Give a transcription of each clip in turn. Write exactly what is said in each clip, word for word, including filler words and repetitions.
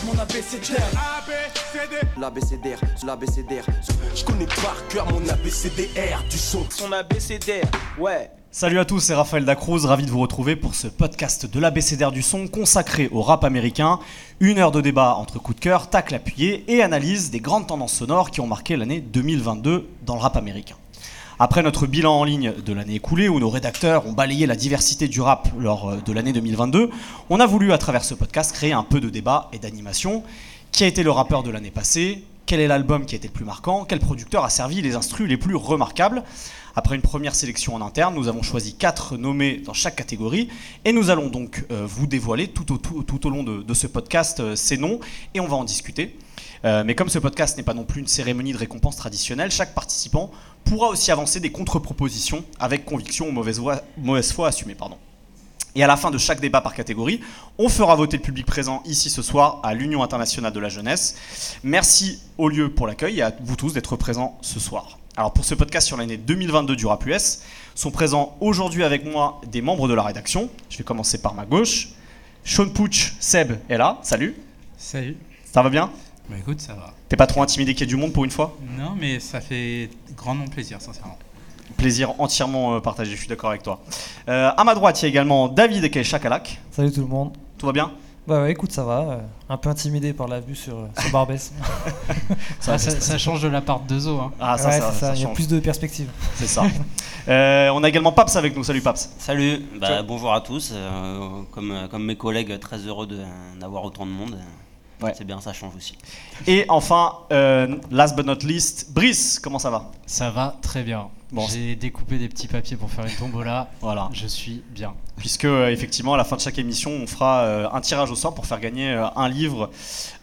mon abécédaire. A B C D. L'abécédaire, l'abécédaire. Je connais par cœur mon abécédaire du son. Son abécédaire, ouais. Salut à tous, c'est Raphaël Dacruz, ravi de vous retrouver pour ce podcast de l'abécédaire du son consacré au rap américain. Une heure de débat entre coup de cœur, tacle appuyé et analyse des grandes tendances sonores qui ont marqué l'année deux mille vingt-deux dans le rap américain. Après notre bilan en ligne de l'année écoulée, où nos rédacteurs ont balayé la diversité du rap lors de l'année deux mille vingt-deux, on a voulu à travers ce podcast créer un peu de débat et d'animation. Qui a été le rappeur de l'année passée ? Quel est l'album qui a été le plus marquant ? Quel producteur a servi les instrus les plus remarquables ? Après une première sélection en interne, nous avons choisi quatre nommés dans chaque catégorie et nous allons donc euh, vous dévoiler tout au, tout, tout au long de, de ce podcast euh, ces noms et on va en discuter. Euh, mais comme ce podcast n'est pas non plus une cérémonie de récompense traditionnelle, chaque participant pourra aussi avancer des contre-propositions avec conviction ou mauvaise, voix, mauvaise foi assumée. Pardon. Et à la fin de chaque débat par catégorie, on fera voter le public présent ici ce soir à l'Union internationale de la jeunesse. Merci au lieu pour l'accueil et à vous tous d'être présents ce soir. Alors pour ce podcast sur l'année deux mille vingt-deux du Rap U S, sont présents aujourd'hui avec moi des membres de la rédaction. Je vais commencer par ma gauche. Sean Pooch, Seb est là. Salut. Salut. Ça va bien ? Bah écoute, ça va. T'es pas trop intimidé qu'il y ait du monde pour une fois ? Non, mais ça fait grandement plaisir, sincèrement. Plaisir entièrement partagé, je suis d'accord avec toi. Euh, à ma droite, il y a également David Eke Chakalak. Salut tout le monde. Tout va bien ? Bah ouais, écoute, ça va. Euh, un peu intimidé par la vue sur, sur Barbès. ça, ça, ça change de la part de Zo. Hein. Ah, ça, ouais, ça, c'est ça, ça il y a change. plus de perspectives. C'est ça. euh, on a également Paps avec nous. Salut Paps. Salut, bah, bonjour à tous. Euh, comme, comme mes collègues, très heureux de, d'avoir autant de monde. Ouais. C'est bien, ça change aussi. Et enfin, euh, last but not least, Brice, comment ça va ? Ça va très bien. Bon, j'ai découpé des petits papiers pour faire une tombola. Voilà. Je suis bien. Puisque euh, effectivement, à la fin de chaque émission, on fera euh, un tirage au sort pour faire gagner euh, un livre,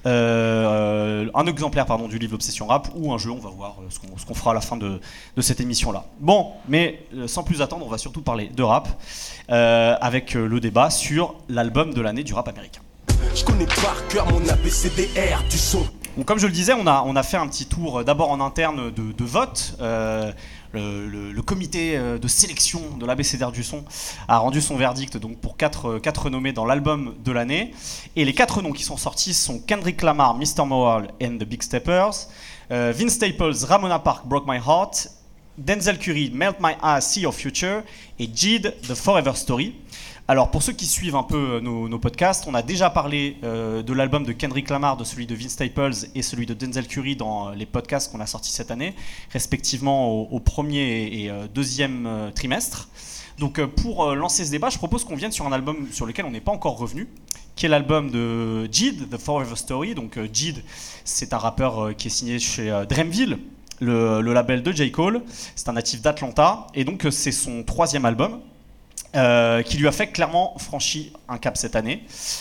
euh, un exemplaire pardon du livre L'Obsession Rap ou un jeu. On va voir euh, ce, qu'on, ce qu'on fera à la fin de, de cette émission-là. Bon, mais euh, sans plus attendre, on va surtout parler de rap euh, avec euh, le débat sur l'album de l'année du rap américain. Je connais par cœur mon abécédaire du son. Donc, comme je le disais, on a, on a fait un petit tour d'abord en interne de, de vote. Euh, le, le, le comité de sélection de l'abécédaire du son a rendu son verdict donc, pour quatre, quatre nommés dans l'album de l'année. Et les quatre noms qui sont sortis sont Kendrick Lamar, mister Morale and the Big Steppers, euh, Vince Staples, Ramona Park, Broke My Heart, Denzel Curry, Melt My Eyes, See Your Future et Jid, The Forever Story. Alors pour ceux qui suivent un peu nos, nos podcasts, on a déjà parlé euh, de l'album de Kendrick Lamar, de celui de Vince Staples et celui de Denzel Curry dans les podcasts qu'on a sortis cette année, respectivement au, au premier et, et euh, deuxième euh, trimestre. Donc euh, pour euh, lancer ce débat, je propose qu'on vienne sur un album sur lequel on n'est pas encore revenu, qui est l'album de Jid, The Forever Story. Donc euh, Jid, c'est un rappeur euh, qui est signé chez euh, Dreamville, le, le label de J. Cole. C'est un natif d'Atlanta et donc euh, c'est son troisième album. Euh, qui lui a fait clairement franchir un cap cette année.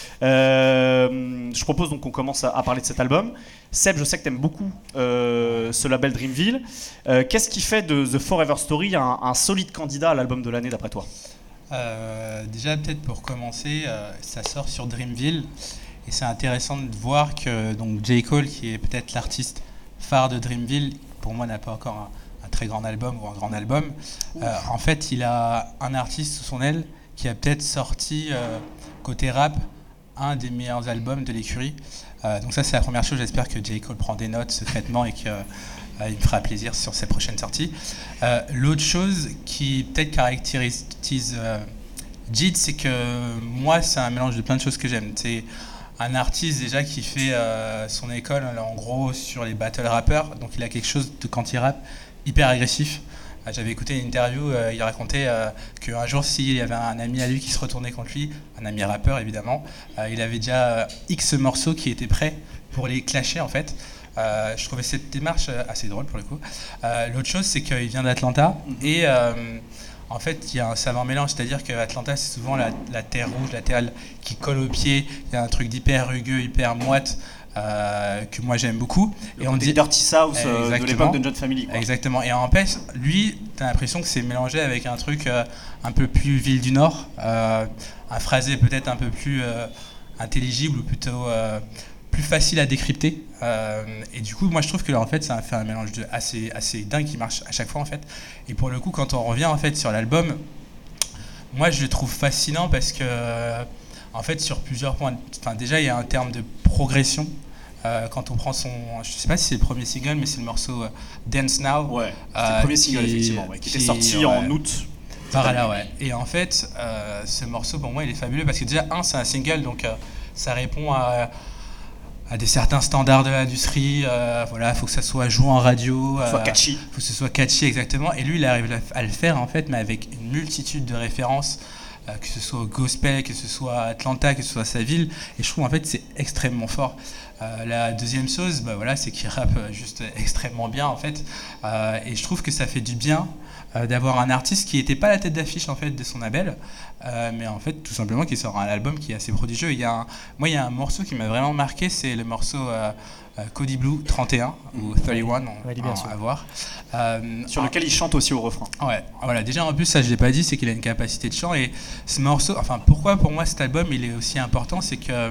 Euh, je propose donc qu'on commence à, à parler de cet album. Seb, je sais que tu aimes beaucoup euh, ce label Dreamville. Euh, qu'est-ce qui fait de The Forever Story un, un solide candidat à l'album de l'année d'après toi ? euh, Déjà, peut-être pour commencer, euh, ça sort sur Dreamville. Et c'est intéressant de voir que donc, J. Cole, qui est peut-être l'artiste phare de Dreamville, pour moi n'a pas encore un un très grand album ou un grand album, euh, en fait il a un artiste sous son aile qui a peut-être sorti euh, côté rap un des meilleurs albums de l'écurie, euh, donc ça c'est la première chose. J'espère que J. Cole prend des notes secrètement et qu'il euh, me fera plaisir sur ses prochaines sorties. Euh, l'autre chose qui peut-être caractérise euh, Jid, c'est que moi c'est un mélange de plein de choses que j'aime. C'est un artiste déjà qui fait euh, son école en gros sur les battle rappers, donc il a quelque chose de quand il rappe hyper agressif. J'avais écouté une interview, euh, il racontait euh, qu'un jour, s'il y avait un ami à lui qui se retournait contre lui, un ami rappeur évidemment, euh, il avait déjà euh, X morceaux qui étaient prêts pour les clasher en fait. Euh, je trouvais cette démarche assez drôle pour le coup. Euh, l'autre chose, c'est qu'il vient d'Atlanta et euh, en fait, il y a un savant mélange, c'est-à-dire qu'Atlanta, c'est souvent la, la terre rouge, la terre qui colle aux pieds, il y a un truc d'hyper rugueux, hyper moite. Euh, que moi j'aime beaucoup. Le et on dit Dirty South euh, de l'époque de John Family. Quoi. Exactement. Et en fait, lui, t'as l'impression que c'est mélangé avec un truc euh, un peu plus ville du Nord, euh, un phrasé peut-être un peu plus euh, intelligible ou plutôt euh, plus facile à décrypter. Euh, et du coup, moi je trouve que là en fait, ça fait un mélange de assez assez dingue qui marche à chaque fois en fait. Et pour le coup, quand on revient en fait sur l'album, moi je le trouve fascinant parce que en fait, sur plusieurs points. Enfin, déjà, il y a un terme de progression. Euh, quand on prend son, je sais pas si c'est le premier single, mais c'est le morceau euh, Dance Now. Ouais, c'est euh, le premier single, qui, effectivement, ouais, qui, qui était sorti ouais, en août. Par là, ouais. Et en fait, euh, ce morceau, pour moi, il est fabuleux parce que déjà, un, c'est un single, donc euh, ça répond à, à des certains standards de l'industrie. Euh, voilà, il faut que ça soit joué en radio. Il faut que ce soit catchy. Il faut que ce soit catchy, exactement. Et lui, il arrive à le faire, en fait, mais avec une multitude de références. Euh, que ce soit au gospel, que ce soit Atlanta, que ce soit sa ville, et je trouve en fait c'est extrêmement fort. Euh, la deuxième chose, bah, voilà, c'est qu'il rappe juste extrêmement bien en fait, euh, et je trouve que ça fait du bien euh, d'avoir un artiste qui n'était pas la tête d'affiche en fait de son label, euh, mais en fait tout simplement qui sort un album qui est assez prodigieux. Il y a un, moi il y a un morceau qui m'a vraiment marqué, c'est le morceau euh, euh, Cody Blue trente et un ou trente et un, on, ouais, on, à voir. Euh, sur lequel il chante aussi au refrain. Ouais, voilà. Déjà en plus ça je l'ai pas dit, c'est qu'il a une capacité de chant et ce morceau. Enfin pourquoi pour moi cet album il est aussi important, c'est que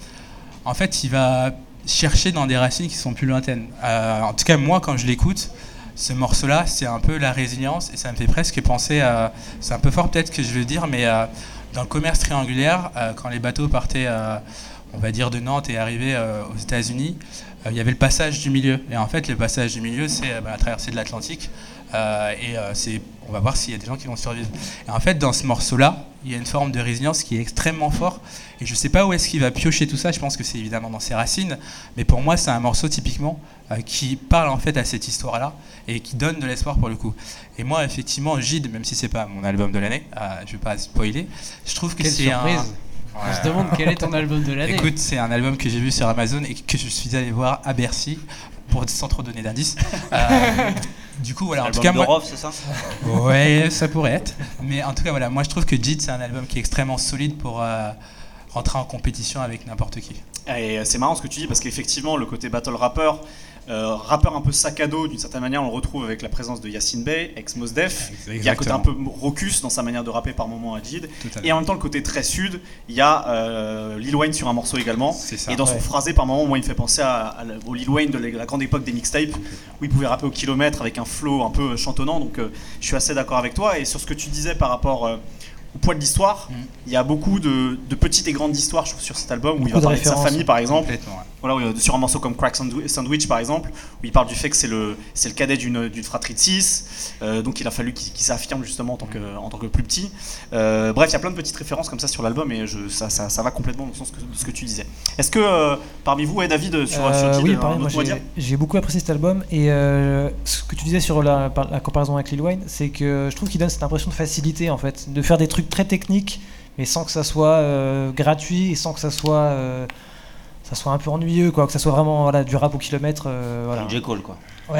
en fait il va chercher dans des racines qui sont plus lointaines. Euh, en tout cas moi quand je l'écoute, ce morceau-là c'est un peu la résilience et ça me fait presque penser à. C'est un peu fort peut-être que je veux dire, mais euh, dans le commerce triangulaire, euh, quand les bateaux partaient, euh, on va dire de Nantes et arrivaient euh, aux États-Unis. Il y avait le passage du milieu, et en fait le passage du milieu c'est bah, la traversée de l'Atlantique, euh, et euh, c'est, on va voir s'il y a des gens qui vont survivre. Et en fait dans ce morceau-là, il y a une forme de résilience qui est extrêmement forte, et je sais pas où est-ce qu'il va piocher tout ça, je pense que c'est évidemment dans ses racines, mais pour moi c'est un morceau typiquement euh, qui parle en fait à cette histoire-là, et qui donne de l'espoir pour le coup. Et moi effectivement Gide, même si c'est pas mon album de l'année, euh, je vais pas spoiler, je trouve que Quelle c'est surprise. un... On se demande quel est ton album de l'année. Écoute, c'est un album que j'ai vu sur Amazon et que je suis allé voir à Bercy, pour, sans trop donner d'indices. Euh, du coup, voilà. En tout cas, moi, Rof, c'est ça? Ouais, ça pourrait être. Mais en tout cas, voilà. Moi, je trouve que Jid, c'est un album qui est extrêmement solide pour euh, rentrer en compétition avec n'importe qui. Et c'est marrant ce que tu dis parce qu'effectivement, le côté battle rapper, euh, rappeur un peu sac à dos, d'une certaine manière, on le retrouve avec la présence de Yasiin Bey, ex Mos Def. Il y a un côté un peu raucus dans sa manière de rapper par moment à Jid. Et en même temps, le côté très sud, il y a euh, Lil Wayne sur un morceau également. Ça, et dans son ouais. phrasé, par moment, moi, il me fait penser à, à, au Lil Wayne de la grande époque des mixtapes, où il pouvait rapper au kilomètre avec un flow un peu chantonnant. Donc, euh, je suis assez d'accord avec toi. Et sur ce que tu disais par rapport euh, au poids de l'histoire, mm. il y a beaucoup de, de petites et grandes histoires, je trouve, sur cet album, où beaucoup il va parler de, de sa famille, par exemple. Ouais. Voilà, oui, sur un morceau comme Crack Sandwich, par exemple, où il parle du fait que c'est le, c'est le cadet d'une, d'une fratrie de six, euh, donc il a fallu qu'il, qu'il s'affirme justement en tant que, en tant que plus petit. Euh, bref, il y a plein de petites références comme ça sur l'album, et je, ça, ça, ça va complètement dans le sens que, de ce que tu disais. Est-ce que, euh, parmi vous, ouais, David, sur, euh, sur Jid, oui, pareil, moi, mot à dire ? j'ai beaucoup apprécié cet album, et euh, ce que tu disais sur la, la comparaison avec Lil Wayne, c'est que je trouve qu'il donne cette impression de facilité, en fait, de faire des trucs très techniques, mais sans que ça soit euh, gratuit et sans que ça soit... Euh, ça soit un peu ennuyeux, quoi, que ça soit vraiment voilà, du rap au kilomètre. Euh, voilà. J. Cole, quoi. Ouais,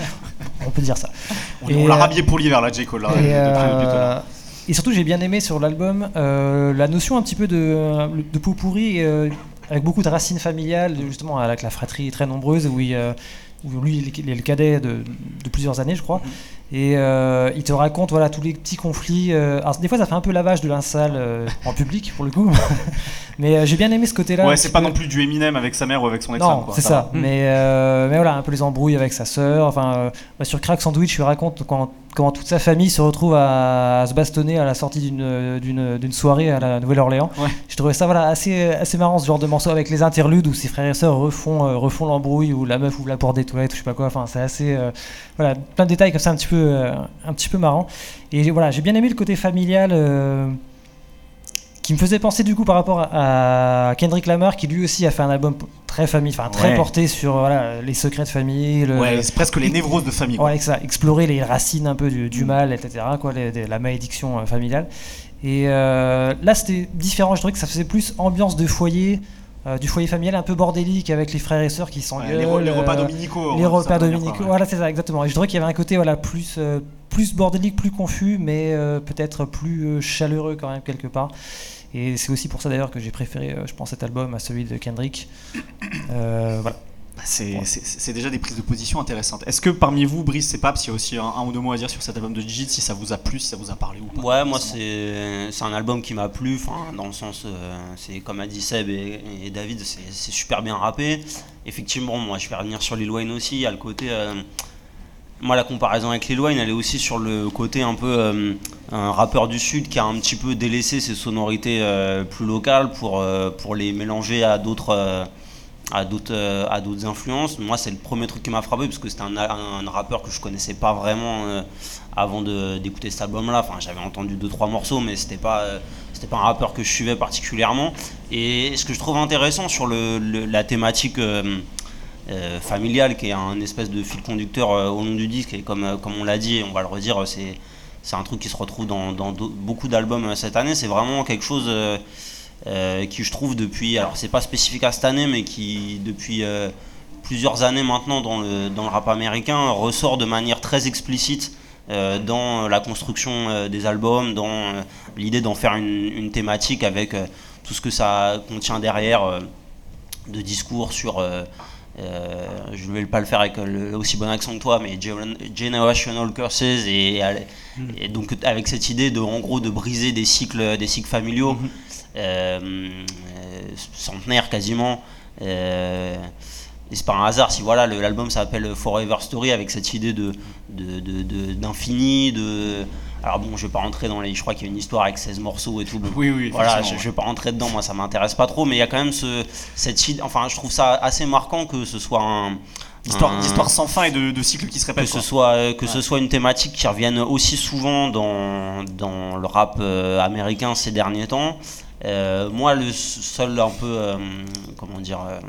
on peut dire ça. On, on l'a euh, rhabillé pour l'hiver, là, J. Cole. Là, et, de, euh, et surtout, j'ai bien aimé sur l'album euh, la notion un petit peu de, de pot pourri, euh, avec beaucoup de racines familiales, justement, avec la fratrie très nombreuse, où, il, euh, où lui, il est le cadet de, de plusieurs années, je crois. Mm-hmm. Et euh, il te raconte voilà, tous les petits conflits. Euh, alors, des fois, ça fait un peu lavage de linceul euh, en public, pour le coup. Mais euh, j'ai bien aimé ce côté-là. Ouais, c'est pas peu... non plus du Eminem avec sa mère ou avec son ex-femme. Non, quoi, c'est ça. ça. Mmh. Mais, euh, mais voilà, un peu les embrouilles avec sa sœur. Enfin, euh, bah, sur Crack Sandwich, je raconte quand, quand toute sa famille se retrouve à, à se bastonner à la sortie d'une, d'une, d'une soirée à la Nouvelle-Orléans. Ouais. Je trouvais ça voilà, assez, assez marrant, ce genre de morceau avec les interludes où ses frères et sœurs refont, euh, refont l'embrouille, ou la meuf ouvre la porte des toilettes, ou je sais pas quoi. Enfin, c'est assez. Euh, voilà, plein de détails comme ça, un petit peu, euh, un petit peu marrant. Et voilà, j'ai bien aimé le côté familial. Euh, qui me faisait penser du coup par rapport à Kendrick Lamar, qui lui aussi a fait un album très famille, enfin très ouais. porté sur voilà, les secrets de famille. Le, ouais, c'est presque les névroses de famille. Ouais, ça, explorer les racines un peu du, du mal, et cetera. Quoi, les, les, la malédiction familiale. Et euh, là, c'était différent. Je trouvais que ça faisait plus ambiance de foyer. Euh, du foyer familial un peu bordélique avec les frères et sœurs qui s'engueulent. Ouais, les, les repas dominicaux. Les repas dominicaux, quoi, ouais. Voilà, c'est ça, exactement. Et je trouvais qu'il y avait un côté voilà, plus, euh, plus bordélique, plus confus, mais euh, peut-être plus euh, chaleureux quand même, quelque part. Et c'est aussi pour ça d'ailleurs que j'ai préféré, euh, je pense, cet album à celui de Kendrick. Euh, voilà. C'est, ouais. c'est, c'est déjà des prises de position intéressantes. Est-ce que parmi vous, Brice et Paps, il y a aussi un, un ou deux mots à dire sur cet album de Jid, si ça vous a plu, si ça vous a parlé ou pas? Ouais, moi c'est, c'est un album qui m'a plu, dans le sens, euh, c'est comme a dit Seb et, et David, c'est, c'est super bien rappé. Effectivement, moi je vais revenir sur Lil Wayne aussi, il y a le côté... Euh, moi la comparaison avec Lil Wayne, elle est aussi sur le côté un peu euh, un rappeur du Sud qui a un petit peu délaissé ses sonorités euh, plus locales pour, euh, pour les mélanger à d'autres... Euh, à d'autres euh, à d'autres influences. Moi, c'est le premier truc qui m'a frappé parce que c'était un, un, un rappeur que je connaissais pas vraiment euh, avant de, d'écouter cet album-là. Enfin, j'avais entendu deux trois morceaux, mais c'était pas euh, c'était pas un rappeur que je suivais particulièrement. Et ce que je trouve intéressant sur le, le, la thématique euh, euh, familiale, qui est un espèce de fil conducteur euh, au long du disque, et comme euh, comme on l'a dit, et on va le redire, c'est c'est un truc qui se retrouve dans, dans beaucoup d'albums cette année. C'est vraiment quelque chose euh, Euh, qui je trouve depuis, alors c'est pas spécifique à cette année, mais qui depuis euh, plusieurs années maintenant dans le, dans le rap américain ressort de manière très explicite euh, dans la construction euh, des albums, dans euh, l'idée d'en faire une, une thématique avec euh, tout ce que ça contient derrière euh, de discours sur euh, euh, je ne vais pas le faire avec le, aussi bon accent que toi, mais generational curses et, et, et donc avec cette idée de en gros de briser des cycles des cycles familiaux. Mm-hmm. Euh, euh, centenaire quasiment, euh, et c'est pas un hasard si voilà le, l'album s'appelle Forever Story avec cette idée de, de, de, de d'infini, de alors bon je vais pas rentrer dans les, je crois qu'il y a une histoire avec seize morceaux et tout, bon, oui oui voilà je, je vais pas rentrer dedans, moi ça m'intéresse pas trop, mais il y a quand même ce cette idée, enfin je trouve ça assez marquant que ce soit un D'histoire, un, d'histoire sans fin et de, de cycles qui se répètent. Que ce soit, que ouais. ce soit une thématique qui revienne aussi souvent dans, dans le rap euh, américain ces derniers temps. Euh, moi, le seul un peu, euh, comment dire, euh,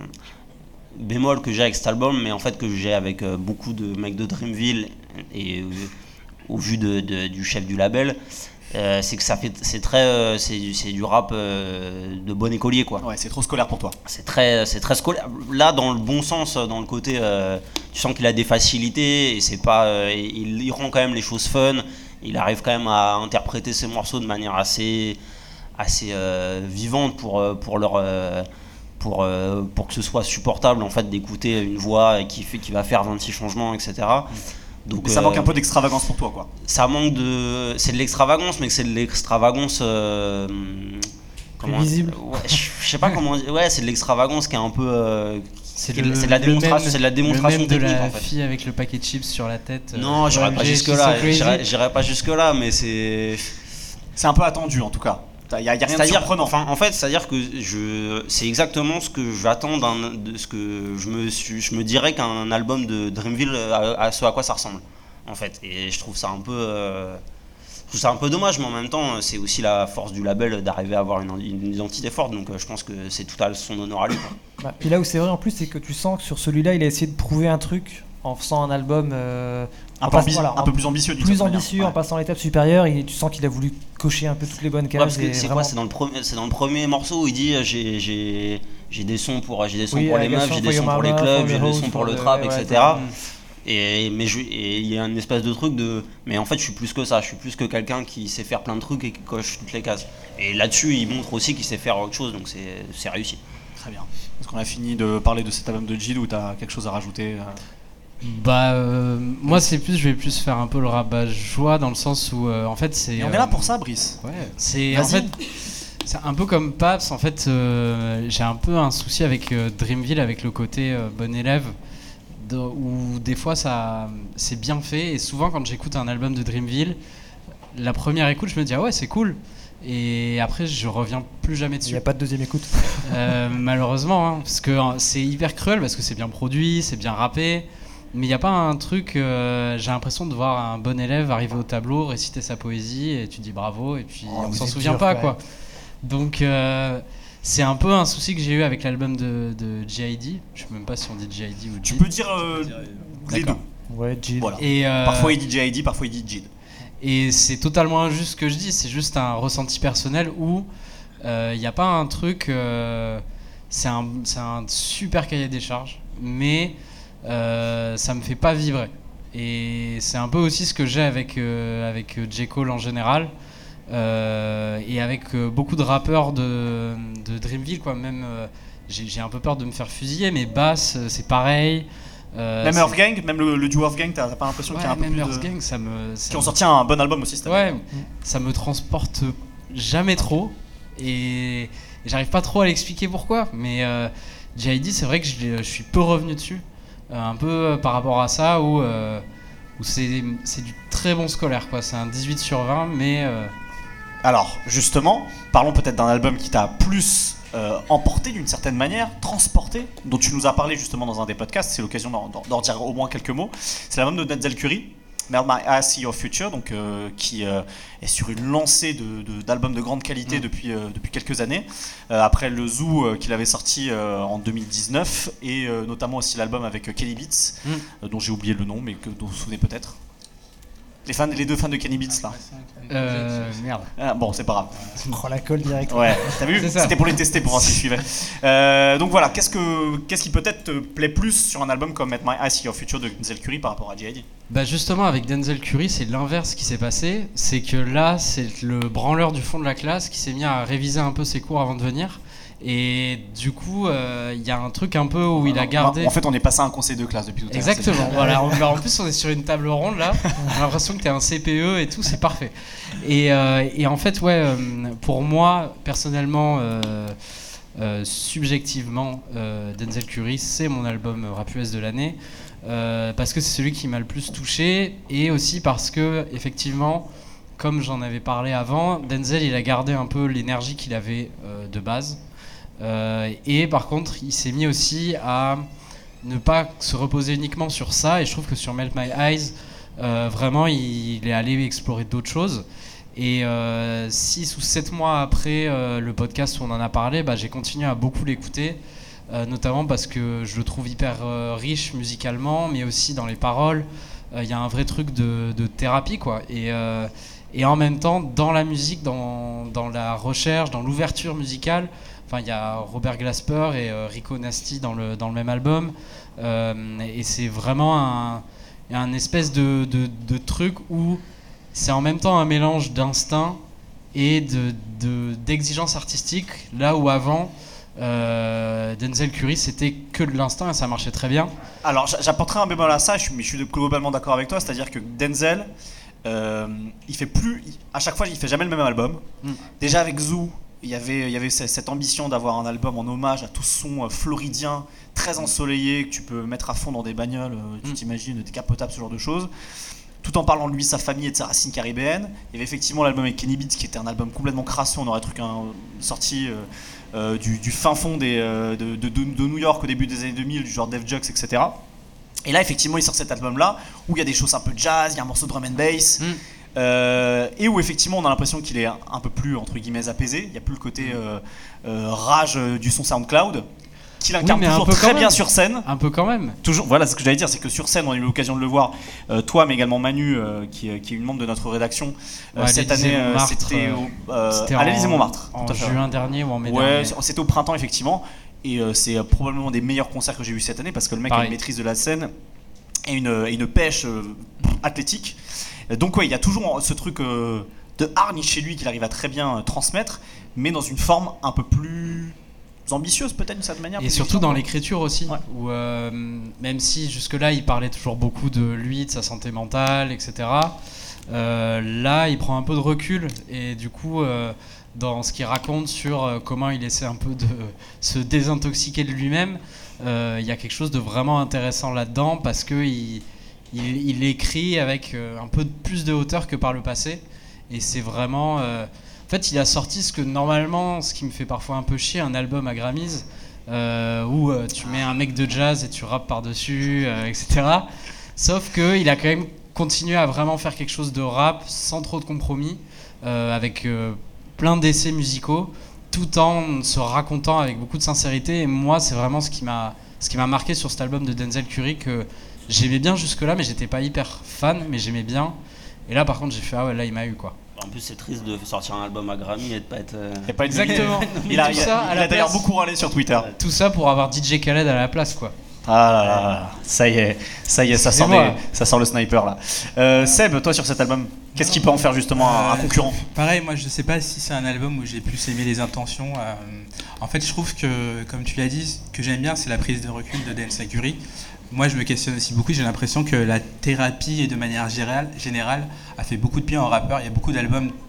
bémol que j'ai avec cet album, mais en fait que j'ai avec euh, beaucoup de mecs de Dreamville et euh, au vu de, de, du chef du label, euh, c'est que ça fait, c'est très, euh, c'est, c'est du rap euh, de bon écolier quoi. Ouais, c'est trop scolaire pour toi. C'est très, c'est très scolaire. Là, dans le bon sens, dans le côté, euh, tu sens qu'il a des facilités et c'est pas, euh, il, il rend quand même les choses fun. Il arrive quand même à interpréter ses morceaux de manière assez, assez euh, vivante pour pour leur euh, pour euh, pour que ce soit supportable en fait d'écouter une voix qui fait qui va faire vingt-six changements, et cetera. Donc mais ça euh, manque un peu d'extravagance pour toi quoi. Ça manque de, c'est de l'extravagance, mais que c'est de l'extravagance euh, comment visible. Ouais, je, je sais pas comment. Ouais, c'est de l'extravagance qui est un peu. Euh, c'est, de, c'est, de la démonstration, même, c'est de la démonstration technique. De la en fait. Fille avec le paquet de chips sur la tête. Non, euh, j'irai pas jusque là. J'irai, j'irai pas jusque là, mais c'est. C'est un peu attendu en tout cas. Il y a, y a rien de surprenant. Enfin, en fait, c'est-à-dire que je, c'est exactement ce que j'attends d'un, de ce que je me suis, je me dirais qu'un album de Dreamville à, à ce à quoi ça ressemble, en fait. Et je trouve ça un peu, euh, je trouve ça un peu dommage, mais en même temps, c'est aussi la force du label d'arriver à avoir une, une identité forte. Donc, je pense que c'est tout à son honneur à lui. Quoi. Bah, puis là où c'est vrai en plus, c'est que tu sens que sur celui-là, il a essayé de prouver un truc en faisant un album euh, un, peu, ambi- voilà, un peu plus ambitieux, plus ambitieux, ouais. En passant l'étape supérieure. Et tu sens qu'il a voulu cocher un peu toutes les bonnes cases. Ouais, parce que c'est vraiment... quoi, c'est dans le premier, c'est dans le premier morceau où il dit j'ai j'ai j'ai des sons pour j'ai des sons oui, pour les meufs, j'ai des sons pour les clubs, j'ai des sons pour le trap, ouais, et cetera. Ouais, et mais je, et il y a une espèce de truc de, mais en fait je suis plus que ça, je suis plus que quelqu'un qui sait faire plein de trucs et qui coche toutes les cases. Et là-dessus, il montre aussi qu'il sait faire autre chose, donc c'est c'est réussi. Très bien. Est-ce qu'on a fini de parler de cet album de Jid ou t'as quelque chose à rajouter? Bah euh, moi c'est plus, je vais plus faire un peu le rabat-joie dans le sens où euh, en fait c'est. Et on euh, est là pour ça, Brice. Ouais. C'est Vas-y. En fait c'est un peu comme Paps. En fait euh, j'ai un peu un souci avec euh, Dreamville, avec le côté euh, bon élève, de, où des fois ça c'est bien fait et souvent quand j'écoute un album de Dreamville, la première écoute je me dis ah ouais c'est cool. Et après je reviens plus jamais dessus. Il n'y a pas de deuxième écoute. euh, malheureusement hein, parce que c'est hyper cruel parce que c'est bien produit, c'est bien rappé. Mais il n'y a pas un truc, euh, j'ai l'impression de voir un bon élève arriver au tableau, réciter sa poésie, et tu dis bravo, et puis oh, on s'en souvient dur, pas, quoi. Donc, euh, c'est un peu un souci que j'ai eu avec l'album de, de G I D. Je ne sais même pas si on dit G I D ou Jid. Tu peux dire euh, les deux. Ouais, Jid. Voilà. Et euh, parfois il dit G I D, parfois il dit Jid. Et c'est totalement injuste ce que je dis, c'est juste un ressenti personnel où il euh, n'y a pas un truc. Euh, c'est, un, c'est un super cahier des charges, mais. Euh, ça me fait pas vibrer et c'est un peu aussi ce que j'ai avec euh, avec J. Cole en général euh, et avec euh, beaucoup de rappeurs de, de Dreamville quoi. Même euh, j'ai, j'ai un peu peur de me faire fusiller, mais Bass c'est pareil. Euh, même Earth Gang, même le, le duo Earth Gang, t'as, t'as pas l'impression ouais, qu'il y a un peu même plus Earth de... Gang, ça me ça qui ont me... sorti un bon album aussi cette ouais, année. Ça me transporte jamais trop et, et j'arrive pas trop à l'expliquer pourquoi, mais euh, J I D c'est vrai que je, je suis peu revenu dessus. Euh, un peu euh, par rapport à ça où, euh, où c'est, c'est du très bon scolaire, quoi. C'est un dix-huit sur vingt, mais... Euh... Alors, justement, parlons peut-être d'un album qui t'a plus euh, emporté d'une certaine manière, transporté, dont tu nous as parlé justement dans un des podcasts, c'est l'occasion d'en, d'en dire au moins quelques mots. C'est l'album de Denzel Curry, Melt My Eyes See Your Future, donc, euh, qui euh, est sur une lancée de, de, d'albums de grande qualité mmh. depuis, euh, depuis quelques années, euh, après le Zoo euh, qu'il avait sorti euh, en deux mille dix-neuf, et euh, notamment aussi l'album avec euh, Kenny Beats, mmh. euh, dont j'ai oublié le nom, mais que, dont vous vous souvenez peut-être. Les, fans, les deux fans de Kenny Beats là. Euh, merde. Ah, bon, c'est pas grave. Tu prends la colle direct. Ouais, t'as vu ? C'était pour les tester pour voir s'ils suivaient. Euh, donc voilà, qu'est-ce, que, qu'est-ce qui peut-être te plaît plus sur un album comme Met My Eyes See Your Future de Denzel Curry par rapport à J I D ? Bah justement, avec Denzel Curry, c'est l'inverse qui s'est passé. C'est que là, c'est le branleur du fond de la classe qui s'est mis à réviser un peu ses cours avant de venir. Et du coup, il euh, y a un truc un peu où il a gardé... En fait, on est passé à un conseil de classe depuis tout à l'heure. Exactement, voilà. En plus, on est sur une table ronde, là. On a l'impression que t'es un C P E et tout, c'est parfait. Et, euh, et en fait, ouais, euh, pour moi, personnellement, euh, euh, subjectivement, euh, Denzel Curry, c'est mon album rap U S de l'année. Euh, parce que c'est celui qui m'a le plus touché. Et aussi parce que, effectivement... Comme j'en avais parlé avant, Denzel, il a gardé un peu l'énergie qu'il avait euh, de base. Euh, et par contre, il s'est mis aussi à ne pas se reposer uniquement sur ça. Et je trouve que sur Melt My Eyes, euh, vraiment, il, il est allé explorer d'autres choses. Et euh, six ou sept mois après euh, le podcast où on en a parlé, bah, j'ai continué à beaucoup l'écouter. Euh, notamment parce que je le trouve hyper euh, riche musicalement, mais aussi dans les paroles. Il euh, y a un vrai truc de, de thérapie, quoi. Et... Euh, Et en même temps, dans la musique, dans, dans la recherche, dans l'ouverture musicale, enfin, il y a Robert Glasper et euh, Rico Nasty dans le, dans le même album. Euh, et c'est vraiment un, un espèce de, de, de truc où c'est en même temps un mélange d'instinct et de, de, d'exigence artistique, là où avant, euh, Denzel Curry, c'était que de l'instinct et ça marchait très bien. Alors, j'apporterai un bémol à ça, je suis, je suis globalement d'accord avec toi, c'est-à-dire que Denzel... Euh, il fait plus, à chaque fois il fait jamais le même album. Mm. Déjà avec Zoo, il y avait, il y avait cette ambition d'avoir un album en hommage à tout ce son floridien, très ensoleillé, que tu peux mettre à fond dans des bagnoles, tu mm. t'imagines, décapotables, ce genre de choses, tout en parlant de lui, sa famille et de ses racines caribéennes. Il y avait effectivement l'album avec Kenny Beats qui était un album complètement crasseux, on aurait truc un, sorti euh, euh, du, du fin fond des, euh, de, de, de, de New York au début des années deux mille, du genre Def Jux, et cetera. Et là, effectivement, il sort cet album-là où il y a des choses un peu jazz, il y a un morceau de drum and bass, mm. euh, et où effectivement on a l'impression qu'il est un peu plus entre guillemets apaisé. Il n'y a plus le côté euh, euh, rage du son SoundCloud qu'il incarne oui, toujours très bien sur scène. Un peu quand même. Toujours. Voilà ce que j'allais dire, c'est que sur scène, on a eu l'occasion de le voir. Euh, toi, mais également Manu, euh, qui, qui est une membre de notre rédaction. Euh, ouais, cette année, euh, c'était, au, euh, c'était à l'Élysée-Montmartre. En, en juin dernier ou en mai ouais, dernier. C'était au printemps effectivement. Et euh, c'est euh, probablement des meilleurs concerts que j'ai vus cette année parce que le mec Pareil. a une maîtrise de la scène et une, et une pêche euh, athlétique. Donc ouais, il y a toujours ce truc euh, de hargne chez lui qu'il arrive à très bien euh, transmettre, mais dans une forme un peu plus ambitieuse peut-être d'une certaine manière. Et surtout dans l'écriture aussi, ouais. où euh, même si jusque-là il parlait toujours beaucoup de lui, de sa santé mentale, et cetera. Euh, là, il prend un peu de recul et du coup... Euh, dans ce qu'il raconte sur euh, comment il essaie un peu de se désintoxiquer de lui-même, il euh, y a quelque chose de vraiment intéressant là-dedans parce qu'il il, il écrit avec euh, un peu plus de hauteur que par le passé et c'est vraiment... Euh, en fait, il a sorti ce que normalement, ce qui me fait parfois un peu chier, un album à Grammys euh, où euh, tu mets un mec de jazz et tu rappes par-dessus, euh, et cetera. Sauf qu'il a quand même continué à vraiment faire quelque chose de rap sans trop de compromis, euh, avec... Euh, plein d'essais musicaux, tout en se racontant avec beaucoup de sincérité. Et moi, c'est vraiment ce qui m'a, ce qui m'a marqué sur cet album de Denzel Curry, que j'aimais bien jusque-là, mais j'étais pas hyper fan, mais j'aimais bien. Et là, par contre, j'ai fait, ah ouais, là, il m'a eu, quoi. En plus, c'est triste de sortir un album à Grammy et de pas être... Euh... Et pas Exactement. il a, il a, ça, il a d'ailleurs beaucoup râlé sur Twitter. Tout ça pour avoir D J Khaled à la place, quoi. Ah là là, ça y est, ça y est, ça sort, les, ça sort le sniper là. Euh, Seb, toi sur cet album, qu'est-ce qui peut en faire justement un, un concurrent ? Pareil, moi je sais pas si c'est un album où j'ai plus aimé les intentions. Euh, en fait, je trouve que, comme tu l'as dit, ce que j'aime bien, c'est la prise de recul de Denzel Curry. Moi, je me questionne aussi beaucoup. J'ai l'impression que la thérapie, et de manière générale, générale, a fait beaucoup de bien aux rappeurs. Il y a beaucoup d'albums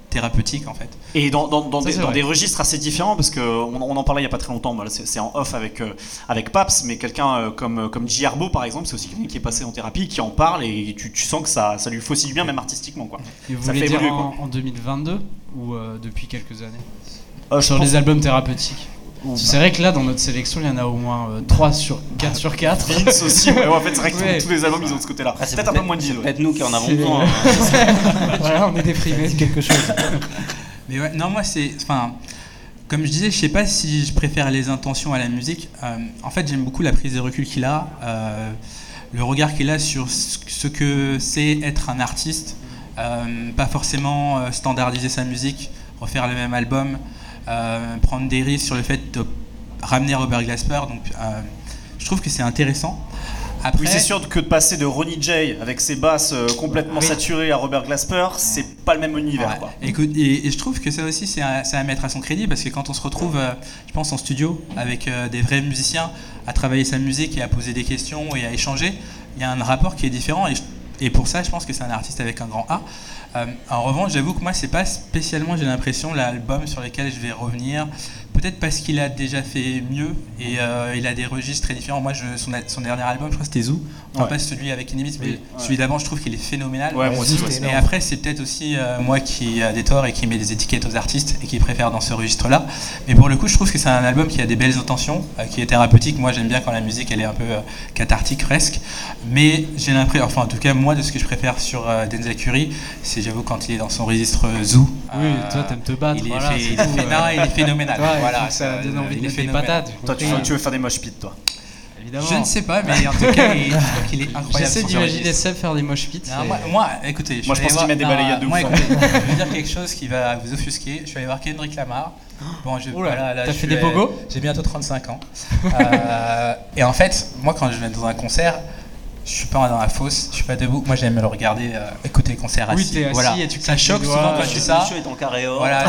thérapeutique en fait. Et dans, dans, dans, Ça, des, c'est dans vrai. des registres assez différents, parce qu'on on en parlait il n'y a pas très longtemps, voilà, c'est, c'est en off avec, euh, avec Paps, mais quelqu'un euh, comme, comme J. Herbo par exemple, c'est aussi quelqu'un qui est passé en thérapie, qui en parle, et tu, tu sens que ça, ça lui faucille bien, même artistiquement. Quoi. Et vous Ça voulez fait dire évoluer, en, quoi. en deux mille vingt-deux ou euh, depuis quelques années Euh, je sur pense- les albums thérapeutiques? Ou- C'est vrai que là, dans notre sélection, il y en a au moins euh, trois sur quatre sur quatre. Vince aussi, ouais, ouais, en fait c'est vrai que tous- Ouais. tous les albums ils ont de ce côté-là. Ah, c'est peut-être un peu moins de c'est Vince. ouais. peut-être nous qui en avons C'est- besoin. hein. Voilà, on est déprimé. C'est quelque chose. Mais ouais, non, moi c'est. Enfin, comme je disais, je sais pas si je préfère les intentions à la musique. Euh, en fait, j'aime beaucoup la prise de recul qu'il a, euh, le regard qu'il a sur ce que c'est être un artiste. Euh, pas forcément euh, standardiser sa musique, refaire le même album, euh, prendre des risques sur le fait de ramener Robert Glasper. Donc, euh, je trouve que c'est intéressant. Après, Oui, c'est sûr que de passer de Ronnie J avec ses basses euh, complètement Oui. saturées à Robert Glasper, c'est pas le même univers. Ouais. Quoi. Écoute, et, et je trouve que ça aussi, c'est à, c'est à mettre à son crédit, parce que quand on se retrouve, euh, je pense, en studio avec euh, des vrais musiciens, à travailler sa musique et à poser des questions et à échanger, il y a un rapport qui est différent. Et, je- et pour ça, je pense que c'est un artiste avec un grand A. Euh, en revanche, j'avoue que moi, c'est pas spécialement, j'ai l'impression, l'album sur lequel je vais revenir. Peut-être parce qu'il a déjà fait mieux et euh, il a des registres très différents. Moi, je, son, son dernier album, je crois que c'était Zoo. Enfin, Ouais. pas celui avec Inhibit, mais Oui, celui d'avant, je trouve qu'il est phénoménal. Ouais, moi aussi, C'était ouais. énorme. Et après, c'est peut-être aussi euh, moi qui a des torts et qui met des étiquettes aux artistes et qui préfère dans ce registre-là. Mais pour le coup, je trouve que c'est un album qui a des belles intentions, euh, qui est thérapeutique. Moi, j'aime bien quand la musique, elle est un peu euh, cathartique presque. Mais j'ai l'impression, enfin en tout cas, moi, de ce que je préfère sur euh, Denzel Curry, c'est j'avoue quand il est dans son registre euh, Zoo. Oui, euh, toi, t'aimes te battre. Il est, voilà, fait- c'est il est tout, fait- euh. non, il est phénoménal. Ouais, il voilà, faut que ça donne envie de il est mettre des phénoménal. patates. Toi, tu, tu veux faire des mosh pits, toi. Évidemment. Je ne sais pas, mais en tout cas, il, je trouve qu'il est incroyable. J'essaie sur ce d'imaginer registre. Seb faire des mosh pits. Non, et- moi, moi, écoutez, Moi, je suis pense allé qu'il met des voir- balayettes de non, ouf, moi, hein. écoutez, je vais dire quelque chose qui va vous offusquer. Je suis allé voir Kendrick Lamar. Bon, je, Oula, voilà, là, t'as je fait suis, des euh, pogos J'ai bientôt trente-cinq ans. Euh, et en fait, moi, quand je vais dans un concert, je suis pas dans la fosse, je suis pas debout. Moi, j'aime le regarder, euh, écouter le concert Oui, assis. t'es assis voilà. et tu ça claques choque les souvent doigts, quand euh, je dis ça. Monsieur est en carré or. Voilà,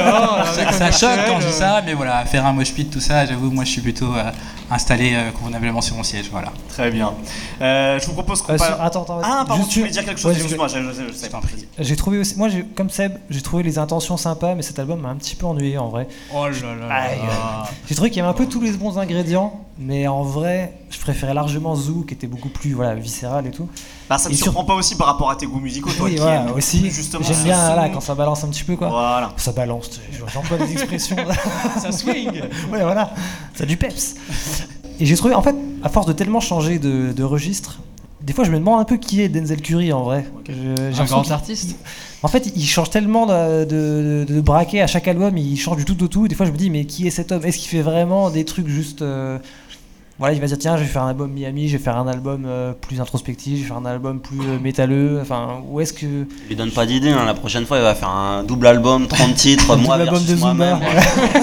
ça, ça choque quand je dis ça, mais voilà, faire un mosh pit, tout ça, j'avoue, moi, je suis plutôt euh, installé euh, convenablement sur mon siège. Voilà. Très bien. Euh, je vous propose qu'on Euh, parle. sur- Attends, attends. Ah, pardon, juste tu voulais une- dire quelque chose, Ouais, excuse-moi, je, je, je, je sais pas. J'ai trouvé aussi, moi j'ai- comme Seb, j'ai trouvé les intentions sympas, mais cet album m'a un petit peu ennuyé en vrai. Oh là là là. Aïe. là. J'ai trouvé qu'il y avait un peu tous les bons ingrédients, mais en vrai, je préférais largement Zoo, qui était beaucoup plus voilà, viscéral et tout. Bah, ça me Et sur- surprend pas aussi par rapport à tes goûts musicaux, toi Oui, qui voilà, aimes aussi. plus justement J'aime ce bien son. là, quand ça balance un petit peu, quoi. Voilà. Ça balance, j'emploie des expressions. Ça swing. Ouais, voilà, ça a du peps. Et j'ai trouvé, en fait, à force de tellement changer de, de registre, des fois je me demande un peu qui est Denzel Curry en vrai. Je- j'ai Un l'impression grand qu'il- artiste. En fait, il change tellement de, de, de, de braquet à chaque album, il change du tout au tout. Des fois, je me dis, mais qui est cet homme? Est-ce qu'il fait vraiment des trucs juste. euh, Voilà, il va dire, tiens, je vais faire un album Miami, je vais faire un album euh, plus introspectif, je vais faire un album plus euh, métalleux. Enfin, où est-ce que. Il lui donne pas d'idée, hein. La prochaine fois il va faire un double album, trente titres, moi Double album versus de Zumba. moi-même.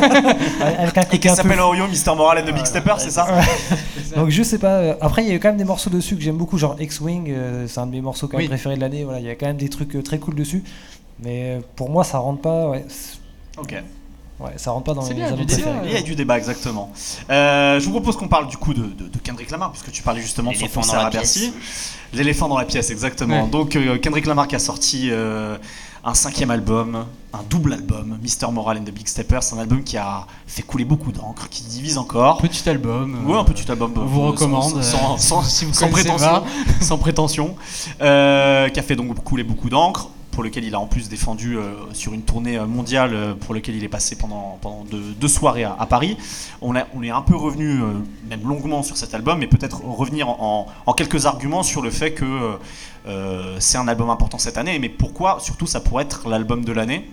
Avec un Et côté qui un peu. s'appelle Oreo, Mister Moral and the Big Stepper, c'est ça? Donc je sais pas. euh, Après, il y a eu quand même des morceaux dessus que j'aime beaucoup, genre X-Wing, euh, c'est un de mes morceaux quand même Oui. préférés de l'année. Voilà, il y a quand même des trucs euh, très cool dessus. Mais euh, pour moi, ça rentre pas. Ouais, c'est- Ok. ouais ça rentre pas dans C'est mes bien, albums du débat. préférés. Il y a du débat, exactement. Euh, je vous propose qu'on parle du coup de, de, de Kendrick Lamar, puisque tu parlais justement de son L'éléphant concert dans la à Bercy. pièce. L'éléphant dans la pièce, exactement. Ouais. Donc euh, Kendrick Lamar qui a sorti euh, un cinquième album, un double album, Mister Moral and the Big Stepper. C'est un album qui a fait couler beaucoup d'encre, qui divise encore. Petit album. Ouais, euh, un petit album. On vous euh, recommande. Sans, euh, sans, sans, si vous sans connaissez prétention. pas. sans prétention. Euh, qui a fait donc couler beaucoup d'encre, pour lequel il a en plus défendu euh, sur une tournée mondiale euh, pour lequel il est passé pendant, pendant deux, deux soirées à, à Paris. On, a, on est un peu revenu, euh, même longuement sur cet album, mais peut-être revenir en, en, en quelques arguments sur le fait que euh, c'est un album important cette année, mais pourquoi surtout ça pourrait être l'album de l'année.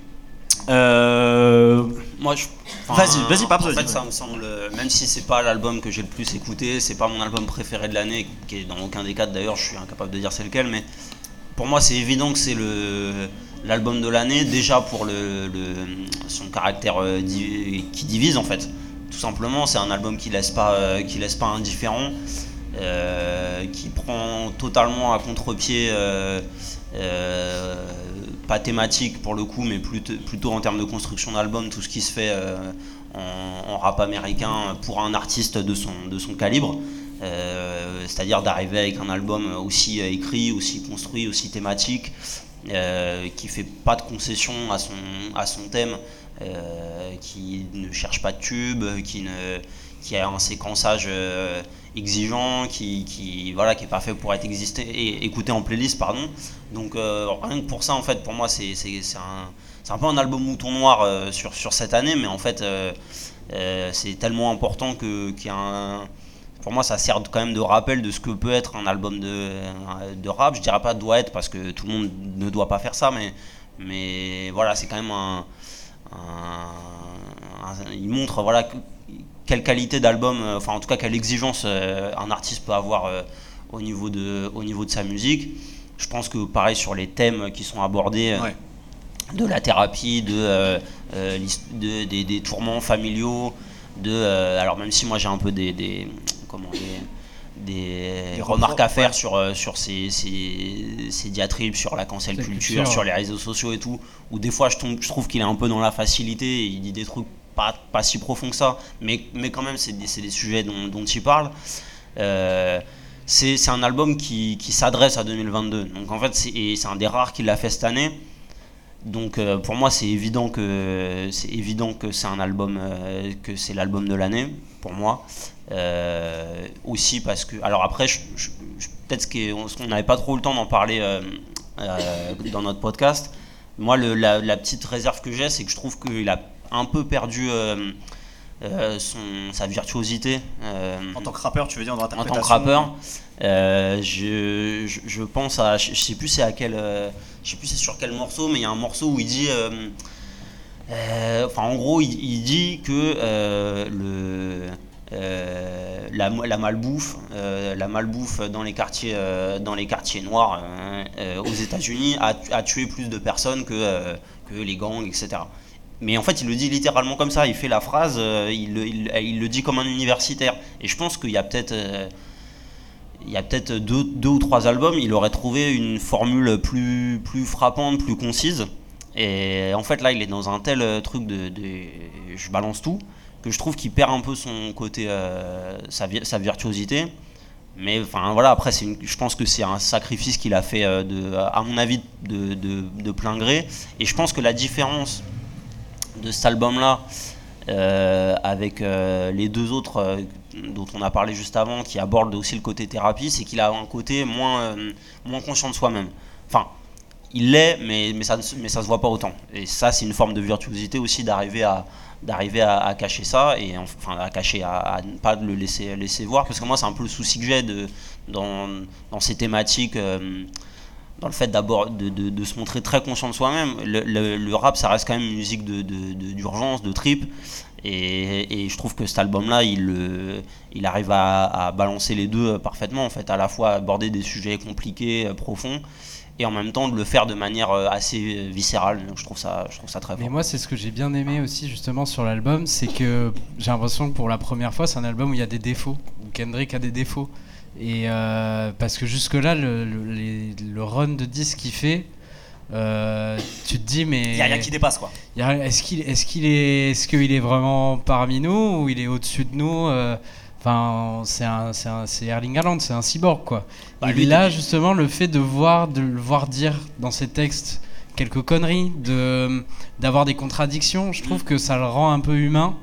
Euh, Moi, je. Vas-y, vas-y, Paps, En vas-y. fait, ça me semble, même si c'est pas l'album que j'ai le plus écouté, c'est pas mon album préféré de l'année, qui est dans aucun des quatre d'ailleurs, je suis incapable de dire c'est lequel, mais pour moi, c'est évident que c'est le l'album de l'année, déjà pour le, le son caractère euh, di- qui divise en fait. Tout simplement, c'est un album qui laisse pas, euh, qui laisse pas indifférent, euh, qui prend totalement à contre-pied. Euh, euh, pas thématique pour le coup, mais plutôt, plutôt en termes de construction d'album, tout ce qui se fait euh, en, en rap américain pour un artiste de son, de son calibre. Euh, c'est-à-dire d'arriver avec un album aussi écrit, aussi construit, aussi thématique, euh, qui fait pas de concessions à son, à son thème, euh, qui ne cherche pas de tube, qui, ne, qui a un séquençage euh, exigeant, qui, qui, voilà, qui est pas fait pour être existé, et, écouté en playlist, pardon. Donc euh, rien que pour ça, en fait, pour moi, c'est, c'est, c'est, un, c'est un peu un album mouton noir euh, sur, sur cette année, mais en fait, euh, euh, c'est tellement important que, qu'il y a un... Pour moi, ça sert quand même de rappel de ce que peut être un album de, de rap. Je dirais pas doit être parce que tout le monde ne doit pas faire ça, mais, mais voilà, c'est quand même un, un, un il montre voilà que, quelle qualité d'album, enfin en tout cas quelle exigence euh, un artiste peut avoir euh, au niveau de, au niveau de sa musique. Je pense que pareil sur les thèmes qui sont abordés, Ouais. de la thérapie, de, euh, euh, de des, des tourments familiaux, de euh, alors même si moi j'ai un peu des, des comment des, des Des remarques à faire ouais. sur euh, sur ces, ces, ces diatribes sur la cancel La culture, culture, sur ouais. les réseaux sociaux et tout, où des fois je, tombe, je trouve qu'il est un peu dans la facilité et il dit des trucs pas, pas si profonds que ça, mais, mais quand même c'est des, c'est des sujets dont, dont il parle. Euh, c'est, c'est un album qui, qui s'adresse à deux mille vingt-deux, donc en fait c'est, et c'est un des rares qui l'a fait cette année. Donc euh, pour moi c'est évident que c'est évident que c'est un album euh, que c'est l'album de l'année pour moi. Euh, aussi parce que alors après je, je, je, peut-être ce qui est, on n'avait pas trop le temps d'en parler euh, euh, dans notre podcast. Moi le, la, la petite réserve que j'ai, c'est que je trouve qu'il a un peu perdu euh, euh, son, sa virtuosité euh, En tant que rappeur, tu veux dire, dans en l'interprétation. tant que rappeur. Euh, je, je, je pense à, je, je sais plus c'est à quel, euh, je sais plus c'est sur quel morceau, mais il y a un morceau où il dit, euh, euh, enfin en gros il, il dit que euh, le, euh, la, la malbouffe, euh, la malbouffe dans les quartiers, euh, dans les quartiers noirs euh, euh, aux États-Unis a, a tué plus de personnes que, euh, que les gangs, et cetera. Mais en fait, il le dit littéralement comme ça. Il fait la phrase, euh, il, il, il le dit comme un universitaire. Et je pense qu'il y a peut-être euh, il y a peut-être deux, deux ou trois albums, il aurait trouvé une formule plus, plus frappante, plus concise. Et en fait, là, il est dans un tel truc de, de je balance tout, que je trouve qu'il perd un peu son côté, euh, sa, sa virtuosité. Mais enfin, voilà, après, c'est une, je pense que c'est un sacrifice qu'il a fait, euh, de, à mon avis, de, de, de plein gré. Et je pense que la différence de cet album-là, euh, avec euh, les deux autres euh, dont on a parlé juste avant, qui abordent aussi le côté thérapie, c'est qu'il a un côté moins, euh, moins conscient de soi-même. Enfin, il l'est, mais, mais, ça, mais ça se voit pas autant. Et ça, c'est une forme de virtuosité aussi d'arriver à, d'arriver à, à cacher ça, et enfin à cacher, à, à ne pas le laisser, laisser voir. Parce que moi, c'est un peu le souci que j'ai de, dans, dans ces thématiques. Euh, dans le fait d'abord de, de, de se montrer très conscient de soi-même. Le, le, le rap, ça reste quand même une musique de, de, de, d'urgence, de trip, et, et je trouve que cet album-là, il, il arrive à, à balancer les deux parfaitement, en fait, à la fois aborder des sujets compliqués, profonds, et en même temps de le faire de manière assez viscérale. Donc je trouve ça, je trouve ça très fort. Mais moi, c'est ce que j'ai bien aimé aussi justement sur l'album, c'est que j'ai l'impression que pour la première fois, c'est un album où il y a des défauts, où Kendrick a des défauts. Et euh, parce que jusque-là, le, le, les, le run de disques qu'il fait, euh, tu te dis, mais. Il n'y a rien qui dépasse, quoi. Y a, est-ce qu'il est, qu'il est, est, qu'il est vraiment parmi nous ou il est au-dessus de nous? Enfin, euh, c'est, un, c'est, un, c'est Erling Haaland, c'est un cyborg, quoi. Bah, et lui, là, il... justement, le fait de, voir, de le voir dire dans ses textes quelques conneries, de, d'avoir des contradictions, je trouve mmh. que ça le rend un peu humain.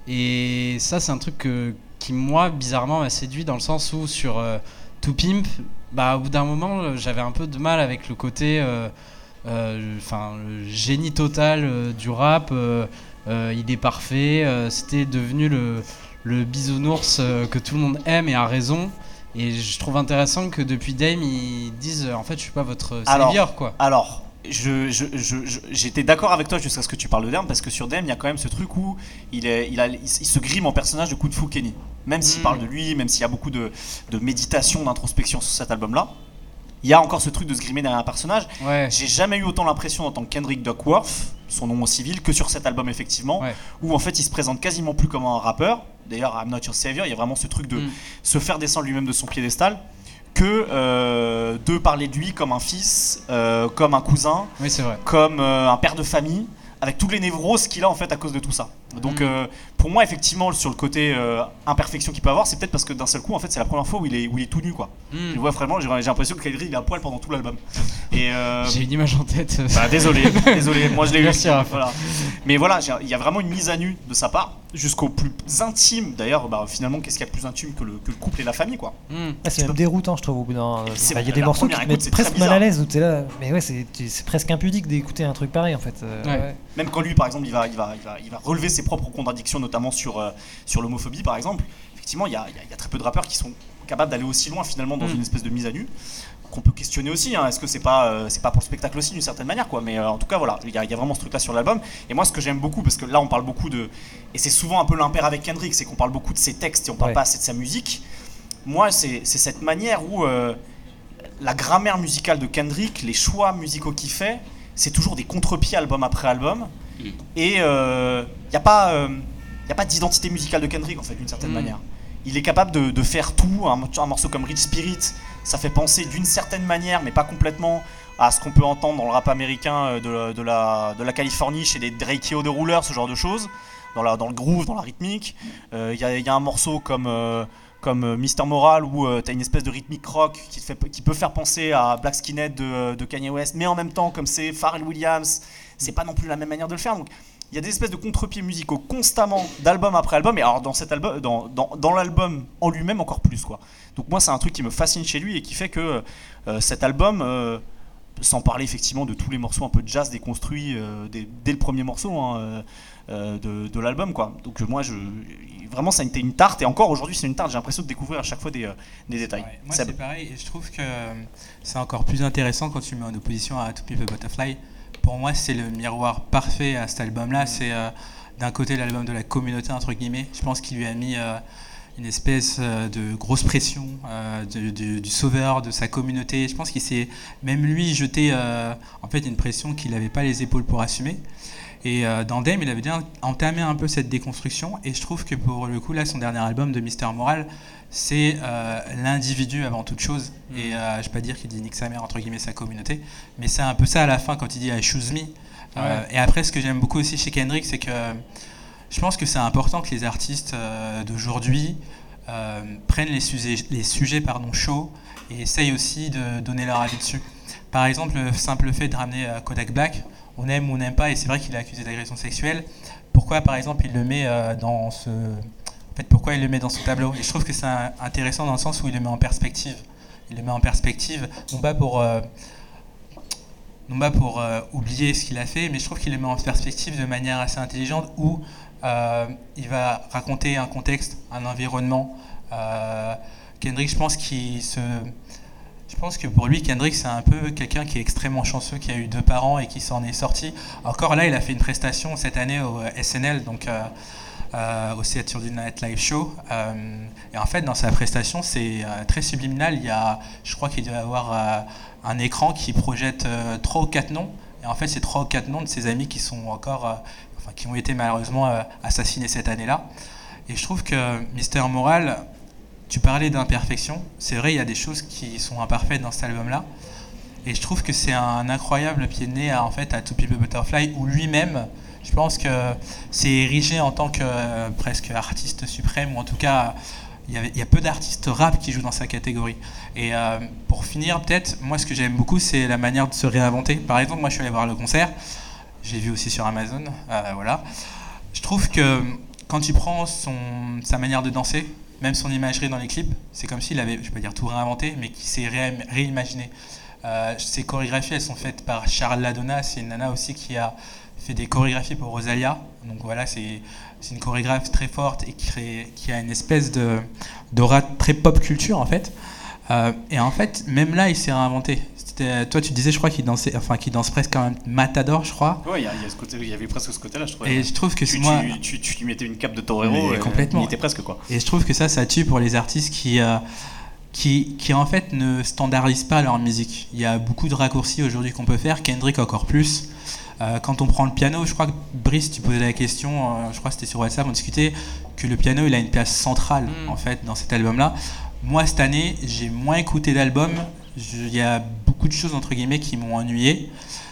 Et ça, c'est un truc que. qui moi bizarrement m'a séduit dans le sens où sur euh, To Pimp, bah, au bout d'un moment j'avais un peu de mal avec le côté euh, euh, le génie total euh, du rap, euh, euh, il est parfait, euh, c'était devenu le, le bisounours euh, que tout le monde aime et a raison. Et je trouve intéressant que depuis Dame ils disent en fait je suis pas votre savior, quoi. Alors Je, je, je, je, j'étais d'accord avec toi jusqu'à ce que tu parles de Dame, parce que sur Dame, il y a quand même ce truc où il, est, il, a, il, il se grime en personnage de Kung Fu Kenny. Même s'il mmh. parle de lui, même s'il y a beaucoup de, de méditation, d'introspection sur cet album-là, il y a encore ce truc de se grimer derrière un personnage. Ouais. J'ai jamais eu autant l'impression en tant que Kendrick Duckworth, son nom au civil, que sur cet album, effectivement, ouais. où en fait il se présente quasiment plus comme un rappeur. D'ailleurs, I'm Not Your Savior, il y a vraiment ce truc de mmh. se faire descendre lui-même de son piédestal, que euh, de parler de lui comme un fils, euh, comme un cousin, oui, c'est vrai. comme euh, un père de famille, avec toutes les névroses qu'il a en fait à cause de tout ça. Donc Mm. euh, pour moi effectivement sur le côté euh, imperfection qu'il peut avoir, c'est peut-être parce que d'un seul coup en fait c'est la première fois où il est, où il est tout nu quoi. Mm. Je vois vraiment, j'ai j'ai l'impression que Kendrick il est à poil pendant tout l'album. Et euh, J'ai une image en tête. bah, désolé, désolé, moi je l'ai eu. Merci, Raph. Voilà. Mais voilà, j'ai- il y a vraiment une mise à nu de sa part, jusqu'au plus intime. D'ailleurs, bah, finalement, qu'est-ce qu'il y a de plus intime que le, que le couple et la famille, quoi. Mm. Ah, c'est même déroutant, je trouve. Au bout d'un, C'est enfin, il y a vrai, des la morceaux qui première te écoute, mettent c'est très presque mal bizarre. à l'aise où t'es là. Mais ouais, c'est, tu- c'est presque impudique d'écouter un truc pareil en fait. Euh, Ouais. ouais. Même quand lui, par exemple, il va, il va, il va, il va relever ses propres contradictions, notamment sur, euh, sur l'homophobie, par exemple. Effectivement, il y a, il y a- il y a très peu de rappeurs qui sont capables d'aller aussi loin, finalement, dans Mm. une espèce de mise à nu, qu'on peut questionner aussi. Hein. Est-ce que c'est pas, euh, c'est pas pour le spectacle aussi, d'une certaine manière, quoi. Mais euh, en tout cas, voilà, il y, a, il y a vraiment ce truc-là sur l'album. Et moi, ce que j'aime beaucoup, parce que là, on parle beaucoup de, et c'est souvent un peu l'impair avec Kendrick, c'est qu'on parle beaucoup de ses textes et on parle Ouais. pas assez de sa musique. Moi, c'est, c'est cette manière où euh, la grammaire musicale de Kendrick, les choix musicaux qu'il fait, c'est toujours des contre-pieds album après album. Mm. Et il euh, n'y a pas, euh, y a pas d'identité musicale de Kendrick, en fait, d'une certaine Mm. manière. Il est capable de, de faire tout. Un, un morceau comme Rich Spirit, ça fait penser d'une certaine manière, mais pas complètement, à ce qu'on peut entendre dans le rap américain euh, de, de, la, de la Californie, chez les Drakeo de Ruler, ce genre de choses, dans, la, dans le groove, dans la rythmique. Il euh, y, y a un morceau comme... Euh, comme euh, Mister Moral où euh, t'as une espèce de rythmique rock qui, te fait, qui peut faire penser à Black Skinhead de, de Kanye West, mais en même temps comme c'est Pharrell Williams, c'est pas non plus la même manière de le faire. Donc il y a des espèces de contre-pieds musicaux constamment d'album après album, et alors dans cet album, dans, dans, dans l'album en lui-même encore plus quoi. Donc moi c'est un truc qui me fascine chez lui et qui fait que euh, cet album, euh, sans parler effectivement de tous les morceaux un peu de jazz déconstruits euh, dès, dès le premier morceau hein, euh, de, de l'album quoi. Donc moi je vraiment ça a été une tarte, et encore aujourd'hui c'est une tarte, j'ai l'impression de découvrir à chaque fois des, euh, des détails. Ouais, moi Ça- c'est pareil, et je trouve que c'est encore plus intéressant quand tu le mets en opposition à To Pimp a Butterfly. Pour moi c'est le miroir parfait à cet album-là. C'est euh, d'un côté l'album de la communauté entre guillemets. Je pense qu'il lui a mis euh, une espèce euh, de grosse pression euh, de- de- du sauveur de sa communauté. Je pense qu'il s'est même lui jeté euh, en fait une pression qu'il n'avait pas les épaules pour assumer. Et euh, dans Dame, il avait déjà entamé un peu cette déconstruction. Et je trouve que pour le coup, là, son dernier album de Mister Moral, c'est euh, l'individu avant toute chose. Mmh. Et euh, je ne vais pas dire qu'il dit nique sa mère, entre guillemets, sa communauté. Mais c'est un peu ça à la fin quand il dit I choose me. Euh, et après, ce que j'aime beaucoup aussi chez Kendrick, c'est que je pense que c'est important que les artistes euh, d'aujourd'hui euh, prennent les sujets, les sujets pardon, chauds et essayent aussi de donner leur avis dessus. Par exemple, le simple fait de ramener euh, Kodak Black, on aime ou on n'aime pas, et c'est vrai qu'il est accusé d'agression sexuelle. Pourquoi, par exemple, il le met euh, dans ce, en fait, pourquoi il le met dans ce tableau? Et je trouve que c'est un- intéressant dans le sens où il le met en perspective. Il le met en perspective, non pas pour, euh, non pas pour euh, oublier ce qu'il a fait, mais je trouve qu'il le met en perspective de manière assez intelligente où euh, il va raconter un contexte, un environnement. Euh, Kendrick, je pense qu'il se Je pense que pour lui, Kendrick, c'est un peu quelqu'un qui est extrêmement chanceux, qui a eu deux parents et qui s'en est sorti. Encore là, il a fait une prestation cette année au S N L, donc euh, euh, au Saturday Night Live Show. Euh, et en fait, dans sa prestation, c'est euh, très subliminal. Il y a, je crois qu'il doit y avoir euh, un écran qui projette euh, trois ou quatre noms. Et en fait, c'est trois ou quatre noms de ses amis qui sont encore, euh, enfin, qui ont été malheureusement euh, assassinés cette année-là. Et je trouve que Mister Moral, tu parlais d'imperfection, c'est vrai, il y a des choses qui sont imparfaites dans cet album-là, et je trouve que c'est un incroyable pied de nez à, en fait, à To Pimp a Butterfly, où lui-même, je pense que c'est érigé en tant que euh, presque artiste suprême, ou en tout cas, il y, avait, il y a peu d'artistes rap qui jouent dans sa catégorie. Et euh, pour finir, peut-être, moi ce que j'aime beaucoup, c'est la manière de se réinventer. Par exemple, moi je suis allé voir le concert, j'ai vu aussi sur Amazon, euh, voilà. Je trouve que quand tu prends son, sa manière de danser, même son imagerie dans les clips, c'est comme s'il avait, je vais pas dire tout réinventé, mais qu'il s'est ré- réimaginé. Euh, ses chorégraphies, elles sont faites par Charles Ladonna, c'est une nana aussi qui a fait des chorégraphies pour Rosalia. Donc voilà, c'est, c'est une chorégraphe très forte et qui, crée, qui a une espèce de, d'aura très pop culture en fait. Euh, et en fait, même là, il s'est réinventé. C'était, toi, tu disais, je crois qu'il dansait, enfin, qu'il danse presque quand même Matador, je crois. Ouais, il y, a- il y a ce côté, il y avait presque ce côté-là, je trouvais. Et je trouve que tu, c'est moi. tu, tu, tu lui mettais une cape de torero, Mais et complètement. il était presque quoi. Et je trouve que ça, ça tue pour les artistes qui, euh, qui, qui en fait ne standardisent pas leur musique. Il y a beaucoup de raccourcis aujourd'hui qu'on peut faire, Kendrick encore plus. Euh, quand on prend le piano, je crois que Brice, tu posais la question, euh, je crois que c'était sur WhatsApp, on discutait que le piano, il a une place centrale Mm. en fait dans cet album-là. Moi, cette année, j'ai moins écouté d'albums. Je- Il y a beaucoup de choses entre guillemets qui m'ont ennuyé.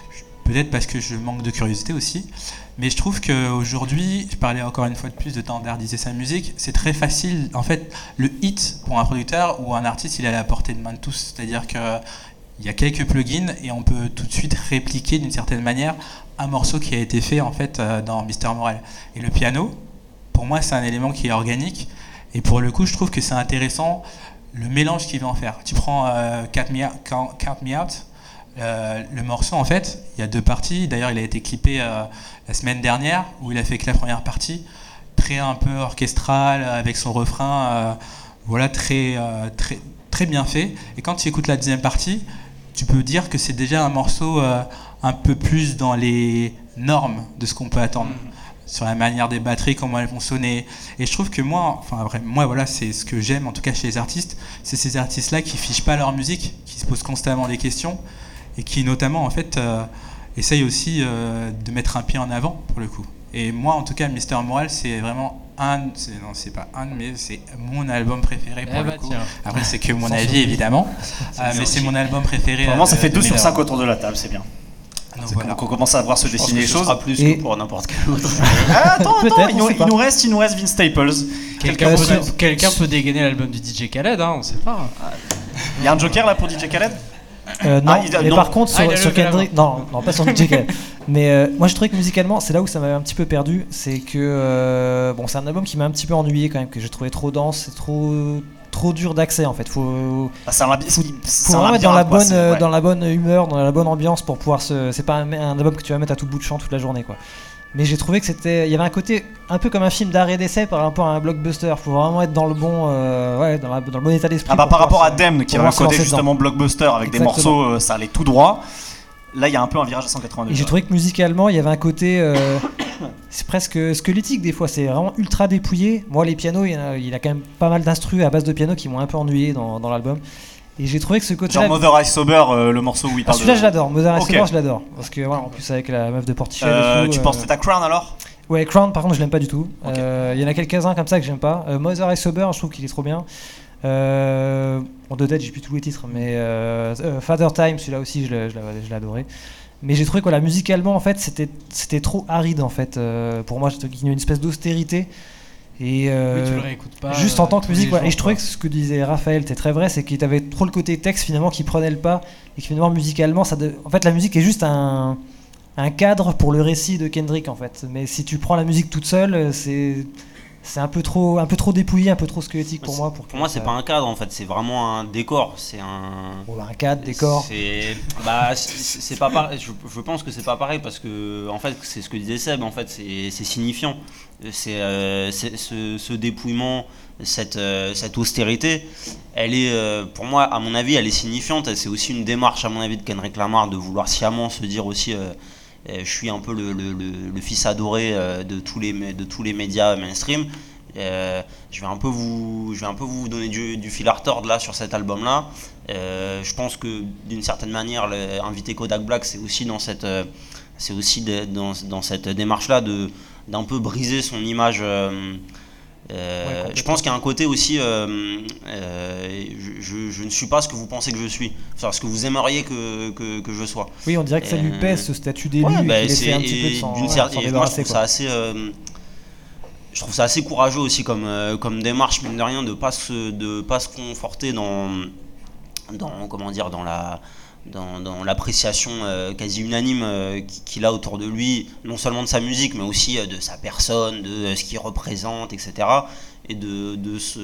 peut-être parce que je manque de curiosité aussi. Mais je trouve qu'aujourd'hui, je parlais encore une fois de plus de standardiser sa musique, c'est très facile. En fait, le hit pour un producteur ou un artiste, il est à la portée de main de tous. C'est-à-dire qu'il y a quelques plugins et on peut tout de suite répliquer d'une certaine manière un morceau qui a été fait en fait dans Mister Moral. Et le piano, pour moi, c'est un élément qui est organique. Et pour le coup, je trouve que c'est intéressant le mélange qu'il va en faire. Tu prends euh, Count Me Out, Count Me Out euh, le morceau, en fait, il y a deux parties. D'ailleurs, il a été clippé euh, la semaine dernière, où il a fait que la première partie, très un peu orchestrale, avec son refrain, euh, voilà, très, euh, très, très bien fait. Et quand tu écoutes la deuxième partie, tu peux dire que c'est déjà un morceau euh, un peu plus dans les normes de ce qu'on peut attendre. Mmh. Sur la manière des batteries, comment elles vont sonner. Et je trouve que moi, enfin après, moi voilà, c'est ce que j'aime en tout cas chez les artistes, c'est ces artistes-là qui fichent pas leur musique, qui se posent constamment des questions et qui notamment en fait euh, essayent aussi euh, de mettre un pied en avant pour le coup. Et moi en tout cas, Mister Moral, c'est vraiment un, c'est, non c'est pas un, mais c'est mon album préféré pour eh le bah coup. Tiens. Après c'est que mon avis évidemment, euh, mais c'est mon album préféré. Vraiment, euh, ça fait deux sur cinq heures. autour de la table, c'est bien. Donc, voilà. On commence à voir se dessiner les ce choses. sera plus et... que pour n'importe quel autre. Ah, attends, attends, il, nous, il nous reste, il nous reste Vince Staples. Quelqu'un peut, sur... quelqu'un peut dégainer l'album du D J Khaled, hein, on sait pas. Il y a un joker là pour D J Khaled euh, Non, ah, il, mais non. Par contre, sur, ah, sur Kendrick, non, non, pas sur D J Khaled. Mais euh, moi, je trouvais que musicalement, c'est là où ça m'avait un petit peu perdu. C'est que euh, bon, c'est un album qui m'a un petit peu ennuyé quand même, que j'ai trouvé trop dense, c'est trop. trop dur d'accès en fait. Faut, ah, c'est un labi- faut, c'est faut un vraiment être dans la bonne, quoi, ouais. dans la bonne humeur, dans la bonne ambiance pour pouvoir se. C'est pas un, un album que tu vas mettre à tout bout de champ toute la journée quoi. Mais j'ai trouvé que c'était, il y avait un côté un peu comme un film d'arrêt d'essai par rapport à un blockbuster. Faut vraiment être dans le bon, euh, ouais, dans, la, dans le bon état d'esprit. Ah bah par rapport à Damned qui avait un côté justement justement blockbuster avec Exactement. des morceaux, euh, ça allait tout droit. Là, il y a un peu un virage à cent quatre-vingts degrés. Et j'ai trouvé que musicalement, il y avait un côté, euh, c'est presque squelettique des fois. C'est vraiment ultra dépouillé. Moi, les pianos, il y a, il y a quand même pas mal d'instrus à base de piano qui m'ont un peu ennuyé dans, dans l'album. Et j'ai trouvé que ce côté. Genre Mother Ice Sober, euh, le morceau où il ah, parle. celui-là, de... je l'adore. Mother Ice okay. Sober, je l'adore. Parce que voilà, en plus avec la meuf de Portichet. Euh, et tout, tu euh... penses peut-être à Crown alors? Ouais, Crown, par contre, je l'aime pas du tout. Il okay. euh, y en a quelques-uns comme ça que j'aime pas. Euh, Mother Ice Sober, je trouve qu'il est trop bien. Euh, bon, de tête, j'ai plus tous les titres, mais euh, euh, Father Time, celui-là aussi, je l'ai, je l'ai, je l'ai adoré. Mais j'ai trouvé que voilà, musicalement, en fait, c'était, c'était trop aride, en fait. Euh, pour moi, il y a une espèce d'austérité. Et euh, oui, tu le réécoutes pas. Juste en tant que musique, jours, ouais. Et je trouvais que ce que disait Raphaël était très vrai, c'est qu'il avait trop le côté texte finalement qui prenait le pas et que finalement musicalement, ça de... en fait, la musique est juste un un cadre pour le récit de Kendrick en fait. Mais si tu prends la musique toute seule, c'est c'est un peu trop un peu trop dépouillé, un peu trop squelettique pour c'est, moi. Pour, pour moi, c'est ça... pas un cadre en fait, c'est vraiment un décor. C'est un. Bon, un cadre, décor. C'est bah c'est, c'est pas pareil. Je, je pense que c'est pas pareil parce que en fait, c'est ce que disait Seb. En fait, c'est, c'est signifiant. C'est, euh, c'est ce, ce dépouillement, cette euh, cette austérité. Elle est, euh, pour moi, à mon avis, elle est signifiante. C'est aussi une démarche, à mon avis, de Kendrick Lamar de vouloir sciemment se dire aussi. Euh, je suis un peu le, le, le, le fils adoré de tous les, de tous les médias mainstream. Euh, je vais un peu vous, je vais un peu vous donner du, du fil à retordre là sur cet album-là. Euh, je pense que d'une certaine manière, le, inviter Kodak Black, c'est aussi dans cette, c'est aussi de, dans, dans cette démarche-là de, d'un peu briser son image. Euh, Euh, ouais, je pense qu'il y a un côté aussi euh, euh, je, je, je ne suis pas ce que vous pensez que je suis, enfin ce que vous aimeriez que, que, que je sois. Oui, on dirait que ça lui pèse ce statut d'élu ouais, et bah, qu'il essaie un et, petit peu de s'en, d'une ouais, certaine, s'en et débarrasser. Moi je trouve quoi. ça assez euh, je trouve ça assez courageux aussi comme, euh, comme démarche, mine de rien, de pas se, de pas se conforter dans, dans, comment dire, dans la Dans, dans l'appréciation euh, quasi unanime euh, qu'il a autour de lui, non seulement de sa musique, mais aussi euh, de sa personne, de euh, ce qu'il représente, et cetera. Et de, de se,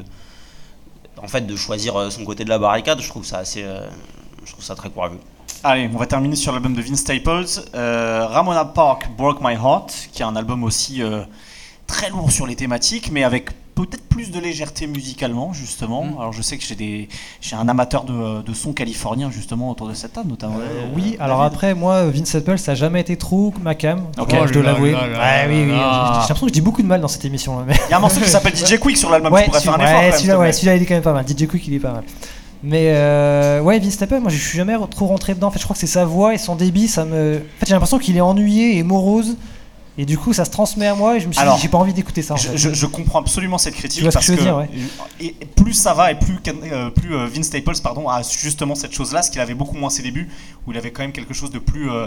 en fait, de choisir euh, son côté de la barricade, je trouve ça assez, euh, je trouve ça très courageux. Allez, on va terminer sur l'album de Vince Staples, euh, Ramona Park, Broke My Heart, qui est un album aussi euh, très lourd sur les thématiques, mais avec peut-être plus de légèreté musicalement, justement. Mmh. Alors je sais que j'ai, des, j'ai un amateur de, de son californien, justement, autour de cette table, notamment. Euh, oui, David. Alors après, moi, Vince Staples, ça n'a jamais été trop ma cam, okay. oh, je dois l'avouer. Là, là, ouais, oui, oui, j'ai, j'ai l'impression que je dis beaucoup de mal dans cette émission. Mais... Il y a un morceau qui s'appelle D J Quick sur l'album, ouais, tu pourrais faire un ouais, effort. Quand celui-là, même, ouais, celui-là, il est quand même pas mal. D J Quick, il est pas mal. Mais euh, ouais, Vince Staples, moi je suis jamais trop rentré dedans. En fait, je crois que c'est sa voix et son débit, ça me. En fait, j'ai l'impression qu'il est ennuyé et morose. Et du coup, ça se transmet à moi et je me suis Alors, dit, j'ai pas envie d'écouter ça. En je, fait. je, je comprends absolument cette critique. Tu vois ce parce que je veux que dire, ouais. Et plus ça va et plus, euh, plus euh, Vince Staples pardon, a justement cette chose-là, ce qu'il avait beaucoup moins à ses débuts, où il avait quand même quelque chose de plus, euh,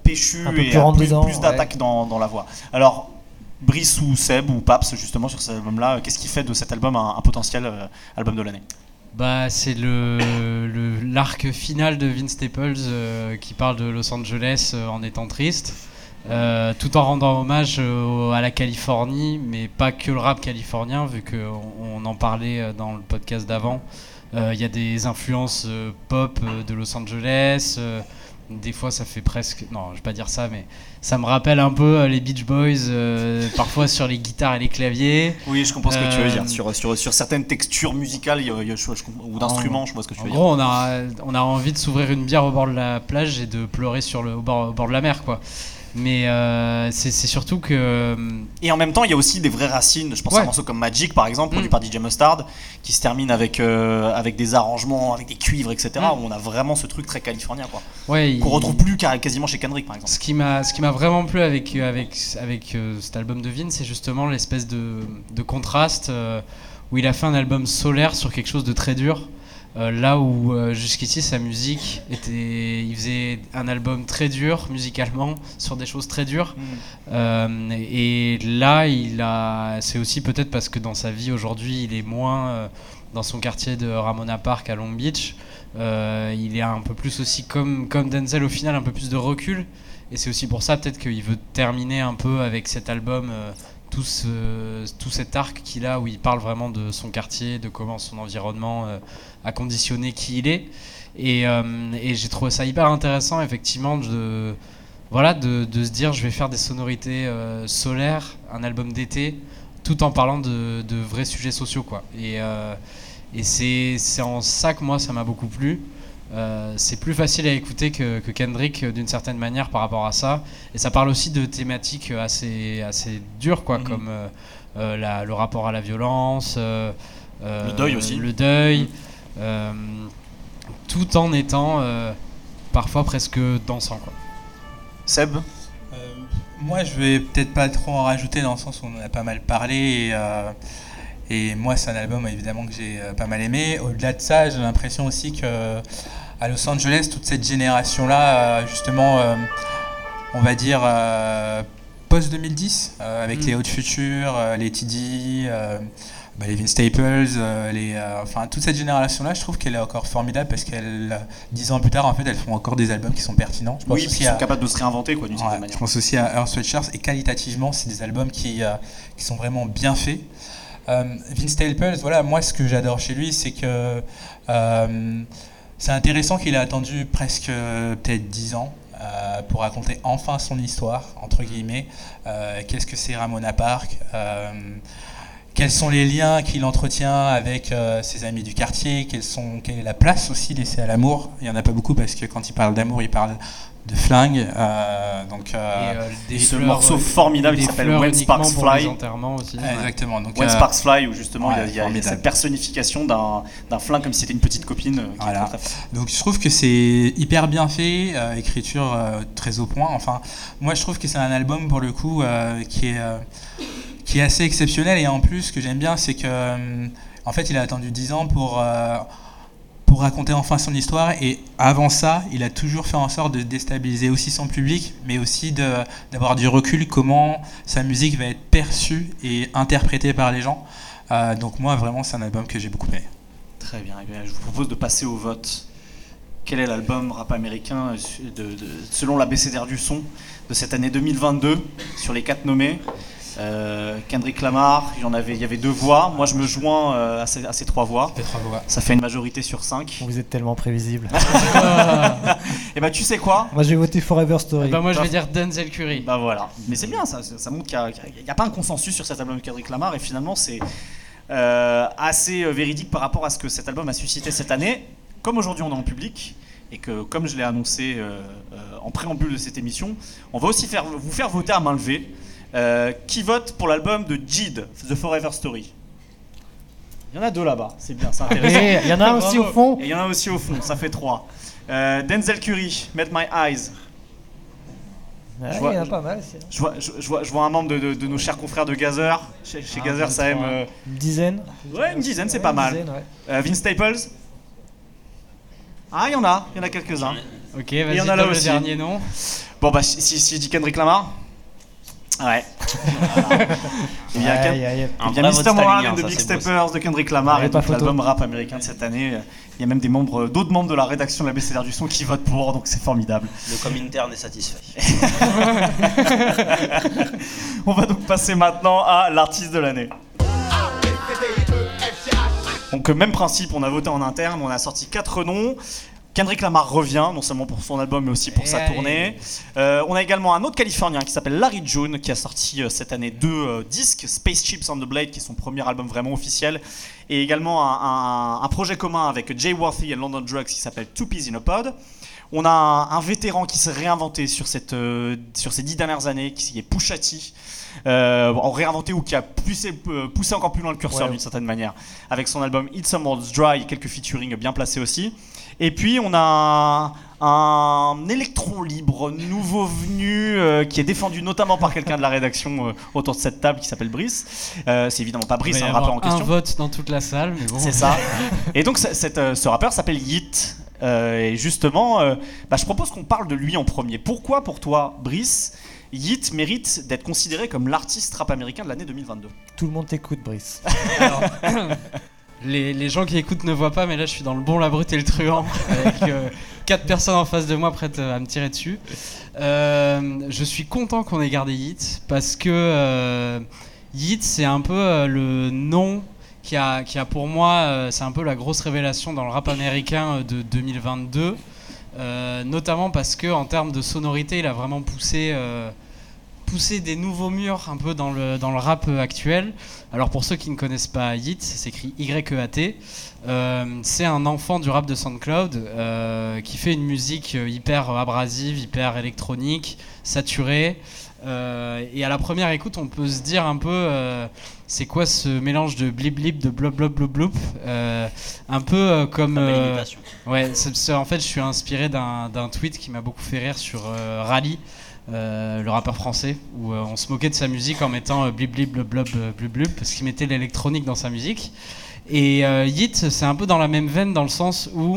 péchu Un peu et plus a rentre plus, dedans, plus d'attaque ouais. dans, dans la voix. Alors, Brice ou Seb ou Paps, justement, sur cet album-là, qu'est-ce qui fait de cet album un, un potentiel euh, album de l'année? Bah, c'est le, le- l'arc final de Vince Staples euh, qui parle de Los Angeles euh, en étant triste, euh, tout en rendant hommage euh, à la Californie, mais pas que le rap californien, vu qu'on on en parlait euh, dans le podcast d'avant. Euh, Il y a des influences euh, pop euh, de Los Angeles. euh, des fois, ça fait presque. Non, je vais pas dire ça, mais ça me rappelle un peu euh, les Beach Boys, euh, parfois sur les guitares et les claviers. Oui, je comprends ce que tu veux Euh, dire. Sur, sur, sur certaines textures musicales il y a- il y a- je- je- ou d'instruments, je vois ce que tu En veux gros, on a, on a envie de s'ouvrir une bière au bord de la plage et de pleurer sur le, au, bord, au bord de la mer, quoi. Mais euh, c'est, c'est surtout que. dire. Et en même temps, il y a aussi des vraies racines. Je pense à Ouais. un morceau comme Magic, par exemple, produit Mm. par D J Mustard, qui se termine avec, euh, avec des arrangements, avec des cuivres, et cetera. Mm. Où on a vraiment ce truc très californien, quoi. Ouais, il- Qu'on retrouve plus car- quasiment chez Kendrick, par exemple. Ce qui m'a, ce qui m'a vraiment plu avec, avec, avec euh, cet album de Vince, c'est justement l'espèce de, de contraste euh, où il a fait un album solaire sur quelque chose de très dur. Euh, là où euh, jusqu'ici sa musique était, il faisait un album très dur musicalement sur des choses très dures. Euh, et là, il a, c'est aussi peut-être parce que dans sa vie aujourd'hui, il est moins euh, dans son quartier de Ramona Park à Long Beach. Euh, il est un peu plus aussi comme, comme Denzel au final, un peu plus de recul. Et c'est aussi pour ça peut-être qu'il veut terminer un peu avec cet album, euh, tout, ce, tout cet arc qu'il a où il parle vraiment de son quartier, de comment son environnement euh, a conditionné qui il est. Et, euh, et j'ai trouvé ça hyper intéressant effectivement de, voilà, de, de se dire je vais faire des sonorités euh, solaires, un album d'été, tout en parlant de, de vrais sujets sociaux, quoi. Et, euh, et c'est, c'est en ça que moi ça m'a beaucoup plu. Euh, c'est plus facile à écouter que, que Kendrick euh, d'une certaine manière par rapport à ça, et ça parle aussi de thématiques assez, assez dures, quoi, Mhm. comme euh, euh, la- le rapport à la violence, euh, euh, Le deuil aussi. le deuil, euh, tout en étant euh, parfois presque dansant, quoi. Seb? Euh, moi, je vais peut-être pas trop en rajouter dans le sens où on en a pas mal parlé. Et, euh, et moi, c'est un album évidemment que j'ai euh, pas mal aimé. Au-delà de ça, j'ai l'impression aussi que à Los Angeles, toute cette génération-là, euh, justement, euh, on va dire euh, post deux mille dix, euh, avec Mm. les Hot Future, euh, les T D, euh, bah, les Vince Staples, euh, les, euh, enfin toute cette génération-là, je trouve qu'elle est encore formidable parce qu'elle, dix ans plus tard, en fait, elles font encore des albums qui sont pertinents. Je pense Oui, parce aussi qu'ils sont à- capables de se réinventer, quoi, d'une Ouais, certaine je manière. pense aussi à Earth Sweatshirts, et qualitativement, c'est des albums qui, euh, qui sont vraiment bien faits. Euh, Vince Staples, voilà, moi, ce que j'adore chez lui, c'est que euh, c'est intéressant qu'il ait attendu presque euh, peut-être dix ans euh, pour raconter enfin son histoire, entre guillemets. Euh, qu'est-ce que c'est Ramona Park euh, Quels sont les liens qu'il entretient avec euh, ses amis du quartier? Quelles sont, quelle est la place aussi laissée à l'amour? Il n'y en a pas beaucoup parce que quand il parle d'amour, il parle de flingue. Euh, donc, euh, Et, euh, des et ce fleurs, morceau euh, formidable, il des s'appelle fleurs When uniquement Sparks pour les Fly. enterrements aussi. ouais, exactement. Donc, When euh, Sparks Fly, où justement ouais, il y a, il y a formidable. cette personnification d'un, d'un flingue comme si c'était une petite copine. euh, qui est Voilà. très, très forte. Donc je trouve que c'est hyper bien fait, euh, écriture euh, très au point. Enfin, moi je trouve que c'est un album pour le coup euh, qui est euh, qui est assez exceptionnel, et en plus ce que j'aime bien c'est que euh, en fait il a attendu dix ans pour euh, pour raconter enfin son histoire, et avant ça il a toujours fait en sorte de déstabiliser aussi son public, mais aussi de d'avoir du recul comment sa musique va être perçue et interprétée par les gens. Euh, donc moi vraiment c'est un album que j'ai beaucoup aimé. Très bien. Eh bien, je vous propose de passer au vote. Quel est l'album rap américain euh, de, de, selon l'A B C D R du son de cette année deux mille vingt-deux sur les quatre nommés? Euh, Kendrick Lamar, il y en avait, il y avait deux voix. Moi, je me joins euh, à, ces, à ces trois voix. Fait trois voix. Ça fait une majorité sur cinq. Vous êtes tellement prévisible. Et bah, tu sais quoi? Moi j'ai voté Forever Story. Bah moi je vais dire Denzel Curry. Bah voilà. Mais c'est bien, ça, ça montre qu'il n'y a, a pas un consensus sur cet album de Kendrick Lamar, et finalement, c'est euh, assez euh, véridique par rapport à ce que cet album a suscité cette année. Comme aujourd'hui, on est en public, et que, comme je l'ai annoncé euh, euh, en préambule de cette émission, on va aussi faire, vous faire voter à main levée. Euh, qui vote pour l'album de Jid, The Forever Story? Il y en a deux là-bas, c'est bien, c'est intéressant. Et il y en a un aussi au fond. Et il y en a aussi au fond, ça fait trois. Euh, Denzel Curry, Met My Eyes. Ouais, Je il vois- y en a pas mal. c'est- Je vois, je, je vois, je vois un membre de, de- de nos chers confrères de Gazer. Chez, chez Un, Gazer, deux, ça aime. trois. euh, Une dizaine. Ouais, une dizaine, c'est Ouais, pas une mal. dizaine, ouais. euh, Vince Staples. Ah, il y en a, il y en a quelques-uns. Ok, Il y vas-y, en a là donne le aussi. dernier nom. Bon bah si, si, si je dis Kendrick Lamar. Ouais. Voilà. Et bien, Aïe, Ken- aïe, aïe. et bien vrai Mister vote Moral stalinien, de ça, Big c'est beau, Steppers de Kendrick Lamar Ouais, et pas donc photo. l'album rap américain de cette année. Il y a même des membres, d'autres membres de la rédaction de la l'Abécédaire du son qui votent pour, donc c'est formidable. Le Comintern est satisfait. On va donc passer maintenant à l'artiste de l'année. Donc même principe, on a voté en interne, on a sorti quatre noms. Kendrick Lamar revient, non seulement pour son album, mais aussi pour sa tournée. Euh, on a également un autre Californien qui s'appelle Larry June, qui a sorti euh, cette année deux euh, disques, Spaceships on the Blade, qui est son premier album vraiment officiel, et également un, un, un projet commun avec Jay Worthy et London Drugs qui s'appelle Two Peas in a Pod. On a un, un vétéran qui s'est réinventé sur, cette, euh, sur ces dix dernières années, qui est Pusha T. Euh, réinventé ou qui a poussé, euh, poussé encore plus loin le curseur, ouais, d'une certaine manière, avec son album It's Summer's Dry et quelques featuring bien placés aussi. Et puis on a un, un électron libre nouveau venu euh, qui est défendu notamment par quelqu'un de la rédaction euh, autour de cette table qui s'appelle Brice. Euh, c'est évidemment pas Brice, c'est un rappeur en question. Un vote dans toute la salle, mais bon. C'est ça. Et donc c- cette, euh, ce rappeur s'appelle Yeat. Euh, et justement, euh, bah, je propose qu'on parle de lui en premier. Pourquoi pour toi, Brice, Yeat mérite d'être considéré comme l'artiste rap américain de l'année deux mille vingt-deux? Tout le monde t'écoute, Brice. Alors, les, les gens qui écoutent ne voient pas, mais là je suis dans le bon, la brute et le truand, avec euh, quatre personnes en face de moi prêtes à me tirer dessus. Euh, je suis content qu'on ait gardé Yeat, parce que euh, Yeat, c'est un peu euh, le nom qui a, qui a pour moi, euh, c'est un peu la grosse révélation dans le rap américain de deux mille vingt-deux. Euh, notamment parce que en termes de sonorité, il a vraiment poussé, euh, poussé des nouveaux murs un peu dans le, dans le rap actuel. Alors pour ceux qui ne connaissent pas Yeat, ça s'écrit Y E A T. Euh, c'est un enfant du rap de SoundCloud euh, qui fait une musique hyper abrasive, hyper électronique, saturée. Euh, et à la première écoute, on peut se dire un peu, euh, c'est quoi ce mélange de blip blip, de blop blop blop blop, euh, un peu euh, comme. Euh, ouais, c'est, c'est, en fait, je suis inspiré d'un, d'un tweet qui m'a beaucoup fait rire sur euh, Rally, euh, le rappeur français, où euh, on se moquait de sa musique en mettant euh, blip blip blop blop blop blop parce qu'il mettait l'électronique dans sa musique. Et euh, Yeat, c'est un peu dans la même veine dans le sens où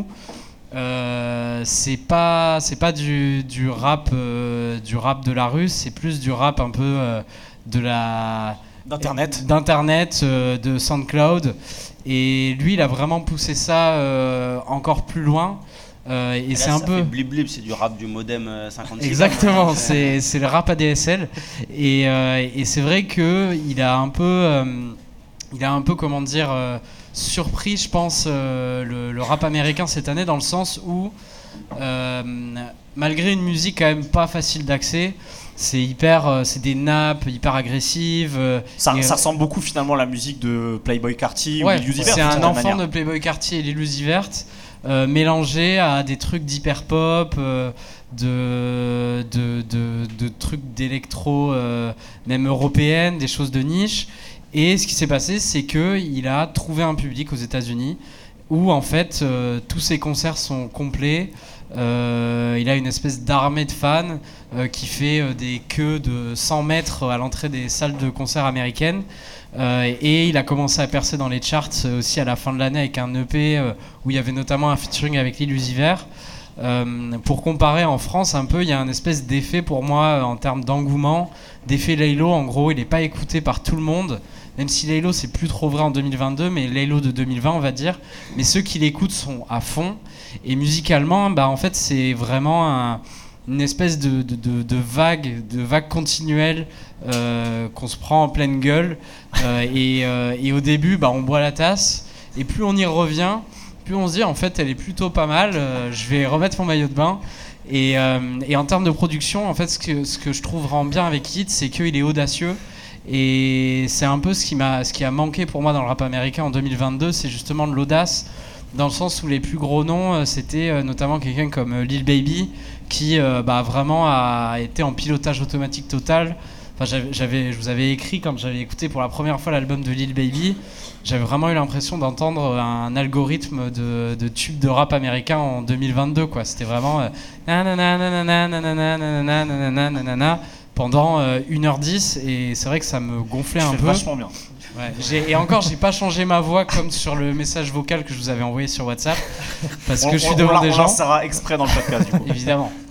Euh, c'est pas c'est pas du, du rap euh, du rap de la rue, c'est plus du rap un peu euh, de la d'internet d'internet euh, de SoundCloud, et lui il a vraiment poussé ça euh, encore plus loin. Euh, et, et là, c'est un ça peu fait blip blip, c'est du rap du modem cinquante-six. exactement, c'est c'est le rap A D S L, et euh, et c'est vrai que il a un peu euh, il a un peu comment dire euh, surpris, je pense, euh, le, le rap américain cette année, dans le sens où, euh, malgré une musique quand même pas facile d'accès, c'est hyper, euh, c'est des nappes hyper agressives. Euh, ça, et, ça ressemble beaucoup finalement à la musique de Playboi Carti ouais, ou Lil Uzi Vert. C'est un enfant manière. de Playboi Carti et Lil Uzi Vert, euh, mélangé à des trucs d'hyper pop, euh, de, de, de, de trucs d'électro, euh, même européenne, des choses de niche. Et ce qui s'est passé, c'est qu'il a trouvé un public aux États-Unis où en fait euh, tous ses concerts sont complets. Euh, il a une espèce d'armée de fans euh, qui fait euh, des queues de cent mètres à l'entrée des salles de concert américaines. Euh, et il a commencé à percer dans les charts aussi à la fin de l'année avec un E P euh, où il y avait notamment un featuring avec Lil Uzi Vert. Euh, pour comparer en France un peu, il y a un espèce d'effet pour moi en termes d'engouement, d'effet Laylo. En gros, il n'est pas écouté par tout le monde, même si Laylo c'est plus trop vrai en deux mille vingt-deux, mais Laylo de deux mille vingt on va dire. Mais ceux qui l'écoutent sont à fond, et musicalement, bah en fait c'est vraiment un, une espèce de, de, de, de vague, de vague continuelle euh, qu'on se prend en pleine gueule. Euh, et, euh, et au début, bah on boit la tasse, et plus on y revient, plus on se dit en fait elle est plutôt pas mal, euh, je vais remettre mon maillot de bain. Et, euh, et en termes de production, en fait ce que, ce que je trouve vraiment bien avec Yeat, c'est qu'il est audacieux, et c'est un peu ce qui, m'a, ce qui a manqué pour moi dans le rap américain en deux mille vingt-deux, c'est justement de l'audace, dans le sens où les plus gros noms c'était euh, notamment quelqu'un comme euh, Lil Baby qui euh, bah, vraiment a été en pilotage automatique total. Enfin, j'avais, j'avais, je vous avais écrit quand j'avais écouté pour la première fois l'album de Lil Baby, j'avais vraiment eu l'impression d'entendre un algorithme de, de tube de rap américain en deux mille vingt-deux, quoi. C'était vraiment euh, nanana, nanana, nanana, nanana, nanana, nanana, pendant euh, une heure dix, et c'est vrai que ça me gonflait Je un fais peu. Vachement bien. Ouais, j'ai, et encore, j'ai pas changé ma voix comme sur le message vocal que je vous avais envoyé sur WhatsApp, parce on, que je suis on, devant on des on gens. On sera exprès dans le podcast, du coup. Évidemment.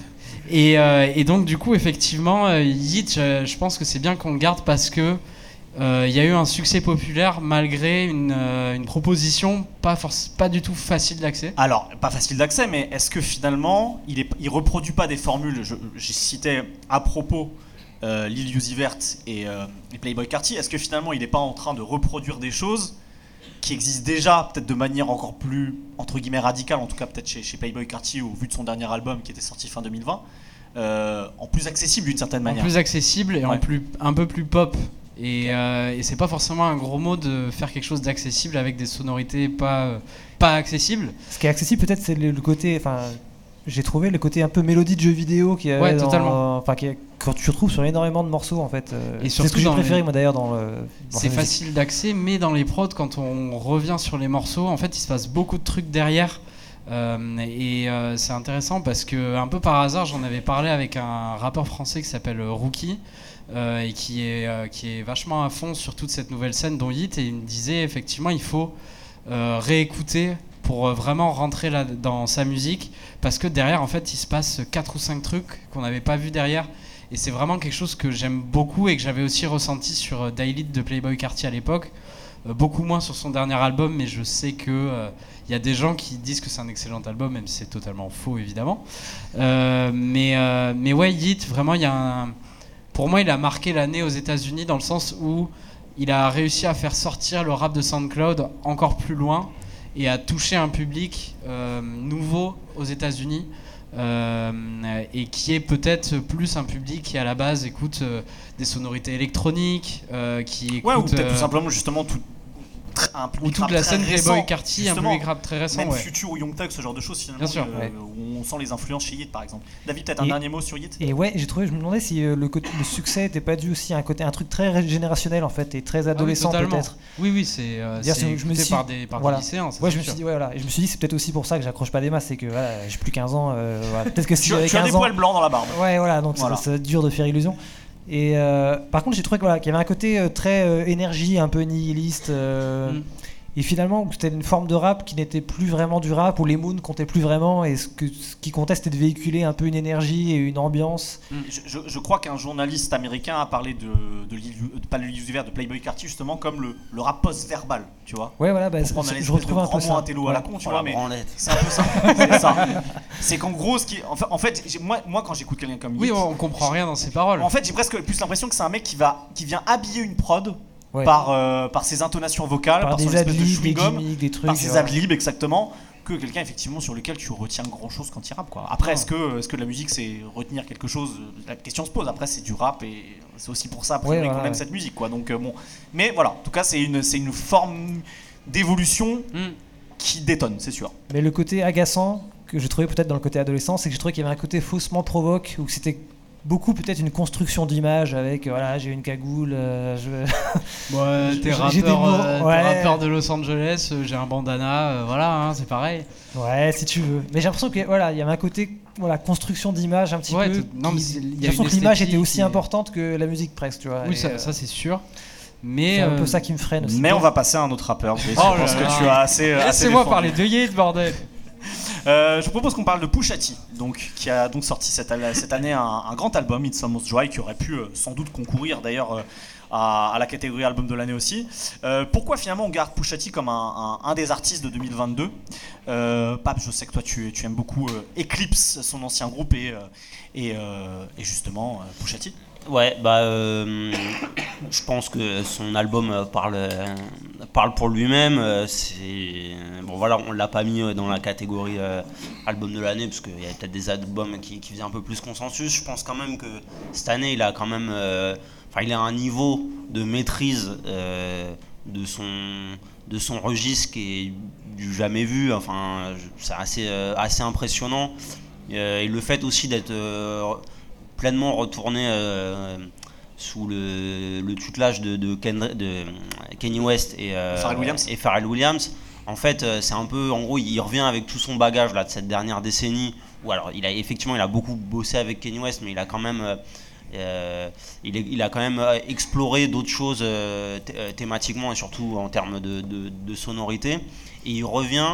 Et, euh, et donc du coup effectivement euh, Yeat, je, je pense que c'est bien qu'on le garde parce que il euh, y a eu un succès populaire malgré une, euh, une proposition pas, forc- pas du tout facile d'accès. Alors, pas facile d'accès, mais est-ce que finalement, il est, il reproduit pas des formules? je, J'ai cité à propos euh, Lil Uzi Vert et, euh, et Playboi Carti. Est-ce que finalement, il n'est pas en train de reproduire des choses qui existent déjà, peut-être de manière encore plus, entre guillemets, radicale, en tout cas peut-être chez, chez Playboi Carti, au vu de son dernier album qui était sorti fin deux mille vingt, euh, en plus accessible d'une certaine manière. En plus accessible et Ouais. en plus, un peu plus pop. Et, euh, et c'est pas forcément un gros mot de faire quelque chose d'accessible avec des sonorités pas, euh, pas accessibles. Ce qui est accessible peut-être c'est le, le côté, enfin j'ai trouvé le côté un peu mélodie de jeu vidéo qui est Ouais, dans- totalement. enfin qui est- que tu retrouves sur énormément de morceaux en fait. euh, Et c'est surtout ce que j'ai dans préféré les- moi d'ailleurs dans le. dans C'est la musique. facile d'accès, mais dans les prods, quand on revient sur les morceaux, en fait, il se passe beaucoup de trucs derrière. Euh, et euh, c'est intéressant parce que, un peu par hasard, j'en avais parlé avec un rappeur français qui s'appelle Rookie. Euh, et qui est, euh, qui est vachement à fond sur toute cette nouvelle scène dont Yeat, et il me disait effectivement il faut euh, réécouter pour euh, vraiment rentrer là dans sa musique parce que derrière en fait il se passe quatre ou cinq trucs qu'on n'avait pas vu derrière et c'est vraiment quelque chose que j'aime beaucoup et que j'avais aussi ressenti sur euh, Daily de Playboi Carti à l'époque, euh, beaucoup moins sur son dernier album, mais je sais que euh, il y a des gens qui disent que c'est un excellent album, même si c'est totalement faux évidemment, euh, mais, euh, mais ouais, Yeat, vraiment il y a un... Pour moi, il a marqué l'année aux États-Unis dans le sens où il a réussi à faire sortir le rap de SoundCloud encore plus loin et à toucher un public euh, nouveau aux États-Unis euh, et qui est peut-être plus un public qui à la base écoute euh, des sonorités électroniques, euh, qui écoute Ouais, ou peut-être euh, tout simplement justement tout, tr- un ou public toute rap la très scène récent, Playboi Carti, un justement. public rap très récent. Même Ouais. Future ou Young Thug, ce genre de choses finalement, Bien sûr. euh, Ouais. où on sent les influences chez Yeat par exemple. David, peut-être un Et- dernier mot sur Yeat? Et ouais, j'ai trouvé, je me demandais si euh, le, côté- le succès n'était pas dû aussi à un côté, un truc très générationnel en fait et très adolescent totalement. peut-être. Oui, oui, c'est euh, Dire, c'est je me écouté suis- par des, par voilà. des lycéens. ça, Ouais, c'est je me sûr. suis dit, ouais, voilà. Et je me suis dit, c'est peut-être aussi pour ça que j'accroche pas des masses, c'est que voilà, j'ai plus quinze ans. euh, voilà. Peut-être que si Tu, j'avais tu as des quinze ans. poils blancs dans la barbe. Ouais, voilà, donc Voilà. c'est c'est dur de faire illusion. Et euh, par contre, j'ai trouvé que, voilà, qu'il y avait un côté euh, très euh, énergie, un peu nihiliste. euh, Mm. Et finalement, où c'était une forme de rap qui n'était plus vraiment du rap, où les moons comptaient plus vraiment, et ce, que, ce qui comptait, c'était de véhiculer un peu une énergie et une ambiance. Je, je- je crois qu'un journaliste américain a parlé de, de, Lil U- de pas Lil Uzi Vert, de Playboi Carti justement comme le, le rap post-verbal, tu vois. Ouais, voilà, bah, Pour c'est- prendre un je espèce retrouve de un grand peu mot ça. intello à la Ouais. con, tu Pour vois, la mais branlette. c'est un peu ça. C'est ça. C'est qu'en gros, ce qui, en fait, en fait, j'ai- moi, moi, quand j'écoute quelqu'un comme Oui, Yeat, on comprend rien dans ses paroles. en fait, j'ai presque plus l'impression que c'est un mec qui va, qui vient habiller une prod Ouais. par, euh, par ses intonations vocales, par, Par son des espèce de adlibs, des chewing-gum, gimmicks, des trucs. par ses voilà. adlibs exactement, que quelqu'un effectivement sur lequel tu retiens grand chose quand il rappe, quoi. Après, est-ce que, est-ce que la musique c'est retenir quelque chose? La question se pose. Après, c'est du rap et c'est aussi pour ça a priori, Ouais, qu'on voilà, aime ouais. cette musique, quoi. Donc euh, bon, mais voilà. En tout cas, c'est une, c'est une forme d'évolution Mm. qui détonne, c'est sûr. Mais le côté agaçant que j'ai trouvé peut-être dans le côté adolescent, c'est que j'ai trouvé qu'il y avait un côté faussement provoque, où c'était beaucoup peut-être une construction d'image avec, euh, voilà, j'ai une cagoule, euh, je... Ouais, J'ai- t'es j'ai des rappeur, mots, euh, t'es ouais. rappeur de Los Angeles, euh, j'ai un bandana, euh, voilà, hein, c'est pareil. Ouais, si tu veux. Mais j'ai l'impression que voilà, il y avait un côté voilà, construction d'image un petit Ouais, peu. tout- non, mais qui- c'est- il y a j'ai l'impression une que l'image était esthétique aussi qui- importante que la musique presque, tu vois. Oui, Et, ça, euh, ça, c'est sûr. Mais c'est un euh, peu ça qui me freine aussi. Mais on va passer à un autre rappeur. Je Oh là pense que là. tu as assez. assez laissez-moi défendu. parler de Yeat, bordel. Euh, je vous propose qu'on parle de Pusha T, donc, qui a donc sorti cette, cette année un, un grand album, It's Almost Dry, qui aurait pu euh, sans doute concourir d'ailleurs euh, à, à la catégorie album de l'année aussi. Euh, pourquoi finalement on garde Pusha T comme un, un, un des artistes de deux mille vingt-deux? euh, Pape, je sais que toi tu, tu aimes beaucoup euh, Eclipse, son ancien groupe, et, euh, et, euh, et justement euh, Pusha T. Ouais, bah, euh, je pense que son album euh, parle, euh, parle pour lui-même. euh, C'est bon, voilà, on l'a pas mis euh, dans la catégorie euh, album de l'année parce qu'il y a peut-être des albums qui, qui faisaient un peu plus consensus. Je pense quand même que cette année, il a quand même, euh, enfin, il a un niveau de maîtrise euh, de son de son registre qui est du jamais vu. Enfin, je- c'est assez euh, assez impressionnant. Euh, et le fait aussi d'être euh, pleinement retourné euh, sous le, le tutelage de, de, Ken, de Kanye West et, euh, Pharrell Williams. et Pharrell Williams. En fait, euh, c'est un peu, en gros, il revient avec tout son bagage là de cette dernière décennie. Où alors, il a effectivement, il a beaucoup bossé avec Kanye West, mais il a quand même, euh, euh, il, est, il a quand même euh, exploré d'autres choses euh, th- euh, thématiquement et surtout en termes de, de, de sonorité. Et il revient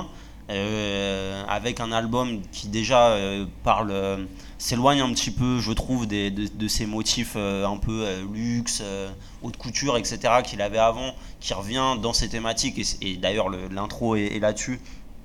euh, avec un album qui déjà euh, parle, euh, s'éloigne un petit peu, je trouve, des, de, de ces motifs euh, un peu euh, luxe, euh, haute couture, et cetera qu'il avait avant, qui revient dans ces thématiques, et, et d'ailleurs le, l'intro est, est là-dessus.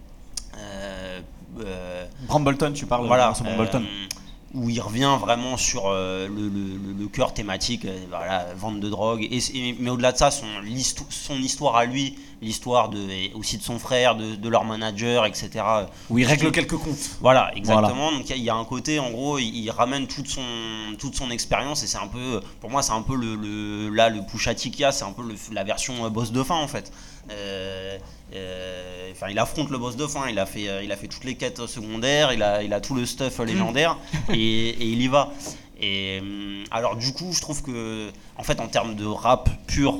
Euh, euh, Brambleton, tu parles voilà, de Brambleton. Euh, où il revient vraiment sur euh, le, le, le cœur thématique, euh, voilà, vente de drogue, et, et, mais au-delà de ça, son, son histoire à lui, l'histoire de, et aussi de son frère, de, de leur manager, et cetera. Où il règle quelques comptes. Voilà, exactement. Voilà. Donc il y, y a un côté, en gros, il, il ramène toute son, toute son expérience, et c'est un peu, pour moi, c'est un peu le, le là, le Pusha T qu'il y a, c'est un peu le, la version euh, boss de fin, en fait. Euh, euh, enfin, il affronte le boss de fin, il a fait, euh, il a fait toutes les quêtes secondaires, il a, il a tout le stuff légendaire, et, et il y va. Et euh, alors du coup, je trouve que, en fait, en termes de rap pur,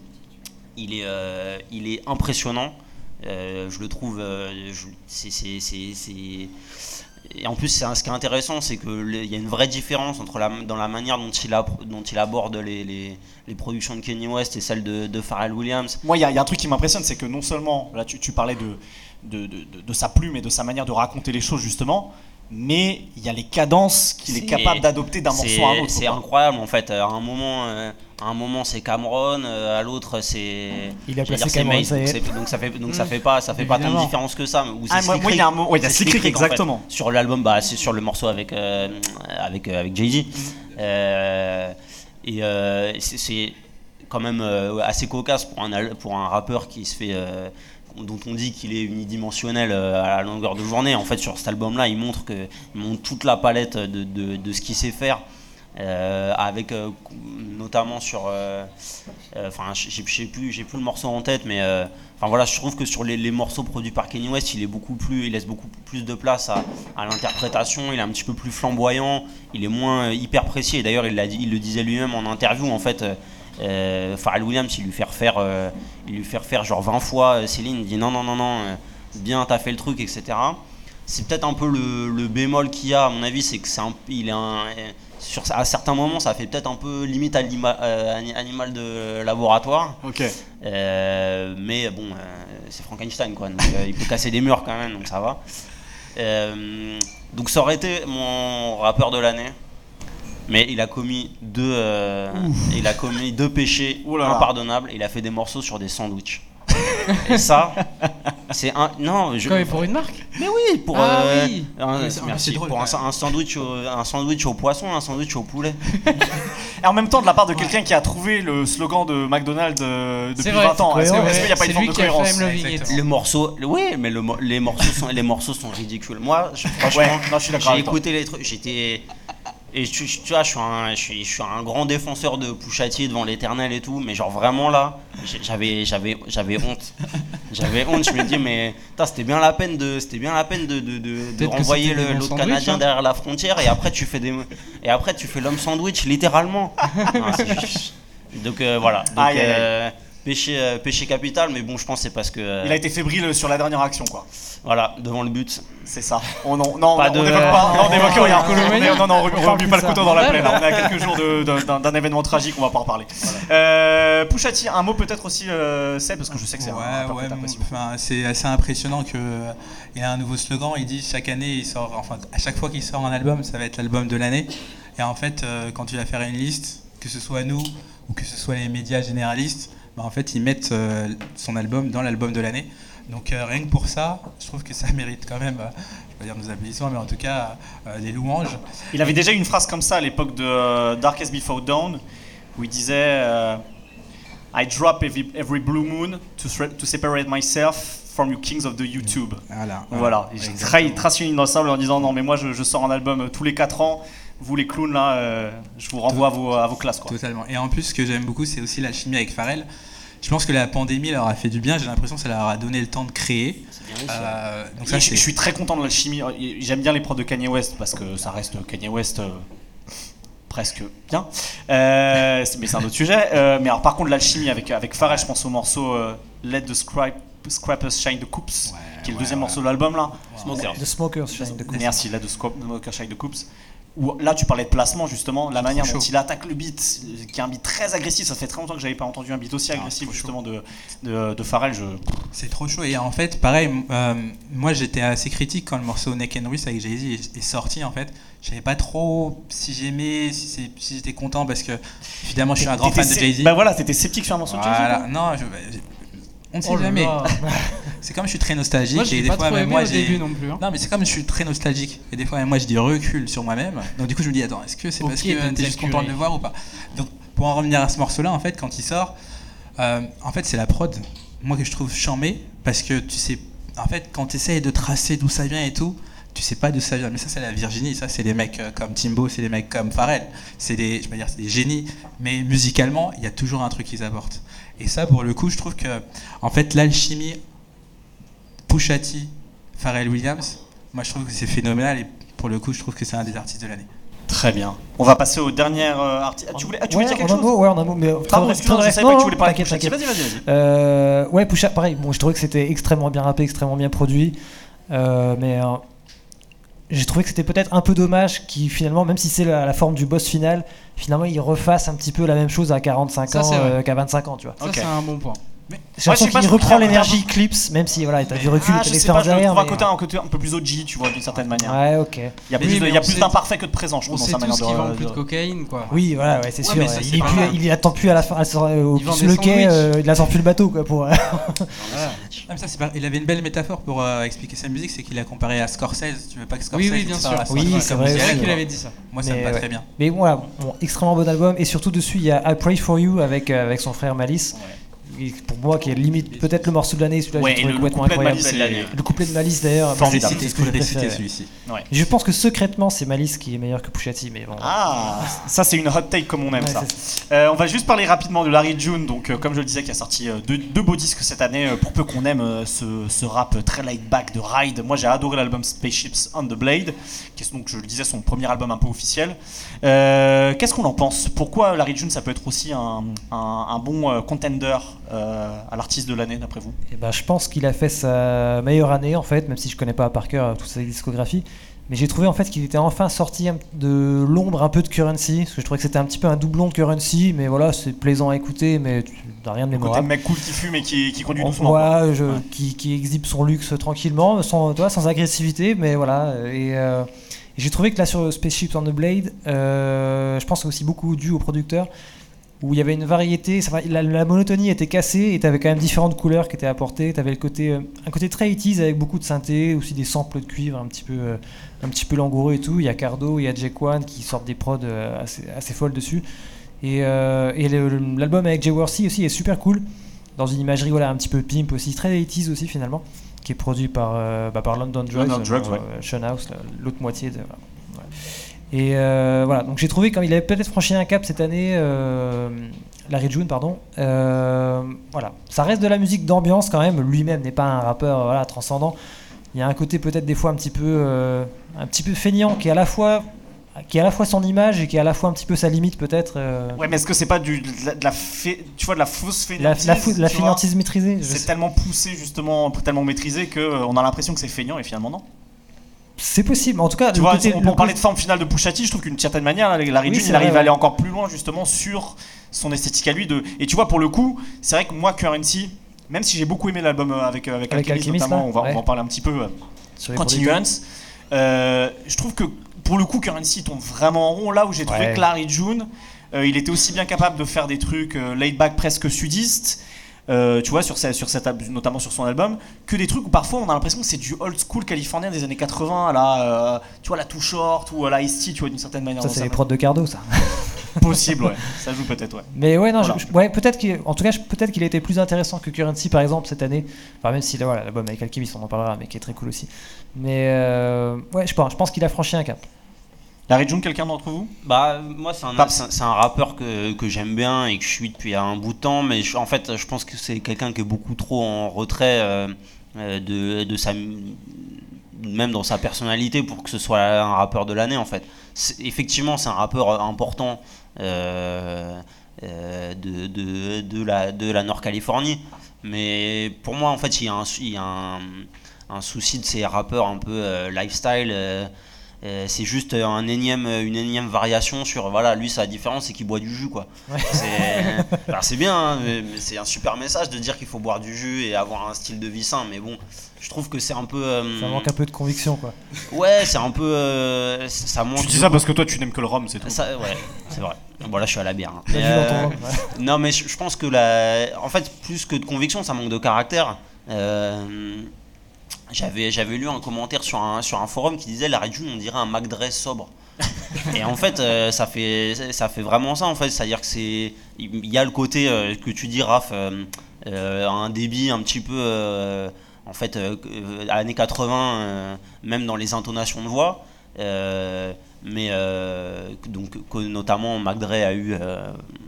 il est, euh, il est impressionnant. Euh, je le trouve, euh, je, c'est, c'est, c'est, c'est... Et en plus, c'est un, ce qui est intéressant, c'est qu'il y a une vraie différence entre la, dans la manière dont il, a, dont il aborde les, les, les productions de Kanye West et celles de, de Pharrell Williams. Moi, il y, y a un truc qui m'impressionne, c'est que non seulement, là tu, tu parlais de, de, de, de, de sa plume et de sa manière de raconter les choses justement, mais il y a les cadences qu'il est, est capable d'adopter d'un morceau à un autre. C'est incroyable en fait. À un moment, euh, à un moment c'est Cameron, euh, à l'autre c'est. Il a placé dire, Cameron, Mace, ça y est. donc, donc ça fait donc ça fait pas ça fait pas tant de différence que ça. Ou ah, moi, moi il y a un mot, ouais, il y a Slick Rick exactement. En fait. Sur l'album, bah c'est sur le morceau avec euh, avec euh, avec Jay-Z. Mm. Euh, et euh, c'est, c'est quand même euh, assez cocasse pour un pour un rappeur qui se fait. Euh, dont on dit qu'il est unidimensionnel à la longueur de journée. En fait, sur cet album-là, il montre, que, il montre toute la palette de, de, de ce qu'il sait faire, euh, avec euh, notamment sur... Enfin, euh, euh, je sais plus, j'ai plus le morceau en tête, mais euh, enfin voilà, je trouve que sur les, les morceaux produits par Kanye West, il est beaucoup plus, il laisse beaucoup plus de place à, à l'interprétation. Il est un petit peu plus flamboyant, il est moins hyper précis. Et d'ailleurs, il, l'a dit, il le disait lui-même en interview, en fait. Euh, Euh, Pharrell Williams, il lui fait refaire, euh, il lui fait refaire genre vingt fois. Céline il dit non, non, non, non, euh, bien, t'as fait le truc, et cetera. C'est peut-être un peu le, le bémol qu'il y a, à mon avis, c'est que c'est un, il est un, sur, à certains moments, ça fait peut-être un peu limite anima, euh, animal de laboratoire. Ok. Euh, mais bon, euh, c'est Frankenstein, quoi. Donc, euh, il peut casser des murs quand même, donc ça va. Euh, donc ça aurait été mon rappeur de l'année. Mais il a commis deux, euh, il a commis deux péchés impardonnables. Il a fait des morceaux sur des sandwichs. Et ça, c'est un non. Je, Quoi, mais pour une marque? Mais oui, pour ah, euh, oui. un, c'est, merci drôle, pour un, un sandwich, au, un sandwich au poisson, un sandwich au poulet. Et en même temps, de la part de quelqu'un ouais. qui a trouvé le slogan de McDonald's euh, depuis vrai, vingt ans, est-ce, est-ce qu'il n'y a pas c'est une forme de cohérence? Le morceau, oui, mais le, les morceaux sont, les morceaux sont ridicules. Moi, je, franchement, ouais, non, je suis d'accord j'ai écouté les trucs, j'étais Et tu, tu vois, je suis, un, je, suis, je suis un grand défenseur de Pusha T devant l'éternel et tout, mais genre vraiment là, j'avais, j'avais, j'avais honte. J'avais honte, je me dis, mais c'était bien la peine de, c'était bien la peine de, de, de, de renvoyer le, l'autre sandwich, Canadien hein. derrière la frontière et après tu fais, des, et après, tu fais l'homme sandwich, littéralement. Non, juste, donc euh, voilà. Donc, aïe, aïe, euh, aïe. Péché, euh, péché capital, mais bon, je pense que c'est parce que. Euh, Il a été fébrile sur la dernière action, quoi. Voilà, devant le but. C'est ça. On, non, non, pas on de... n'évoque pas, non, on n'évoque rien. On, non, non, on remue pas le couteau dans la plaie. Là. On est à quelques jours de, de, d'un, d'un événement tragique, on va pas en parler. Voilà. Euh, Pusha T, un mot peut-être aussi, euh, Seb, parce que je sais que c'est ouais, un, un ouais, peu enfin, c'est assez impressionnant qu'il euh, y a un nouveau slogan. Il dit chaque année, il sort, enfin, à chaque fois qu'il sort un album, ça va être l'album de l'année. Et en fait, euh, quand tu vas faire une liste, que ce soit nous ou que ce soit les médias généralistes, bah, en fait, ils mettent euh, son album dans l'album de l'année. Donc euh, rien que pour ça, je trouve que ça mérite quand même, euh, je vais pas dire nos applaudissements, mais en tout cas euh, des louanges. Il avait déjà eu une phrase comme ça à l'époque de euh, Darkest Before Dawn, où il disait euh, I drop every, every blue moon to, to separate myself from you kings of the YouTube. Voilà. Voilà. voilà. Il trace une ligne dans le sable en disant non mais moi je, je sors un album tous les quatre ans. Vous les clowns là, euh, je vous renvoie à vos, à vos classes, quoi. Totalement. Et en plus, ce que j'aime beaucoup, c'est aussi l'alchimie avec Pharrell. Je pense que la pandémie leur a fait du bien. J'ai l'impression que ça leur a donné le temps de créer. C'est bien euh, donc ça, je, je suis très content de l'alchimie. J'aime bien les prods de Kanye West parce que ça reste Kanye West euh, presque bien. Euh, mais c'est un autre sujet. Euh, mais alors par contre l'alchimie avec avec Pharrell, je pense au morceau euh, Let the Scrap, Scrappers Shine the Coops, ouais, qui est le ouais, deuxième ouais. morceau de l'album là. Smokers. The Smokers Shine the Coops. Merci, Let the Smokers Shine the Coops. Où, là, tu parlais de placement justement, la manière dont chaud. il attaque le beat, euh, qui est un beat très agressif. Ça fait très longtemps que j'avais pas entendu un beat aussi Non, agressif trop justement de, de, de Pharrell. Je... C'est trop chaud. Et en fait, pareil, euh, moi j'étais assez critique quand le morceau Neck and Wrist avec Jay-Z est, est sorti. En fait, je savais pas trop si j'aimais, si, c'est- si j'étais content parce que évidemment je suis un grand fan de T'étais- Jay-Z. Bah voilà, t'étais sceptique sur un morceau de Jay-Z. Voilà, toi non, je, on ne sait Oh là jamais. là. C'est comme je suis très nostalgique. Moi, et j'ai des pas fois, trop même aimé moi, au j'ai- début non plus. hein. Non, mais c'est comme je suis très nostalgique. Et des fois, même moi, je dis recul sur moi-même. Donc, du coup, je me dis, attends, est-ce que c'est parce Ok, que t'es Denzel juste content de Curry. le voir ou pas? Donc, pour en revenir à ce morceau-là, en fait, quand il sort, euh, en fait, c'est la prod, moi, que je trouve chambé. Parce que tu sais, en fait, quand tu essayes de tracer d'où ça vient et tout, tu sais pas d'où ça vient. Mais ça, c'est la Virginie. Ça, c'est les mecs euh, comme Timbo, c'est les mecs comme Pharrell. C'est des, je vais dire, c'est des génies. Mais musicalement, il y a toujours un truc qu'ils apportent. Et ça, pour le coup, je trouve que, en fait, l'alchimie Pusha T, Pharrell Williams, moi je trouve que c'est phénoménal et pour le coup je trouve que c'est un des artistes de l'année. Très bien. On va passer au dernier euh, artiste. Ah, tu voulais, ah, tu voulais Ouais, dire quelque en un chose mot, ouais, en un mot, mais très Pardon, bref, excuse-moi, très je bref. savais pas que tu voulais Non, parler de t'inquiète, Pusha T. t'inquiète. Vas-y, vas-y, vas-y. Euh, ouais, Pusha, pareil, bon, je trouvais que c'était extrêmement bien rappé, extrêmement bien produit, euh, mais euh, j'ai trouvé que c'était peut-être un peu dommage qu'il finalement, même si c'est la, la forme du boss final, finalement il refasse un petit peu la même chose à quarante-cinq Ça, ans c'est vrai. euh, qu'à vingt-cinq ans, tu vois. Ça, Ok. c'est un bon point. J'ai l'impression je sais pas, qu'il je reprend trouve- l'énergie Clips, même si voilà, t'as du recul, Ah, t'as je de sais pas, l'expérience je le derrière. trouve un mais- côté, un, côté un peu plus O G, tu vois, d'une certaine manière. Ouais, ok. Il y a Oui, plus, de- mais il y a on plus sait- d'imparfait que de présent, je On trouve, dans sait sa manière tous de. qu'ils vendent de- plus de cocaïne, quoi. Oui, voilà, ouais, c'est Ouais, sûr. mais ça, il, c'est est pas plus, mal. il attend plus à la fin, à, sur- au Il vend plus des le quai, sandwichs. euh, il attend plus le bateau, quoi, pour. Ah, mais ça, c'est pas- il avait une belle métaphore pour euh, expliquer sa musique, c'est qu'il a comparé à Scorsese. Tu veux pas que Scorsese Oui, oui, bien te sûr. parle à Oui, Scorsese c'est comme vrai, C'est musique, vrai aussi, qu'il quoi. avait dit ça. Moi, ça me Mais va ouais. très bien. Mais voilà, bon, extrêmement bon album, et surtout dessus il y a I Pray For You avec, euh, avec son frère Malice. Et pour moi, qui est limite peut-être le morceau de l'année, celui-là, Ouais, j'ai et trouvé le, le complètement couplet de incroyable. Malice, c'est- Le couplet de Malice d'ailleurs, bah, Formidable. c'est Il ce que j'ai faudrait citer préféré. celui-ci. Ouais. Je pense que secrètement, c'est Malice qui est meilleur que Pusha T, mais bon. Ah, ça c'est une hot take comme on aime Ouais, ça. c'est- Euh, on va juste parler rapidement de Larry June, donc euh, comme je le disais, qui a sorti euh, deux, deux beaux disques cette année. euh, pour peu qu'on aime euh, ce, ce rap très laid back de Ride, moi j'ai adoré l'album Spaceships on the Blade, qui est donc, je le disais, son premier album un peu officiel. Euh, Qu'est-ce qu'on en pense? Pourquoi Larry June ça peut être aussi un, un, un bon euh, contender euh, à l'artiste de l'année d'après vous? Eh ben, je pense qu'il a fait sa meilleure année en fait, même si je connais pas par cœur toute sa discographie. Mais j'ai trouvé en fait qu'il était enfin sorti un- de l'ombre un peu de Currency, parce que je trouvais que c'était un petit peu un doublon de Currency, mais voilà, c'est plaisant à écouter, mais tu n'as rien de Le côté mémorable. mec cool qui fume et qui, qui conduit On- doucement. quoi. voilà, je- Ouais. qui, qui exhibe son luxe tranquillement, sans, tu vois, sans agressivité, mais voilà. Et, euh, et j'ai trouvé que là sur Spaceship on the Blade, euh, je pense que c'est aussi beaucoup dû au producteur, où il y avait une variété, ça va- la, la monotonie était cassée et tu avais quand même différentes couleurs qui étaient apportées. Tu avais le côté, euh, un côté très eighties avec beaucoup de synthé, aussi des samples de cuivre un petit peu, euh, un petit peu langoureux et tout. Il y a Cardo, il y a Jake One qui sortent des prods euh, assez, assez folles dessus. Et, euh, et le- le- l'album avec Jay Worthy aussi est super cool, dans une imagerie voilà, un petit peu pimp aussi, très eighties aussi finalement, qui est produit par, euh, bah, par London Drugs, London Drugs, euh, ouais. Sean House, la- l'autre moitié de... voilà. Ouais. Et euh, voilà, donc j'ai trouvé comme il avait peut-être franchi un cap cette année, euh, Larry June, pardon. Euh, voilà, ça reste de la musique d'ambiance quand même. Lui-même n'est pas un rappeur voilà, transcendant. Il y a un côté peut-être des fois un petit peu, euh, un petit peu feignant qui est à la fois, qui est à la fois son image et qui est à la fois un petit peu sa limite peut-être. euh, Ouais, mais est-ce que c'est pas du, de la, de la fé- tu vois, de la fausse la, fainéantise la, fou- la tu vois fainéantise maîtrisée. je C'est sais. tellement poussé justement, tellement maîtrisé que euh, on a l'impression que c'est feignant et finalement non. C'est possible. En tout cas, Tu le vois, côté- on, le on parlait côté- de forme finale de Pusha T, je trouve qu'une certaine manière, Larry Oui, June, c'est il arrive vrai, à aller ouais. encore plus loin justement sur son esthétique à lui. De... Et tu vois, pour le coup, c'est vrai que moi, Currency, même si j'ai beaucoup aimé l'album euh, avec, euh, avec, Avec Alchemist, Alchemist, notamment, là, on va, ouais. on va en parler un petit peu, euh, sur les producteurs. Continuance, euh, je trouve que pour le coup, Currency tombe vraiment en rond là où j'ai trouvé Ouais. que Larry June, euh, il était aussi bien capable de faire des trucs euh, laid back presque sudistes. Euh, tu vois, sur, sa- sur cette, al- notamment sur son album, que des trucs où parfois on a l'impression que c'est du old school californien des années quatre-vingts, à la, euh, tu vois, la Too Short ou à la Ice-T, tu vois, d'une certaine manière. Ça, dans c'est sa les manière. prods de Cardo, ça. Possible, ouais. Ça joue peut-être, ouais. Mais ouais, non, Voilà. je- je- ouais, peut-être qu'il, en tout cas, je- peut-être qu'il a été plus intéressant que Currency par exemple cette année. Enfin, même si là, voilà, l'album avec Alchemist, on en parlera, mais qui est très cool aussi. Mais euh, ouais, je pense, je pense qu'il a franchi un cap. Larry June, quelqu'un d'entre vous? Bah, moi, c'est un, Paps. c'est un- c'est un rappeur que, que j'aime bien et que je suis depuis un bout de temps, mais je- en fait, je pense que c'est quelqu'un qui est beaucoup trop en retrait euh, euh, de, de sa. Même dans sa personnalité pour que ce soit un rappeur de l'année, en fait. C'est- effectivement, c'est un rappeur important euh, euh, de, de, de la, de la Nord-Californie, mais pour moi, en fait, il y a un, il y a un, un souci de ces rappeurs un peu euh, lifestyle. euh, Euh, c'est juste un énième, une énième variation sur voilà, lui sa différence c'est qu'il boit du jus quoi. Ouais. C'est, alors, c'est bien, hein, mais, mais c'est un super message de dire qu'il faut boire du jus et avoir un style de vie sain, mais bon, je trouve que c'est un peu. Euh, ça manque un peu de conviction quoi. Ouais, c'est un peu. Euh, ça manque. Tu dis ça parce que toi tu n'aimes que le rhum, c'est tout. Ça, ouais, c'est vrai. Bon là je suis à la bière. Hein. Mais, euh, ton rhum, ouais. Non mais je, je pense que la, en fait plus que de conviction, ça manque de caractère. Euh, J'avais, j'avais lu un commentaire sur un, sur un forum qui disait la Red June on dirait un McDre sobre. Et en fait, euh, ça fait ça fait vraiment ça en fait, c'est-à-dire que c'est il y a le côté euh, que tu dis Raph, euh, euh, un débit un petit peu euh, en fait euh, années quatre-vingts, euh, même dans les intonations de voix, euh, mais euh, donc que notamment McDre a eu euh,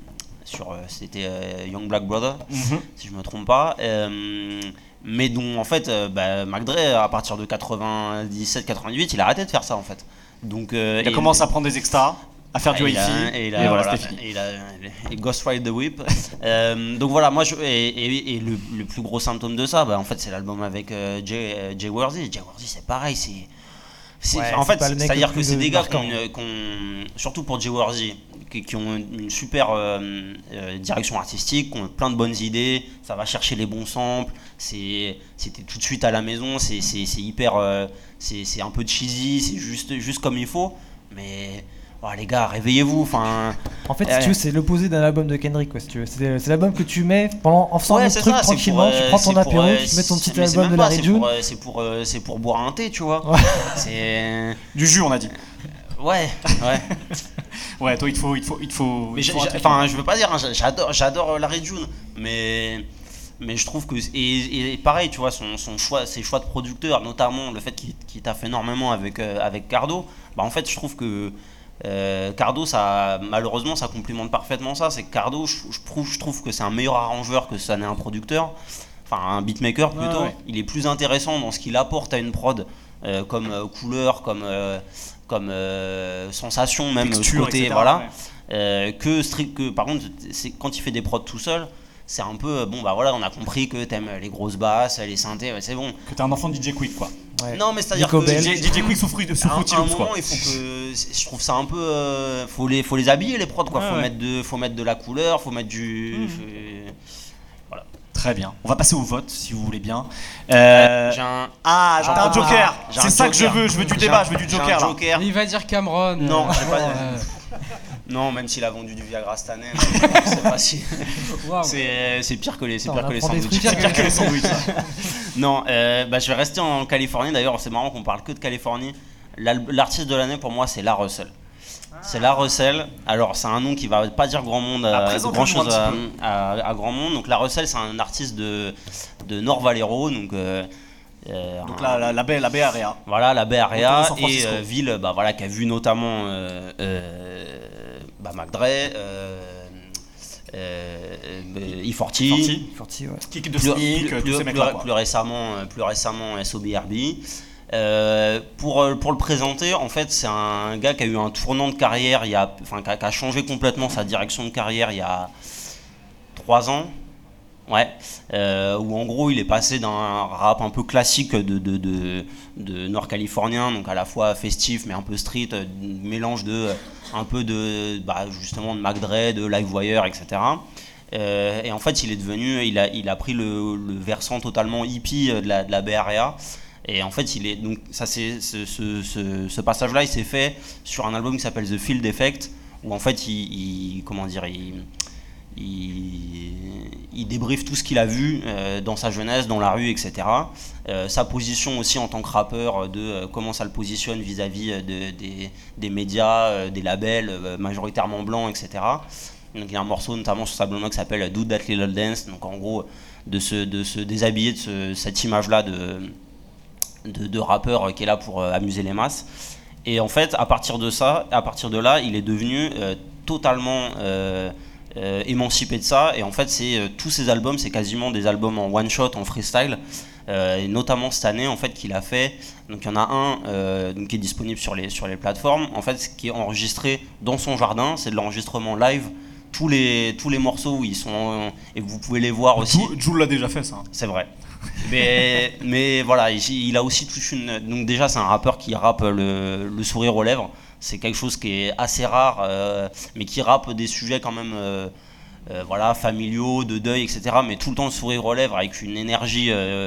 sur c'était euh, Young Black Brother, mm-hmm. si je me trompe pas. Euh, mais dont en fait euh, bah, McDre à partir de quatre-vingt-dix-sept quatre-vingt-dix-huit il a arrêté de faire ça en fait. Donc, euh, il a commencé à prendre des extras, à faire du hi-fi et, il a, et, et voilà, voilà, c'était fini. Et il a et Ghost Ride the Whip. euh, donc voilà, moi je, et, et, et le, le plus gros symptôme de ça, bah, en fait c'est l'album avec euh, Jay, euh, Jay Worthy. Jay Worthy c'est pareil, c'est C'est, ouais, en fait, c'est-à-dire que c'est des gars qui ont, surtout pour Jay Worthy, qui, qui ont une super euh, euh, direction artistique, qui ont plein de bonnes idées, ça va chercher les bons samples, c'est, c'était tout de suite à la maison, c'est, c'est, c'est hyper, euh, c'est, c'est un peu cheesy, c'est juste, juste comme il faut, mais... Oh, les gars, réveillez-vous. Enfin, en fait, si euh, tu veux, c'est l'opposé d'un album de Kendrick. Quoi, si tu veux. C'est, c'est l'album que tu mets pendant, en faisant ouais, un autre truc ça, tranquillement. Pour, tu prends ton apéro, euh, tu mets ton petit album de la Red June. C'est pour, euh, c'est pour boire un thé, tu vois. Ouais. C'est du jus, on a dit. Ouais, ouais. Ouais, toi, il te faut, il te faut, il te faut. Mais il faut enfin, je veux pas dire, hein, j'adore, j'adore la Red June, mais. Mais je trouve que et, et pareil, tu vois, son, son choix, ses choix de producteurs, notamment le fait qu'il, qu'il t'a fait énormément avec euh, avec Cardo. Bah en fait, je trouve que Euh, Cardo, ça, malheureusement, ça complimente parfaitement ça. C'est que Cardo, je, je, trouve, je trouve que c'est un meilleur arrangeur que ça n'est un producteur, enfin un beatmaker plutôt. Ouais, ouais. Il est plus intéressant dans ce qu'il apporte à une prod, euh, comme euh, couleur, comme, euh, comme euh, sensation, même texture, côté, et cetera, voilà. Ouais. Euh, que strict, que par contre, c'est, quand il fait des prods tout seul, c'est un peu bon, bah voilà, on a compris que t'aimes les grosses basses, les synthés, ouais, c'est bon. Que t'es un enfant de D J Quick, quoi. Ouais. Non, mais c'est-à-dire Nico que D J, D J Quick sous Fruity Loops, quoi. À un moment, il faut que, je trouve ça un peu, euh, faut les, faut les habiller les prods, quoi. Ouais, faut ouais. mettre de, faut mettre de la couleur, faut mettre du, mmh. faut... voilà. Très bien. On va passer au vote, si vous voulez bien. Euh... J'ai un, ah, j'ai ah, un joker. J'ai c'est un ça joker. que je veux. Je veux du débat. Je veux du joker. J'ai un joker. Il va dire Cameron. Non, euh, j'ai pas. euh... Non, même s'il a vendu du Viagra cette année, c'est pas si. Wow. C'est, c'est pire que les, c'est non, pire que les sandwichs. C'est pire que les sandwichs. Non, euh, bah, je vais rester en Californie. D'ailleurs, c'est marrant qu'on parle que de Californie. L'artiste de l'année pour moi, c'est La Russell. Ah. C'est La Russell. Alors, c'est un nom qui va pas dire grand monde, à, grand chose à, à, à grand monde. Donc, La Russell, c'est un artiste de de Nord Valero, donc. Euh, Euh, donc la, la, la, baie, la Bay Area. Voilà, la Bay Area et euh, ville bah, voilà, qui a vu notamment euh, euh, bah, McDre, euh, euh, E quarante, E quarante ouais. Kick de Sneak, plus, plus, plus, plus récemment, plus récemment S O B R B. Euh, pour, pour le présenter, en fait, c'est un gars qui a eu un tournant de carrière, il y a, enfin, qui a, qui a changé complètement sa direction de carrière il y a trois ans. Ouais, euh, où en gros il est passé d'un rap un peu classique de, de, de, de nord-californien, donc à la fois festif mais un peu street, mélange de un peu de bah, justement de McDre, de Livewire, et cetera. Euh, et en fait il est devenu, il a, il a pris le, le versant totalement hippie de la, de la Bay Area. Et en fait, il est donc ça c'est ce, ce, ce, ce passage-là, il s'est fait sur un album qui s'appelle The Field Effect, où en fait il, il comment dire il Il, il débriefe tout ce qu'il a vu euh, dans sa jeunesse, dans la rue, et cetera. Euh, sa position aussi en tant que rappeur, de euh, comment ça le positionne vis-à-vis de, des, des médias, euh, des labels euh, majoritairement blancs, et cetera. Donc il y a un morceau notamment sur sa blog qui s'appelle Do That Little Dance, donc en gros de se, de se déshabiller de ce, cette image-là de, de, de rappeur qui est là pour euh, amuser les masses. Et en fait, à partir de ça, à partir de là, il est devenu euh, totalement euh, Euh, émancipé de ça, et en fait c'est euh, tous ces albums, c'est quasiment des albums en one shot, en freestyle, euh, et notamment cette année en fait qu'il a fait. Donc il y en a un euh, donc, qui est disponible sur les sur les plateformes, en fait qui est enregistré dans son jardin, c'est de l'enregistrement live. Tous les tous les morceaux où ils sont, et vous pouvez les voir aussi. Jules l'a déjà fait ça. C'est vrai. mais, mais voilà, il, il a aussi toute une. Donc, déjà, c'est un rappeur qui rappe le, le sourire aux lèvres. C'est quelque chose qui est assez rare, euh, mais qui rappe des sujets quand même. Euh, Euh, voilà, familiaux, de deuil, et cetera. Mais tout le temps le sourire aux lèvres avec une énergie, euh,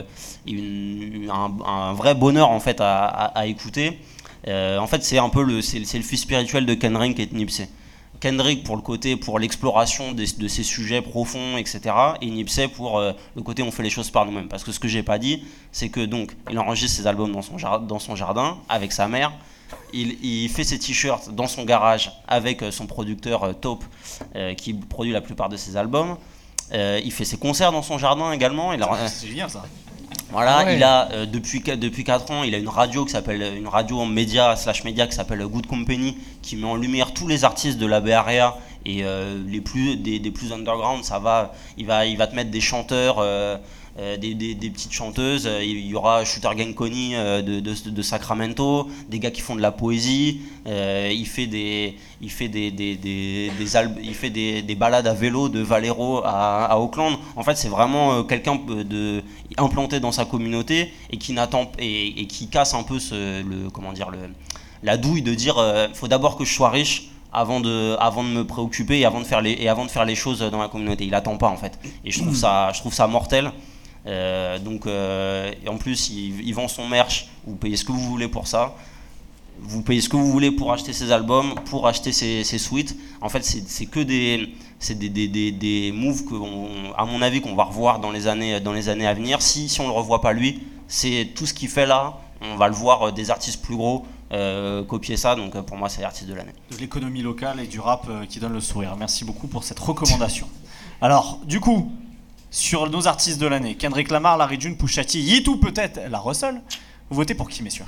une, un, un vrai bonheur en fait à, à, à écouter. Euh, en fait, c'est un peu le, c'est, c'est le fils spirituel de Kendrick et de Nipsey. Kendrick pour le côté, pour l'exploration des, de ces sujets profonds, et cetera. Et Nipsey pour euh, le côté on fait les choses par nous-mêmes. Parce que ce que j'ai pas dit, c'est que donc il enregistre ses albums dans son, jar- dans son jardin avec sa mère. Il, il fait ses t-shirts dans son garage avec son producteur euh, Taupe euh, qui produit la plupart de ses albums. Euh, il fait ses concerts dans son jardin également. Il a, euh, C'est génial ça. voilà, ouais. il a euh, depuis depuis quatre ans, il a une radio qui s'appelle une radio média slash média qui s'appelle Good Company qui met en lumière tous les artistes de la Bay Area et euh, les plus des, des plus underground. Ça va, il va il va te mettre des chanteurs. Euh, Euh, des, des, des petites chanteuses, euh, il y aura Shooter Gang Connie euh, de, de, de Sacramento, des gars qui font de la poésie, euh, il fait des il fait des des des, des alb- il fait des, des balades à vélo de Valero à, à Auckland. En fait, c'est vraiment euh, quelqu'un de implanté dans sa communauté et qui n'attend et, et qui casse un peu ce, le comment dire le la douille de dire euh, faut d'abord que je sois riche avant de avant de me préoccuper et avant de faire les et avant de faire les choses dans la communauté. Il attend pas en fait. Et je trouve ça je trouve ça mortel. Euh, donc, euh, et en plus, il, il vend son merch. Vous payez ce que vous voulez pour ça. Vous payez ce que vous voulez pour acheter ses albums, pour acheter ses, ses suites. En fait, c'est, c'est que des, c'est des, des, des, des moves que, on, à mon avis, qu'on va revoir dans les années, dans les années à venir. Si, si on le revoit pas lui, c'est tout ce qu'il fait là. On va le voir des artistes plus gros euh, copier ça. Donc, pour moi, c'est l'artiste de l'année. De l'économie locale et du rap euh, qui donne le sourire. Merci beaucoup pour cette recommandation. Alors, du coup. Sur nos artistes de l'année, Kendrick Lamar, Larry June, Pusha T, Yeat ou peut-être la Russell, vous votez pour qui, messieurs?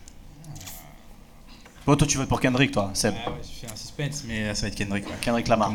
Bon, toi tu votes pour Kendrick, toi, Seb. Ah ouais, je fais un suspense, mais ça va être Kendrick. Ouais. Kendrick Lamar.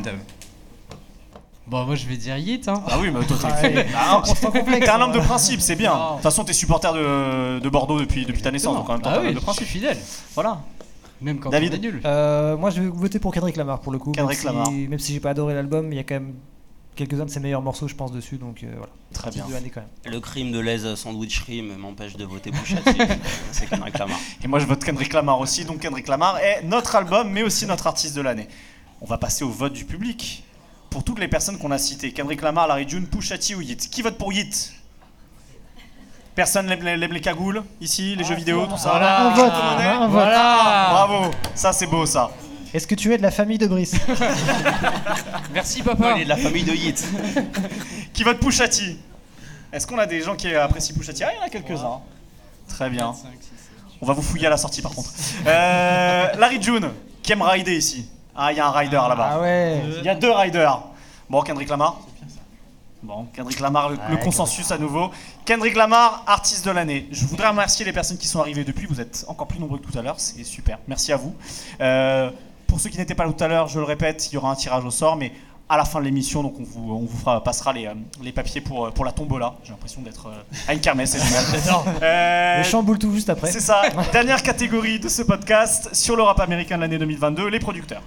Bon, moi je vais dire Yeat. Hein. Ah oui, mais toi t'es ah, complexe. T'es un homme de principe, c'est bien. De toute façon, t'es supporter de, de Bordeaux depuis, depuis ta naissance, donc en même temps, ah t'es un oui, homme de principe. Je suis fidèle. Voilà. Même quand David. on est nul. Euh, moi je vais voter pour Kendrick Lamar pour le coup. Kendrick même Lamar. Si, même si j'ai pas adoré l'album, il y a quand même quelques-uns de ses meilleurs morceaux, je pense, dessus, donc euh, voilà. Très bien. De l'année, quand même. Le crime de l'aise sandwicherie m'empêche de voter Pusha T. C'est Kendrick Lamar. Et moi je vote Kendrick Lamar aussi, donc Kendrick Lamar est notre album, mais aussi notre artiste de l'année. On va passer au vote du public. Pour toutes les personnes qu'on a citées, Kendrick Lamar, Larry June, Pusha T ou Yeat. Qui vote pour Yeat? Personne n'aime les, les cagoules ici, les jeux vidéo, tout ça. Voilà, un vote, un vote. Voilà. Bravo, ça c'est beau ça. Est-ce que tu es de la famille de Brice? Merci Non, papa. il est de la famille de Yeat. Qui vote Pusha T? Est-ce qu'on a des gens qui apprécient Pusha T? Ah, il y en a quelques-uns. Très bien. On va vous fouiller à la sortie par contre. Euh, Larry June, qui aime rider ici? Ah, il y a un rider là-bas. Ah ouais. Il y a deux riders. Bon, Kendrick Lamar. Bon, Kendrick Lamar, le, le Ouais, consensus à nouveau. Kendrick Lamar, artiste de l'année. Je voudrais remercier les personnes qui sont arrivées depuis. Vous êtes encore plus nombreux que tout à l'heure. C'est super. Merci à vous. Euh, pour ceux qui n'étaient pas là tout à l'heure, je le répète, il y aura un tirage au sort, mais à la fin de l'émission, donc on vous, on vous fera, passera les, euh, les papiers pour, pour la tombola. J'ai l'impression d'être euh, à une kermesse, c'est génial. Euh, Le chamboule tout juste après. c'est ça. Dernière catégorie de ce podcast sur le rap américain de l'année deux mille vingt-deux, les producteurs.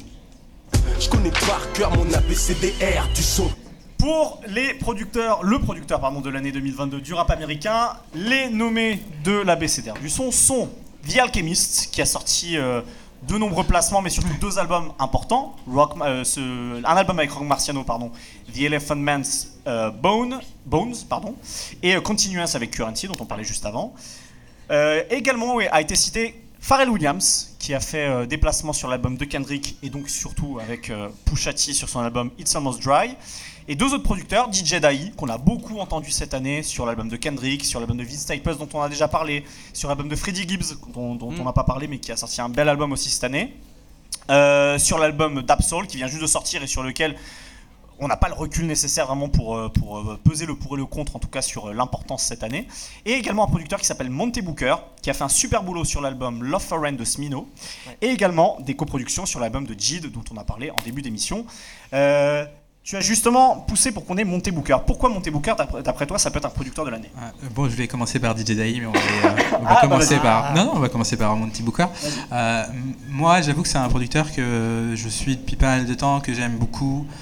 Je connais par cœur mon A B C D R du son. Pour les producteurs, le producteur pardon, de l'année deux mille vingt-deux du rap américain, les nommés de l'A B C D R du son sont The Alchemist, qui a sorti euh, de nombreux placements, mais surtout deux albums importants. Rock, euh, ce, un album avec Rock Marciano, pardon, The Elephant Man's euh, Bone, Bones, pardon, et euh, Continuous avec Currency, dont on parlait juste avant. Euh, également oui, a été cité Pharrell Williams, qui a fait euh, des placements sur l'album de Kendrick, et donc surtout avec euh, Pusha T sur son album It's Almost Dry. Et deux autres producteurs, D J Dahi, qu'on a beaucoup entendu cette année sur l'album de Kendrick, sur l'album de Vince Staples dont on a déjà parlé, sur l'album de Freddie Gibbs dont, dont mm. on n'a pas parlé mais qui a sorti un bel album aussi cette année, euh, sur l'album d'Absoul qui vient juste de sortir et sur lequel on n'a pas le recul nécessaire vraiment pour, pour peser le pour et le contre, en tout cas sur l'importance cette année. Et également un producteur qui s'appelle Monte Booker, qui a fait un super boulot sur l'album Love Foreign de Smino, ouais. Et également des coproductions sur l'album de Jid dont on a parlé en début d'émission. Euh, Tu as justement poussé pour qu'on ait Monte Booker. Pourquoi Monte Booker, d'après toi, ça peut être un producteur de l'année? ah, Bon, je vais commencer par D J Dahi, mais on va, euh, on va ah, commencer bah, par. ah. Non, non, on va commencer par Monte Booker. Euh, moi, j'avoue que c'est un producteur que je suis depuis pas mal de temps, que j'aime beaucoup,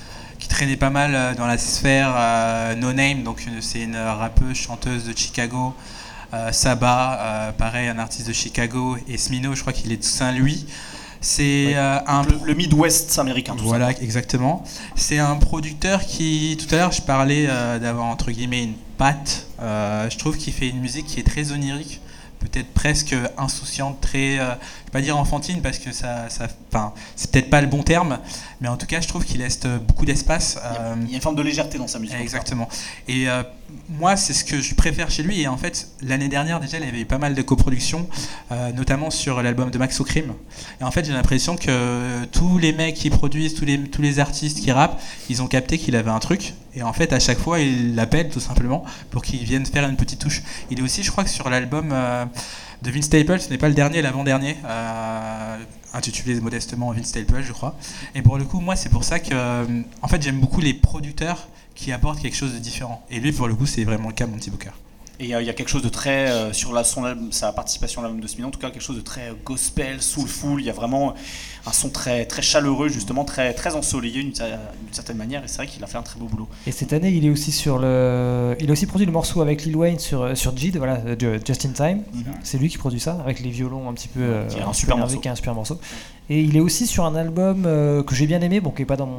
qui traînait pas mal euh, dans la sphère euh, No Name, donc une, c'est une rappeuse, chanteuse de Chicago. Euh, Saba, euh, pareil, un artiste de Chicago, et Smino, je crois qu'il est de Saint-Louis. C'est Oui. euh, un Le, le Midwest américain, tout voilà, ça. exactement. C'est un producteur qui, tout à l'heure, je parlais euh, d'avoir entre guillemets une patte. Euh, je trouve qu'il fait une musique qui est très onirique, peut-être presque insouciante, très, euh, je vais pas dire enfantine parce que ça, ça, enfin, c'est peut-être pas le bon terme, mais en tout cas, je trouve qu'il laisse beaucoup d'espace. Il y, a, Euh, il y a une forme de légèreté dans sa musique. Exactement. Et euh, moi, c'est ce que je préfère chez lui. Et en fait, l'année dernière, déjà, il y avait eu pas mal de coproductions, euh, notamment sur l'album de Max O'Crim. Et en fait, j'ai l'impression que tous les mecs qui produisent, tous les, tous les artistes qui rappent, ils ont capté qu'il avait un truc. Et en fait, à chaque fois, ils l'appellent tout simplement pour qu'il vienne faire une petite touche. Il est aussi, je crois que sur l'album euh, de Vince Staples, ce n'est pas le dernier, l'avant-dernier, euh, intitulé modestement Vince Staples, je crois. Et pour le coup, moi, c'est pour ça que, euh, en fait, j'aime beaucoup les producteurs qui apportent quelque chose de différent. Et lui, pour le coup, c'est vraiment le cas, mon petit Booker. Et il euh, y a quelque chose de très, euh, sur la, son, sa participation à l'album de Smino, en tout cas quelque chose de très gospel, soulful. Il y a vraiment un son très, très chaleureux, justement, très, très ensoleillé d'une, d'une certaine manière. Et c'est vrai qu'il a fait un très beau boulot. Et cette année, il est aussi sur le, il a aussi produit le morceau avec Lil Wayne sur sur Jid, voilà, de Just in Time. Mm-hmm. C'est lui qui produit ça avec les violons un petit peu. Euh, qui est un, un super morceau. Qui est un super morceau. Et il est aussi sur un album euh, que j'ai bien aimé, bon, qui est pas dans mon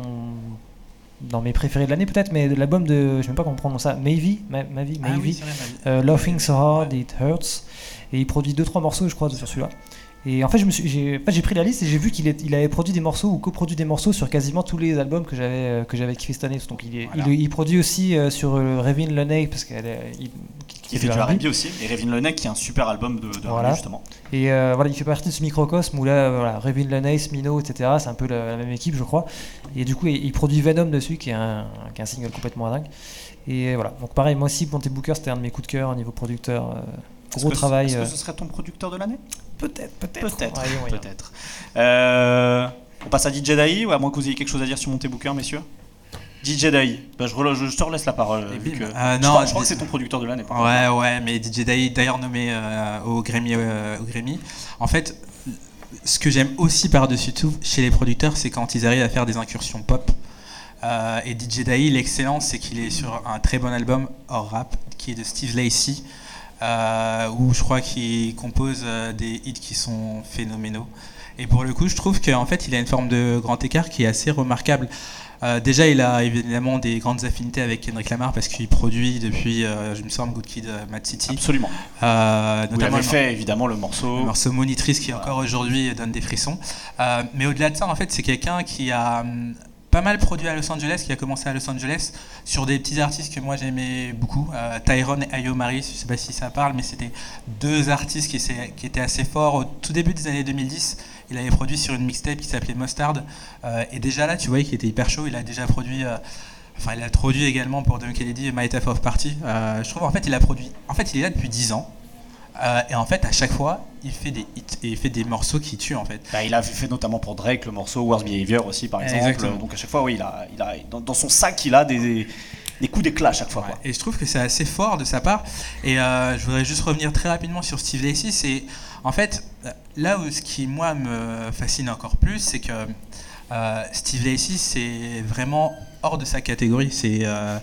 dans mes préférés de l'année peut-être, mais l'album de, je sais même pas comment prendre ça, Maybe, Ma, Maybe, ah, Maybe, oui, euh, Laughing So Hard It Hurts, et il produit deux trois morceaux je crois sur celui-là. Et en fait, je me suis, j'ai, en fait, j'ai pris la liste et j'ai vu qu'il est, il avait produit des morceaux ou coproduit des morceaux sur quasiment tous les albums que j'avais, que j'avais kiffé cette année. Donc il, est, voilà. il, il produit aussi euh, sur euh, Ravin Lenay parce qu'elle est, il, qui, qui fait du R and B aussi. Et Ravin Lenay qui est un super album de, de voilà. R and B justement. Et euh, voilà, il fait partie de ce microcosme où là, voilà, Ravin Lenay, Smino, et cetera. C'est un peu la, la même équipe, je crois. Et du coup, il, il produit Venom dessus, qui est un, qui est un single complètement dingue. Et voilà. Donc pareil, moi aussi, Monty Booker, c'était un de mes coups de cœur au niveau producteur. Euh, Gros est-ce travail. Est-ce euh... que ce serait ton producteur de l'année ? Peut-être, peut-être. Peut-être, ouais, peut-être. Euh, on passe à D J Dahi, ou à moins que vous ayez quelque chose à dire sur Monty Booker, messieurs ? D J Dahi, bah, je, je, je te relaisse la parole. Vu que, euh, je, non, crois, je crois que c'est ton producteur de l'année. Par ouais, contre. ouais, mais D J Dahi, d'ailleurs nommé euh, au, Grammy, euh, au Grammy. En fait, ce que j'aime aussi par-dessus tout chez les producteurs, c'est quand ils arrivent à faire des incursions pop. Euh, et D J Dahi, l'excellence, c'est qu'il est sur un très bon album hors rap, qui est de Steve Lacy. Euh, où je crois qu'il compose euh, des hits qui sont phénoménaux. Et pour le coup, je trouve qu'en fait, il a une forme de grand écart qui est assez remarquable. Euh, déjà, il a évidemment des grandes affinités avec Kendrick Lamar parce qu'il produit depuis, euh, je me semble, Good Kid, euh, Mad City. Absolument. Euh, Vous avez fait évidemment le morceau. Le morceau Monitrice qui voilà. encore aujourd'hui donne des frissons. Euh, mais au-delà de ça, en fait, c'est quelqu'un qui a hum, pas mal produit à Los Angeles, qui a commencé à Los Angeles sur des petits artistes que moi j'aimais beaucoup, euh, Tyrone et Ayo Maris, je sais pas si ça parle, mais c'était deux artistes qui, qui étaient assez forts au tout début des années deux mille dix. Il avait produit sur une mixtape qui s'appelait Mustard, euh, et déjà là tu voyais qu'il était hyper chaud. Il a déjà produit, euh, enfin il a produit également pour Dom Kennedy My Type of Party. Euh, je trouve en fait il a produit, en fait il est là depuis dix ans. Euh, et en fait, à chaque fois, il fait des hits et il fait des morceaux qui tuent en fait. Bah, il a fait notamment pour Drake le morceau Worst Behavior aussi, par exemple. Exactement. Donc à chaque fois, oui, il a, il a dans, dans son sac, il a des, des coups d'éclat à chaque fois. Ouais. Quoi. Et je trouve que c'est assez fort de sa part. Et euh, je voudrais juste revenir très rapidement sur Steve Lacy. C'est en fait là où ce qui moi me fascine encore plus, c'est que euh, Steve Lacy, c'est vraiment hors de sa catégorie. C'est euh,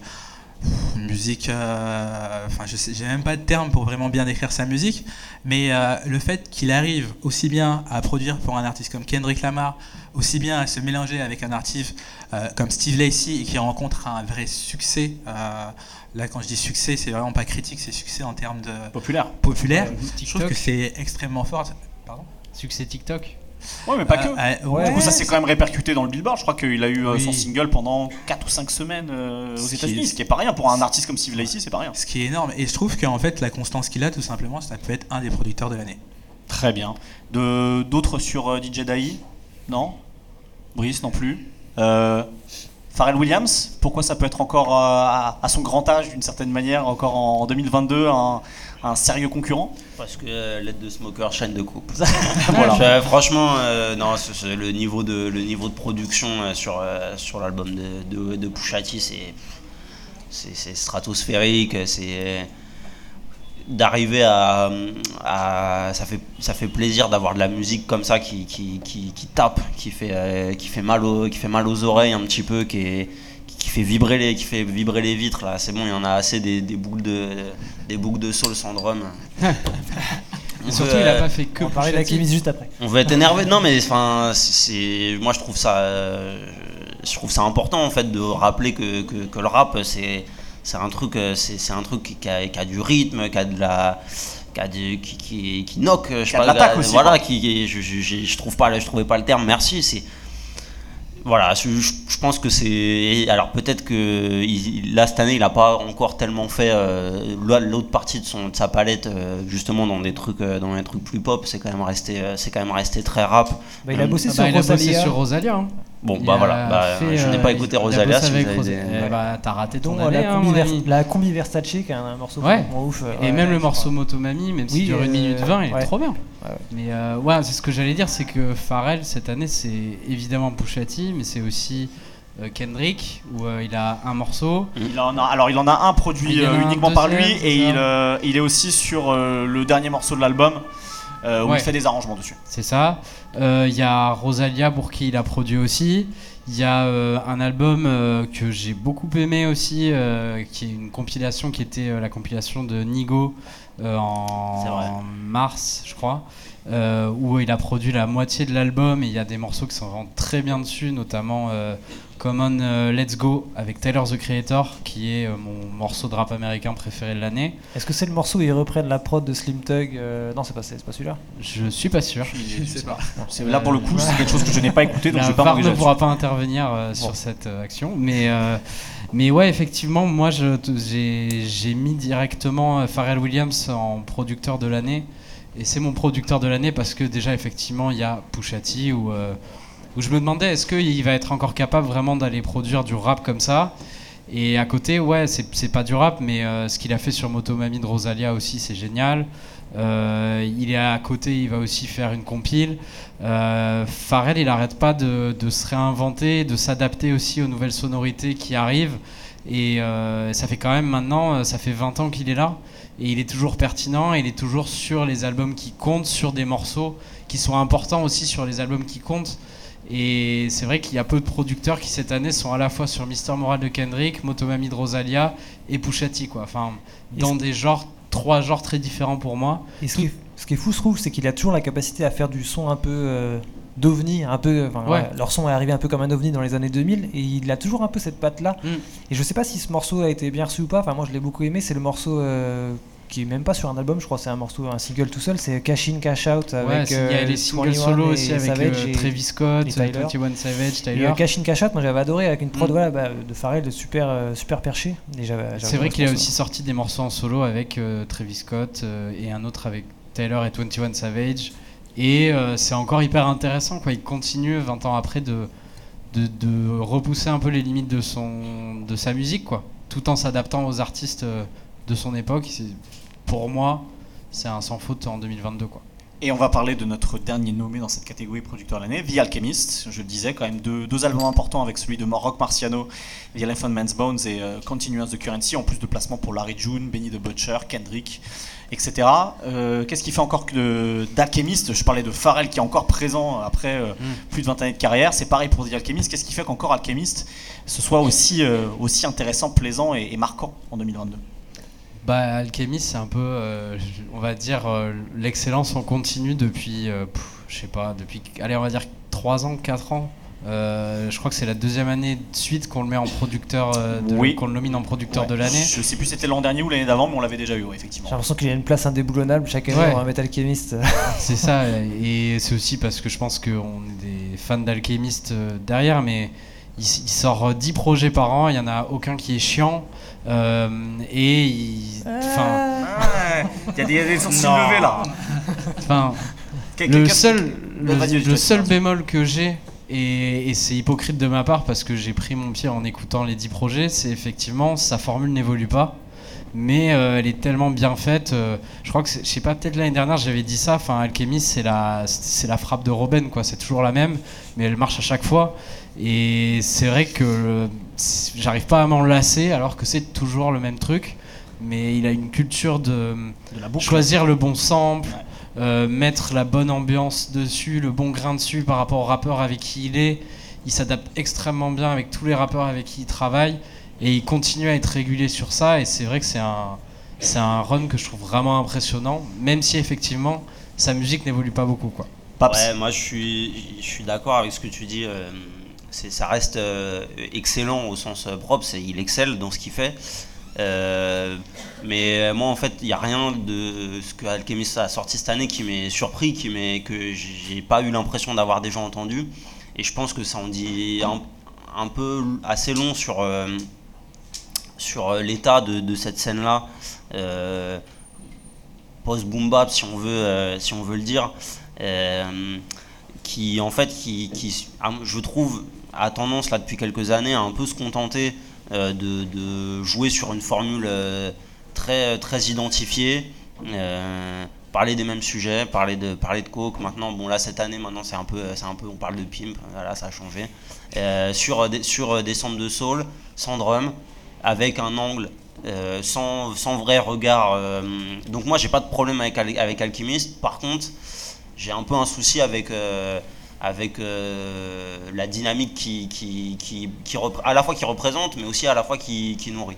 musique, euh, enfin je sais, j'ai même pas de terme pour vraiment bien décrire sa musique, mais euh, le fait qu'il arrive aussi bien à produire pour un artiste comme Kendrick Lamar, aussi bien à se mélanger avec un artiste euh, comme Steve Lacy et qui rencontre un vrai succès, euh, là quand je dis succès c'est vraiment pas critique, c'est succès en termes de populaire, populaire. Euh, je trouve que c'est extrêmement fort. Pardon ? Succès TikTok. Ouais, mais pas que. Euh, euh, ouais, du coup, ça s'est quand même répercuté dans le Billboard. Je crois qu'il a eu euh, oui. son single pendant quatre ou cinq semaines euh, aux ce États-Unis, qui est... ce qui est pas rien pour un artiste comme Steve Lacy, c'est pas rien. Ce qui est énorme. Et je trouve qu'en fait, la constance qu'il a, tout simplement, ça peut être un des producteurs de l'année. Très bien. De, d'autres sur euh, D J Dahi ? Non ? Brice non plus. Euh, Pharrell Williams, pourquoi ça peut être encore euh, à, à son grand âge, d'une certaine manière, encore en, en deux mille vingt-deux, un, un sérieux concurrent ? Parce que euh, l'aide de Smoker, chaîne de coupe. Voilà. Je, euh, franchement, euh, non, c'est, c'est le niveau de le niveau de production euh, sur euh, sur l'album de de, de Pusha T, c'est, c'est c'est stratosphérique. C'est euh, d'arriver à, à ça fait ça fait plaisir d'avoir de la musique comme ça qui qui qui, qui tape, qui fait euh, qui fait mal aux qui fait mal aux oreilles un petit peu, qui est qui fait vibrer les, qui fait vibrer les vitres là. C'est bon, il y en a assez des, des boucles de, des boucles de soul sans drum. Et surtout, il a pas fait que. On va parler d'Alchemist juste après. On va être énervé. Non, mais enfin, c'est, moi je trouve ça, euh, je trouve ça important en fait de rappeler que, que, que le rap c'est, c'est un truc, c'est, c'est un truc qui a, qui a du rythme, qui a de la, qui a du, qui, qui, qui knock. Je sais pas. L'attaque aussi. Voilà, qui, je, je, je, je trouve pas, je trouvais pas le terme. Merci. C'est Voilà, je, je pense que c'est. Alors peut-être que il, là cette année il n'a pas encore tellement fait euh, l'autre partie de son de sa palette euh, justement dans des trucs euh, dans des trucs plus pop. C'est quand même resté euh, c'est quand même resté très rap. Bah, il a bossé Ah sur bah, il a Rosalia. bossé sur Rosalia. Hein. Bon Il bah a voilà, bah, fait, je n'ai pas euh, écouté il a Rosalia. bossé Si avec vous avez Rosalia. des- Eh bah, t'as raté ton Dont année, la, hein, combi mon Vers- ami. la combi Versace qui est un morceau Ouais. complètement ouf. Et ouais, même le je morceau crois. Motomami, même s'il Oui, dure une euh, minute vingt, il est ouais. trop bien. Ouais, ouais. Mais euh, ouais, c'est ce que j'allais dire, c'est que Pharrell cette année, c'est évidemment Pusha T, mais c'est aussi euh, Kendrick où euh, il a un morceau. Il en a, alors il en a un produit Il y en a euh, un uniquement par lui deuxième, c'est et ça. il, euh, il est aussi sur euh, le dernier morceau de l'album euh, où Ouais. il fait des arrangements dessus. C'est ça. Euh, Il y a Rosalia pour qui il a produit aussi. Il y a euh, un album euh, que j'ai beaucoup aimé aussi, euh, qui est une compilation qui était euh, la compilation de Nigo euh, en, C'est vrai. en mars, je crois, euh, où il a produit la moitié de l'album et il y a des morceaux qui sont vraiment très bien dessus, notamment euh, Common euh, Let's Go avec Tyler the Creator, qui est euh, mon morceau de rap américain préféré de l'année. Est-ce que c'est le morceau où ils reprennent la prod de Slim Thug euh, Non, c'est pas, c'est pas celui-là. Je suis pas sûr. Je sais pas. C'est- Là pour le coup c'est quelque chose que je n'ai pas écouté donc La je vais pas V A R m'engager ne pourra là-dessus. pas intervenir euh, sur cette euh, action, mais euh, mais ouais, effectivement, moi je t- j'ai j'ai mis directement euh, Pharrell Williams en producteur de l'année, et c'est mon producteur de l'année parce que déjà effectivement il y a Pusha T où euh, où je me demandais est-ce qu'il va être encore capable vraiment d'aller produire du rap comme ça. Et à côté, ouais, c'est c'est pas du rap, mais euh, ce qu'il a fait sur Motomami de Rosalia aussi, c'est génial. Euh, il est à côté, il va aussi faire une compile. Euh, Pharrell, il arrête pas de, de se réinventer, de s'adapter aussi aux nouvelles sonorités qui arrivent. Et euh, ça fait quand même maintenant, ça fait vingt ans qu'il est là. Et il est toujours pertinent, il est toujours sur les albums qui comptent, sur des morceaux qui sont importants aussi sur les albums qui comptent. Et c'est vrai qu'il y a peu de producteurs qui cette année sont à la fois sur Mister Moral de Kendrick, Motomami de Rosalia et Pusha T, quoi. Enfin, dans des genres, trois genres très différents pour moi. Et ce qui est, ce qui est fou, je trouve, c'est qu'il a toujours la capacité à faire du son un peu euh, d'ovni, un peu. Enfin, Ouais. ouais, leur son est arrivé un peu comme un ovni dans les années deux mille, et il a toujours un peu cette patte-là. Mm. Et je sais pas si ce morceau a été bien reçu ou pas. Enfin, moi, je l'ai beaucoup aimé. C'est le morceau euh, qui est même pas sur un album. Je crois que c'est un morceau, un single tout seul. C'est Cash In, Cash Out avec. Ouais, c'est- il y a euh, les singles vingt et un solo et aussi avec Savage euh, et- Travis Scott, et Tyler. vingt et un Savage, Et Tyler. euh, Cash In, Cash Out, moi j'avais adoré avec une prod Mm. voilà, bah, de Pharrell, de super, euh, super perché. Et j'avais- j'avais C'est adoré vrai ce qu'il a morceau. aussi sorti des morceaux en solo avec euh, Travis Scott euh, et un autre avec Tyler et vingt et un Savage. Et euh, c'est encore hyper intéressant, quoi. Il continue vingt ans après de, de, de repousser un peu les limites de, son, de sa musique, quoi, tout en s'adaptant aux artistes euh, de son époque. C'est, pour moi, c'est un sans faute en deux mille vingt-deux, quoi. Et on va parler de notre dernier nommé dans cette catégorie producteur de l'année, The Alchemist. Je le disais, quand même deux, deux albums importants avec celui de Rock Marciano, The Elephant Man's Bones et euh, Continuance the Currency, en plus de placements pour Larry June, Benny the Butcher, Kendrick, et cetera. Euh, qu'est-ce qui fait encore que de- d'Alchemist? Je parlais de Pharrell qui est encore présent après euh, Mm. plus de vingt années de carrière. C'est pareil pour The Alchemist. Qu'est-ce qui fait qu'encore Alchemist ce soit aussi, euh, aussi intéressant, plaisant et, et marquant en deux mille vingt-deux? Bah, Alchemist, c'est un peu, euh, on va dire, euh, l'excellence en continu depuis, euh, pff, je sais pas, depuis, allez, on va dire trois ans, quatre ans. Euh, je crois que c'est la deuxième année de suite qu'on le met en producteur, euh, de, Oui. qu'on le nomine en producteur Ouais. de l'année. Je sais plus si c'était l'an dernier ou l'année d'avant, mais on l'avait déjà eu, ouais, effectivement. J'ai l'impression qu'il a une place indéboulonnable. Chaque année, Ouais. on va mettre Alchemist. C'est ça, et c'est aussi parce que je pense qu'on est des fans d'Alchemist euh, derrière, mais il, il sort dix projets par an, il n'y en a aucun qui est chiant, euh, et il- enfin, Il y a des, il y a des sourcils Non. levés là. enfin, Qu'est- le qu'est-ce- seul, le, Vas-y, je te le laisse, seul vas-y. bémol que j'ai, et, et c'est hypocrite de ma part parce que j'ai pris mon pied en écoutant les dix projets, c'est effectivement sa formule n'évolue pas. Mais euh, elle est tellement bien faite. euh, je crois que, c'est- je sais pas, peut-être l'année dernière j'avais dit ça. Enfin, Alchemist, c'est la, c'est la frappe de Robin, quoi. C'est toujours la même, mais elle marche à chaque fois. Et c'est vrai que euh, c'est- j'arrive pas à m'en lasser, alors que c'est toujours le même truc. Mais il a une culture de De la boucle. choisir le bon sample, Ouais. euh, mettre la bonne ambiance dessus, le bon grain dessus par rapport au rappeur avec qui il est. il s'adapte extrêmement bien avec tous les rappeurs avec qui il travaille et il continue à être régulier sur ça. Et c'est vrai que c'est un, c'est un run que je trouve vraiment impressionnant, même si effectivement sa musique n'évolue pas beaucoup, quoi. Paps. Ouais, moi je suis, je suis d'accord avec ce que tu dis. Euh, c'est, ça reste euh, excellent au sens euh, propre, c'est, il excelle dans ce qu'il fait. Euh, mais moi en fait, il n'y a rien de ce que Alchemist a sorti cette année qui m'est surpris, qui m'est, que j'ai pas eu l'impression d'avoir déjà entendu. Et je pense que ça en dit un, un peu assez long sur, euh, sur l'état de, de cette scène-là. Euh, post-boom bap, si on veut, euh, si on veut le dire. Euh, qui en fait qui, qui je trouve a tendance là depuis quelques années à un peu se contenter euh, de, de jouer sur une formule euh, très très identifiée, euh, parler des mêmes sujets, parler de parler de coke. Maintenant bon là cette année maintenant c'est un peu c'est un peu on parle de pimp, voilà, ça a changé, euh, sur des sur des samples de soul sans drum avec un angle euh, sans sans vrai regard, euh, donc moi j'ai pas de problème avec avec Alchemist. Par contre j'ai un peu un souci avec, euh, avec euh, la dynamique qui, qui, qui, qui repr- à la fois qui représente, mais aussi à la fois qui, qui nourrit.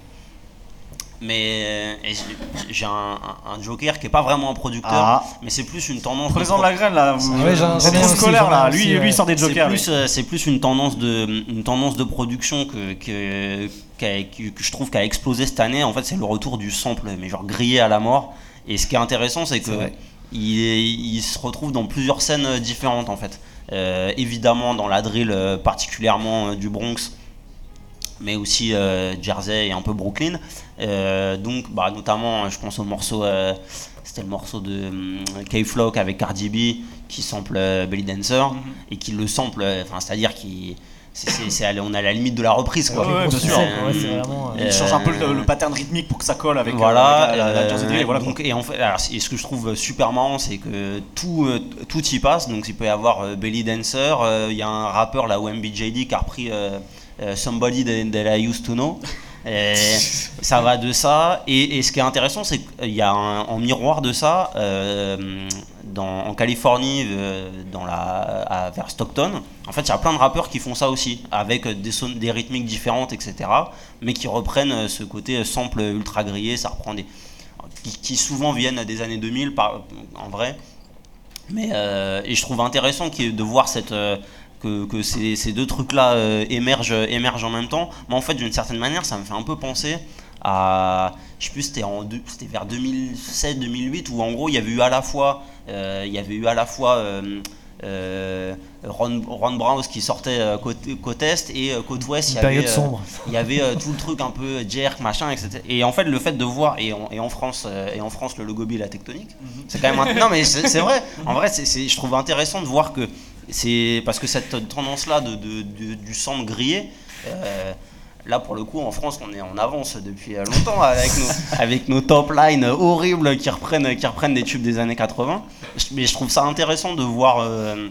Mais et j'ai un, un joker qui n'est pas vraiment un producteur, ah. mais c'est plus une tendance. Prenez-en de la graine là, vous, ouais, c'est trop scolaire là. Lui, lui, il sort des jokers. C'est plus, euh, c'est plus une tendance de, une tendance de production que, que, que, que je trouve qui a explosé cette année. En fait, c'est le retour du sample, mais genre grillé à la mort. Et ce qui est intéressant, c'est que c'est Il, est, il se retrouve dans plusieurs scènes différentes en fait. Euh, évidemment dans la drill, euh, particulièrement euh, du Bronx, mais aussi euh, Jersey et un peu Brooklyn. Euh, donc bah, notamment je pense au morceau, euh, c'était le morceau de euh, K-Flock avec Cardi B qui sample euh, Belly Dancer, mm-hmm. et qui le sample, enfin c'est-à-dire qu'il C'est, c'est, c'est, on est à la limite de la reprise quoi. Ouais, ouais, bien sûr. Ouais, c'est vraiment, euh, il change un peu le, le pattern rythmique pour que ça colle avec, voilà, euh, avec la, la, la Jersey Drill, et voilà. Donc, et en fait, alors, et ce que je trouve super marrant, c'est que tout, euh, tout y passe. Donc il peut y avoir euh, Belly Dancer, il euh, y a un rappeur là, O M B J D, qui a repris euh, euh, Somebody That, that I Used to Know. Et ça va de ça, et, et ce qui est intéressant, c'est qu'il y a un, en miroir de ça, euh, dans, en Californie, euh, dans la, à, vers Stockton, en fait il y a plein de rappeurs qui font ça aussi, avec des, son, des rythmiques différentes, et cetera, mais qui reprennent ce côté sample ultra grillé, ça reprend des... qui, qui souvent viennent des années deux mille, par, en vrai, mais, euh, et je trouve intéressant de voir cette... Euh, que, que ces, ces deux trucs-là euh, émergent, émergent en même temps. Mais en fait, d'une certaine manière, ça me fait un peu penser à... Je sais plus, c'était, en deux, c'était vers deux mille sept deux mille huit, où en gros, il y avait eu à la fois... Euh, il y avait eu à la fois... Euh, euh, Ron, Ron Browns qui sortait euh, côté, côte est, et euh, côte ouest, il y, avait, euh, il y avait euh, tout le truc un peu jerk, machin, et cetera. Et en fait, le fait de voir, et en, et en France, euh, et en France le logo Bill la tectonique, mm-hmm. c'est quand même un... Non mais c'est, c'est vrai, en vrai, c'est, c'est, je trouve intéressant de voir que c'est parce que cette tendance-là de, de, de, du sang grillé, euh, là pour le coup en France on est en avance depuis longtemps avec nos, avec nos top lines horribles qui reprennent, qui reprennent des tubes des années quatre-vingts. Mais je trouve ça intéressant de voir, euh,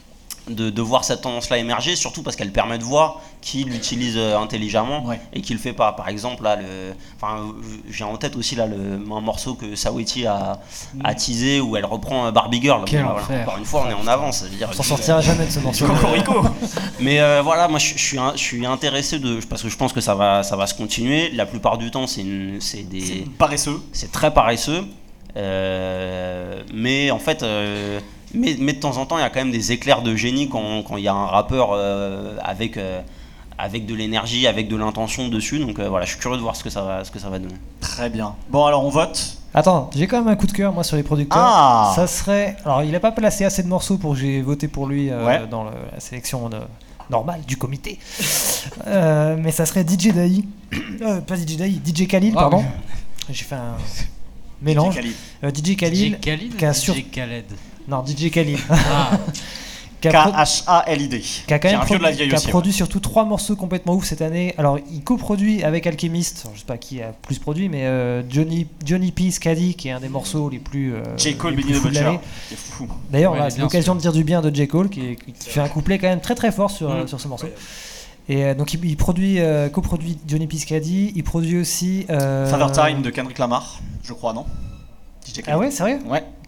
de, de voir cette tendance-là émerger, surtout parce qu'elle permet de voir qui l'utilise intelligemment, ouais. et qui le fait pas. Par exemple, là, le, enfin, j'ai en tête aussi là, le, un morceau que Saweetie a, a teasé où elle reprend Barbie Girl. Quel voilà, enfer. Encore une fois, on est en avance. Je veux dire, on s'en sortira jamais de ce morceau. Mais euh, voilà, moi je, je, suis, je suis intéressé de, parce que je pense que ça va, ça va se continuer. La plupart du temps, c'est, une, c'est des. C'est paresseux. C'est très paresseux. Euh, mais en fait. Euh, Mais, mais de temps en temps, il y a quand même des éclairs de génie quand, quand il y a un rappeur euh, avec, euh, avec de l'énergie, avec de l'intention dessus. Donc euh, voilà, je suis curieux de voir ce que ça va, ce que ça va donner. Très bien. Bon, alors on vote. Attends, j'ai quand même un coup de cœur, moi, sur les producteurs. Ah ça serait... Alors, il n'a pas placé assez de morceaux pour que j'ai voté pour lui euh, ouais. dans le, la sélection de... normale du comité. euh, mais ça serait D J Daï. Euh, pas D J Daï, D J Khalil, oh, pardon. Mais... J'ai fait un mélange. D J Khalil. Euh, D J Khalil. D J Khalil qui a ou sur... D J Khaled. Non, D J Khalil. Ah. K H A L I D. Qui a quand même produ- produ- qui a aussi, produit ouais. surtout trois morceaux complètement ouf cette année. Alors, il coproduit avec Alchemist, je sais pas qui a plus produit, mais euh, Johnny, Johnny P. Scaddy, qui est un des morceaux les plus. Euh, J. Cole, les Benny plus the fous de Butcher. l'année. C'est fou. D'ailleurs, ouais, voilà, c'est l'occasion de dire du bien de J. Cole, qui, qui fait un couplet quand même très très fort sur, mmh. euh, sur ce morceau. Et euh, donc, il, il produit, euh, coproduit Johnny P. Scaddy, il produit aussi. Euh, Father Time de Kendrick Lamar, je crois, non? Ah ouais, sérieux? Ouais.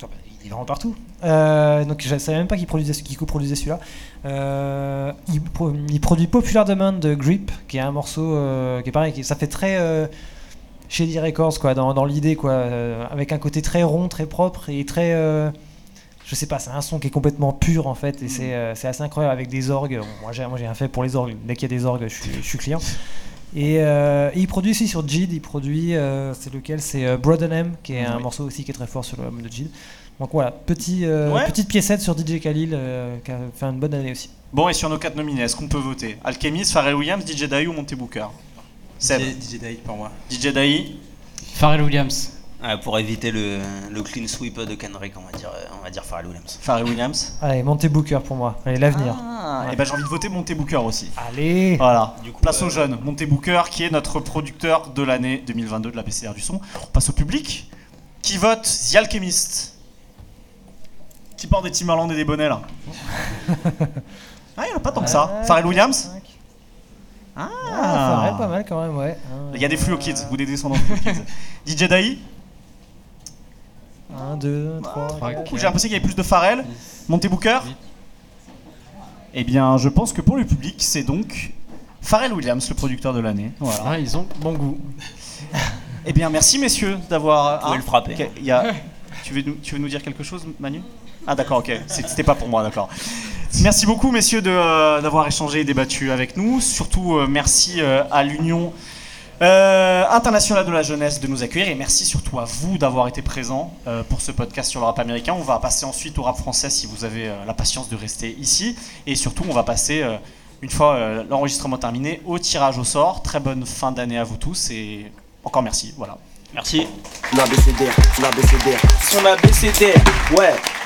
il est vraiment partout. Euh, donc je savais même pas qu'il produisait, qu'il coproduisait celui-là. Euh, il, pro, il produit Popular Demand de Grip, qui est un morceau euh, qui est pareil, qui, ça fait très euh, Shady Records quoi, dans, dans l'idée quoi, euh, avec un côté très rond, très propre et très, euh, je sais pas, c'est un son qui est complètement pur en fait, et c'est, euh, c'est assez incroyable avec des orgues. Bon, moi j'ai, moi j'ai un fait pour les orgues. Dès qu'il y a des orgues, je suis, je suis client. Et, euh, et il produit aussi sur Jid, il produit, euh, c'est lequel, c'est euh, Broadenham, qui est un oui. morceau aussi qui est très fort sur l'album de Jid. Donc voilà, petit, euh, ouais. petite piécette sur D J Khalil euh, qui a fait une bonne année aussi. Bon, et sur nos quatre nominés, est-ce qu'on peut voter Alchemist, Pharrell Williams, D J Dahi ou Monte Booker? D J Dahi pour moi. D J Dahi. Pharrell Williams. Ah, pour éviter le, le clean sweep de Kendrick, on va dire, on va dire Pharrell Williams. Pharrell Williams. Allez, Monte Booker pour moi. Allez, l'avenir. Ah, ouais. Et ben j'ai envie de voter Monte Booker aussi. Allez. Voilà. Du coup, place euh... aux jeunes. Monte Booker, qui est notre producteur de l'année deux mille vingt-deux de la B C D R du son. On passe au public. Qui vote The Alchemist? Qui porte des Timberland et des bonnets là? Ah, il n'y en a pas tant que ça. Euh, Pharrell Williams. Ah, ah Pharrell, pas mal quand même, ouais. Il y a des Fluo Kids, vous des descendants de Fluo Kids. D J Dahi. un, deux, trois, quatre. J'ai l'impression qu'il y avait plus de Pharrell. Monte Booker. Eh bien, je pense que pour le public, c'est donc Pharrell Williams, le producteur de l'année. Voilà. Ah, ils ont bon goût. Eh bien, merci messieurs d'avoir. Vous pouvez ah, le frapper. Okay, y a... tu, veux nous, tu veux nous dire quelque chose, Manu? Ah d'accord, ok. C'était pas pour moi, d'accord. Merci beaucoup messieurs de, euh, d'avoir échangé et débattu avec nous. Surtout euh, merci euh, à l'Union euh, internationale de la jeunesse de nous accueillir, et merci surtout à vous d'avoir été présents euh, pour ce podcast sur le rap américain. On va passer ensuite au rap français si vous avez euh, la patience de rester ici, et surtout on va passer euh, une fois euh, l'enregistrement terminé au tirage au sort. Très bonne fin d'année à vous tous et encore merci. Voilà. Merci. L'A B C D R, l'A B C D R. Son A B C D R, ouais.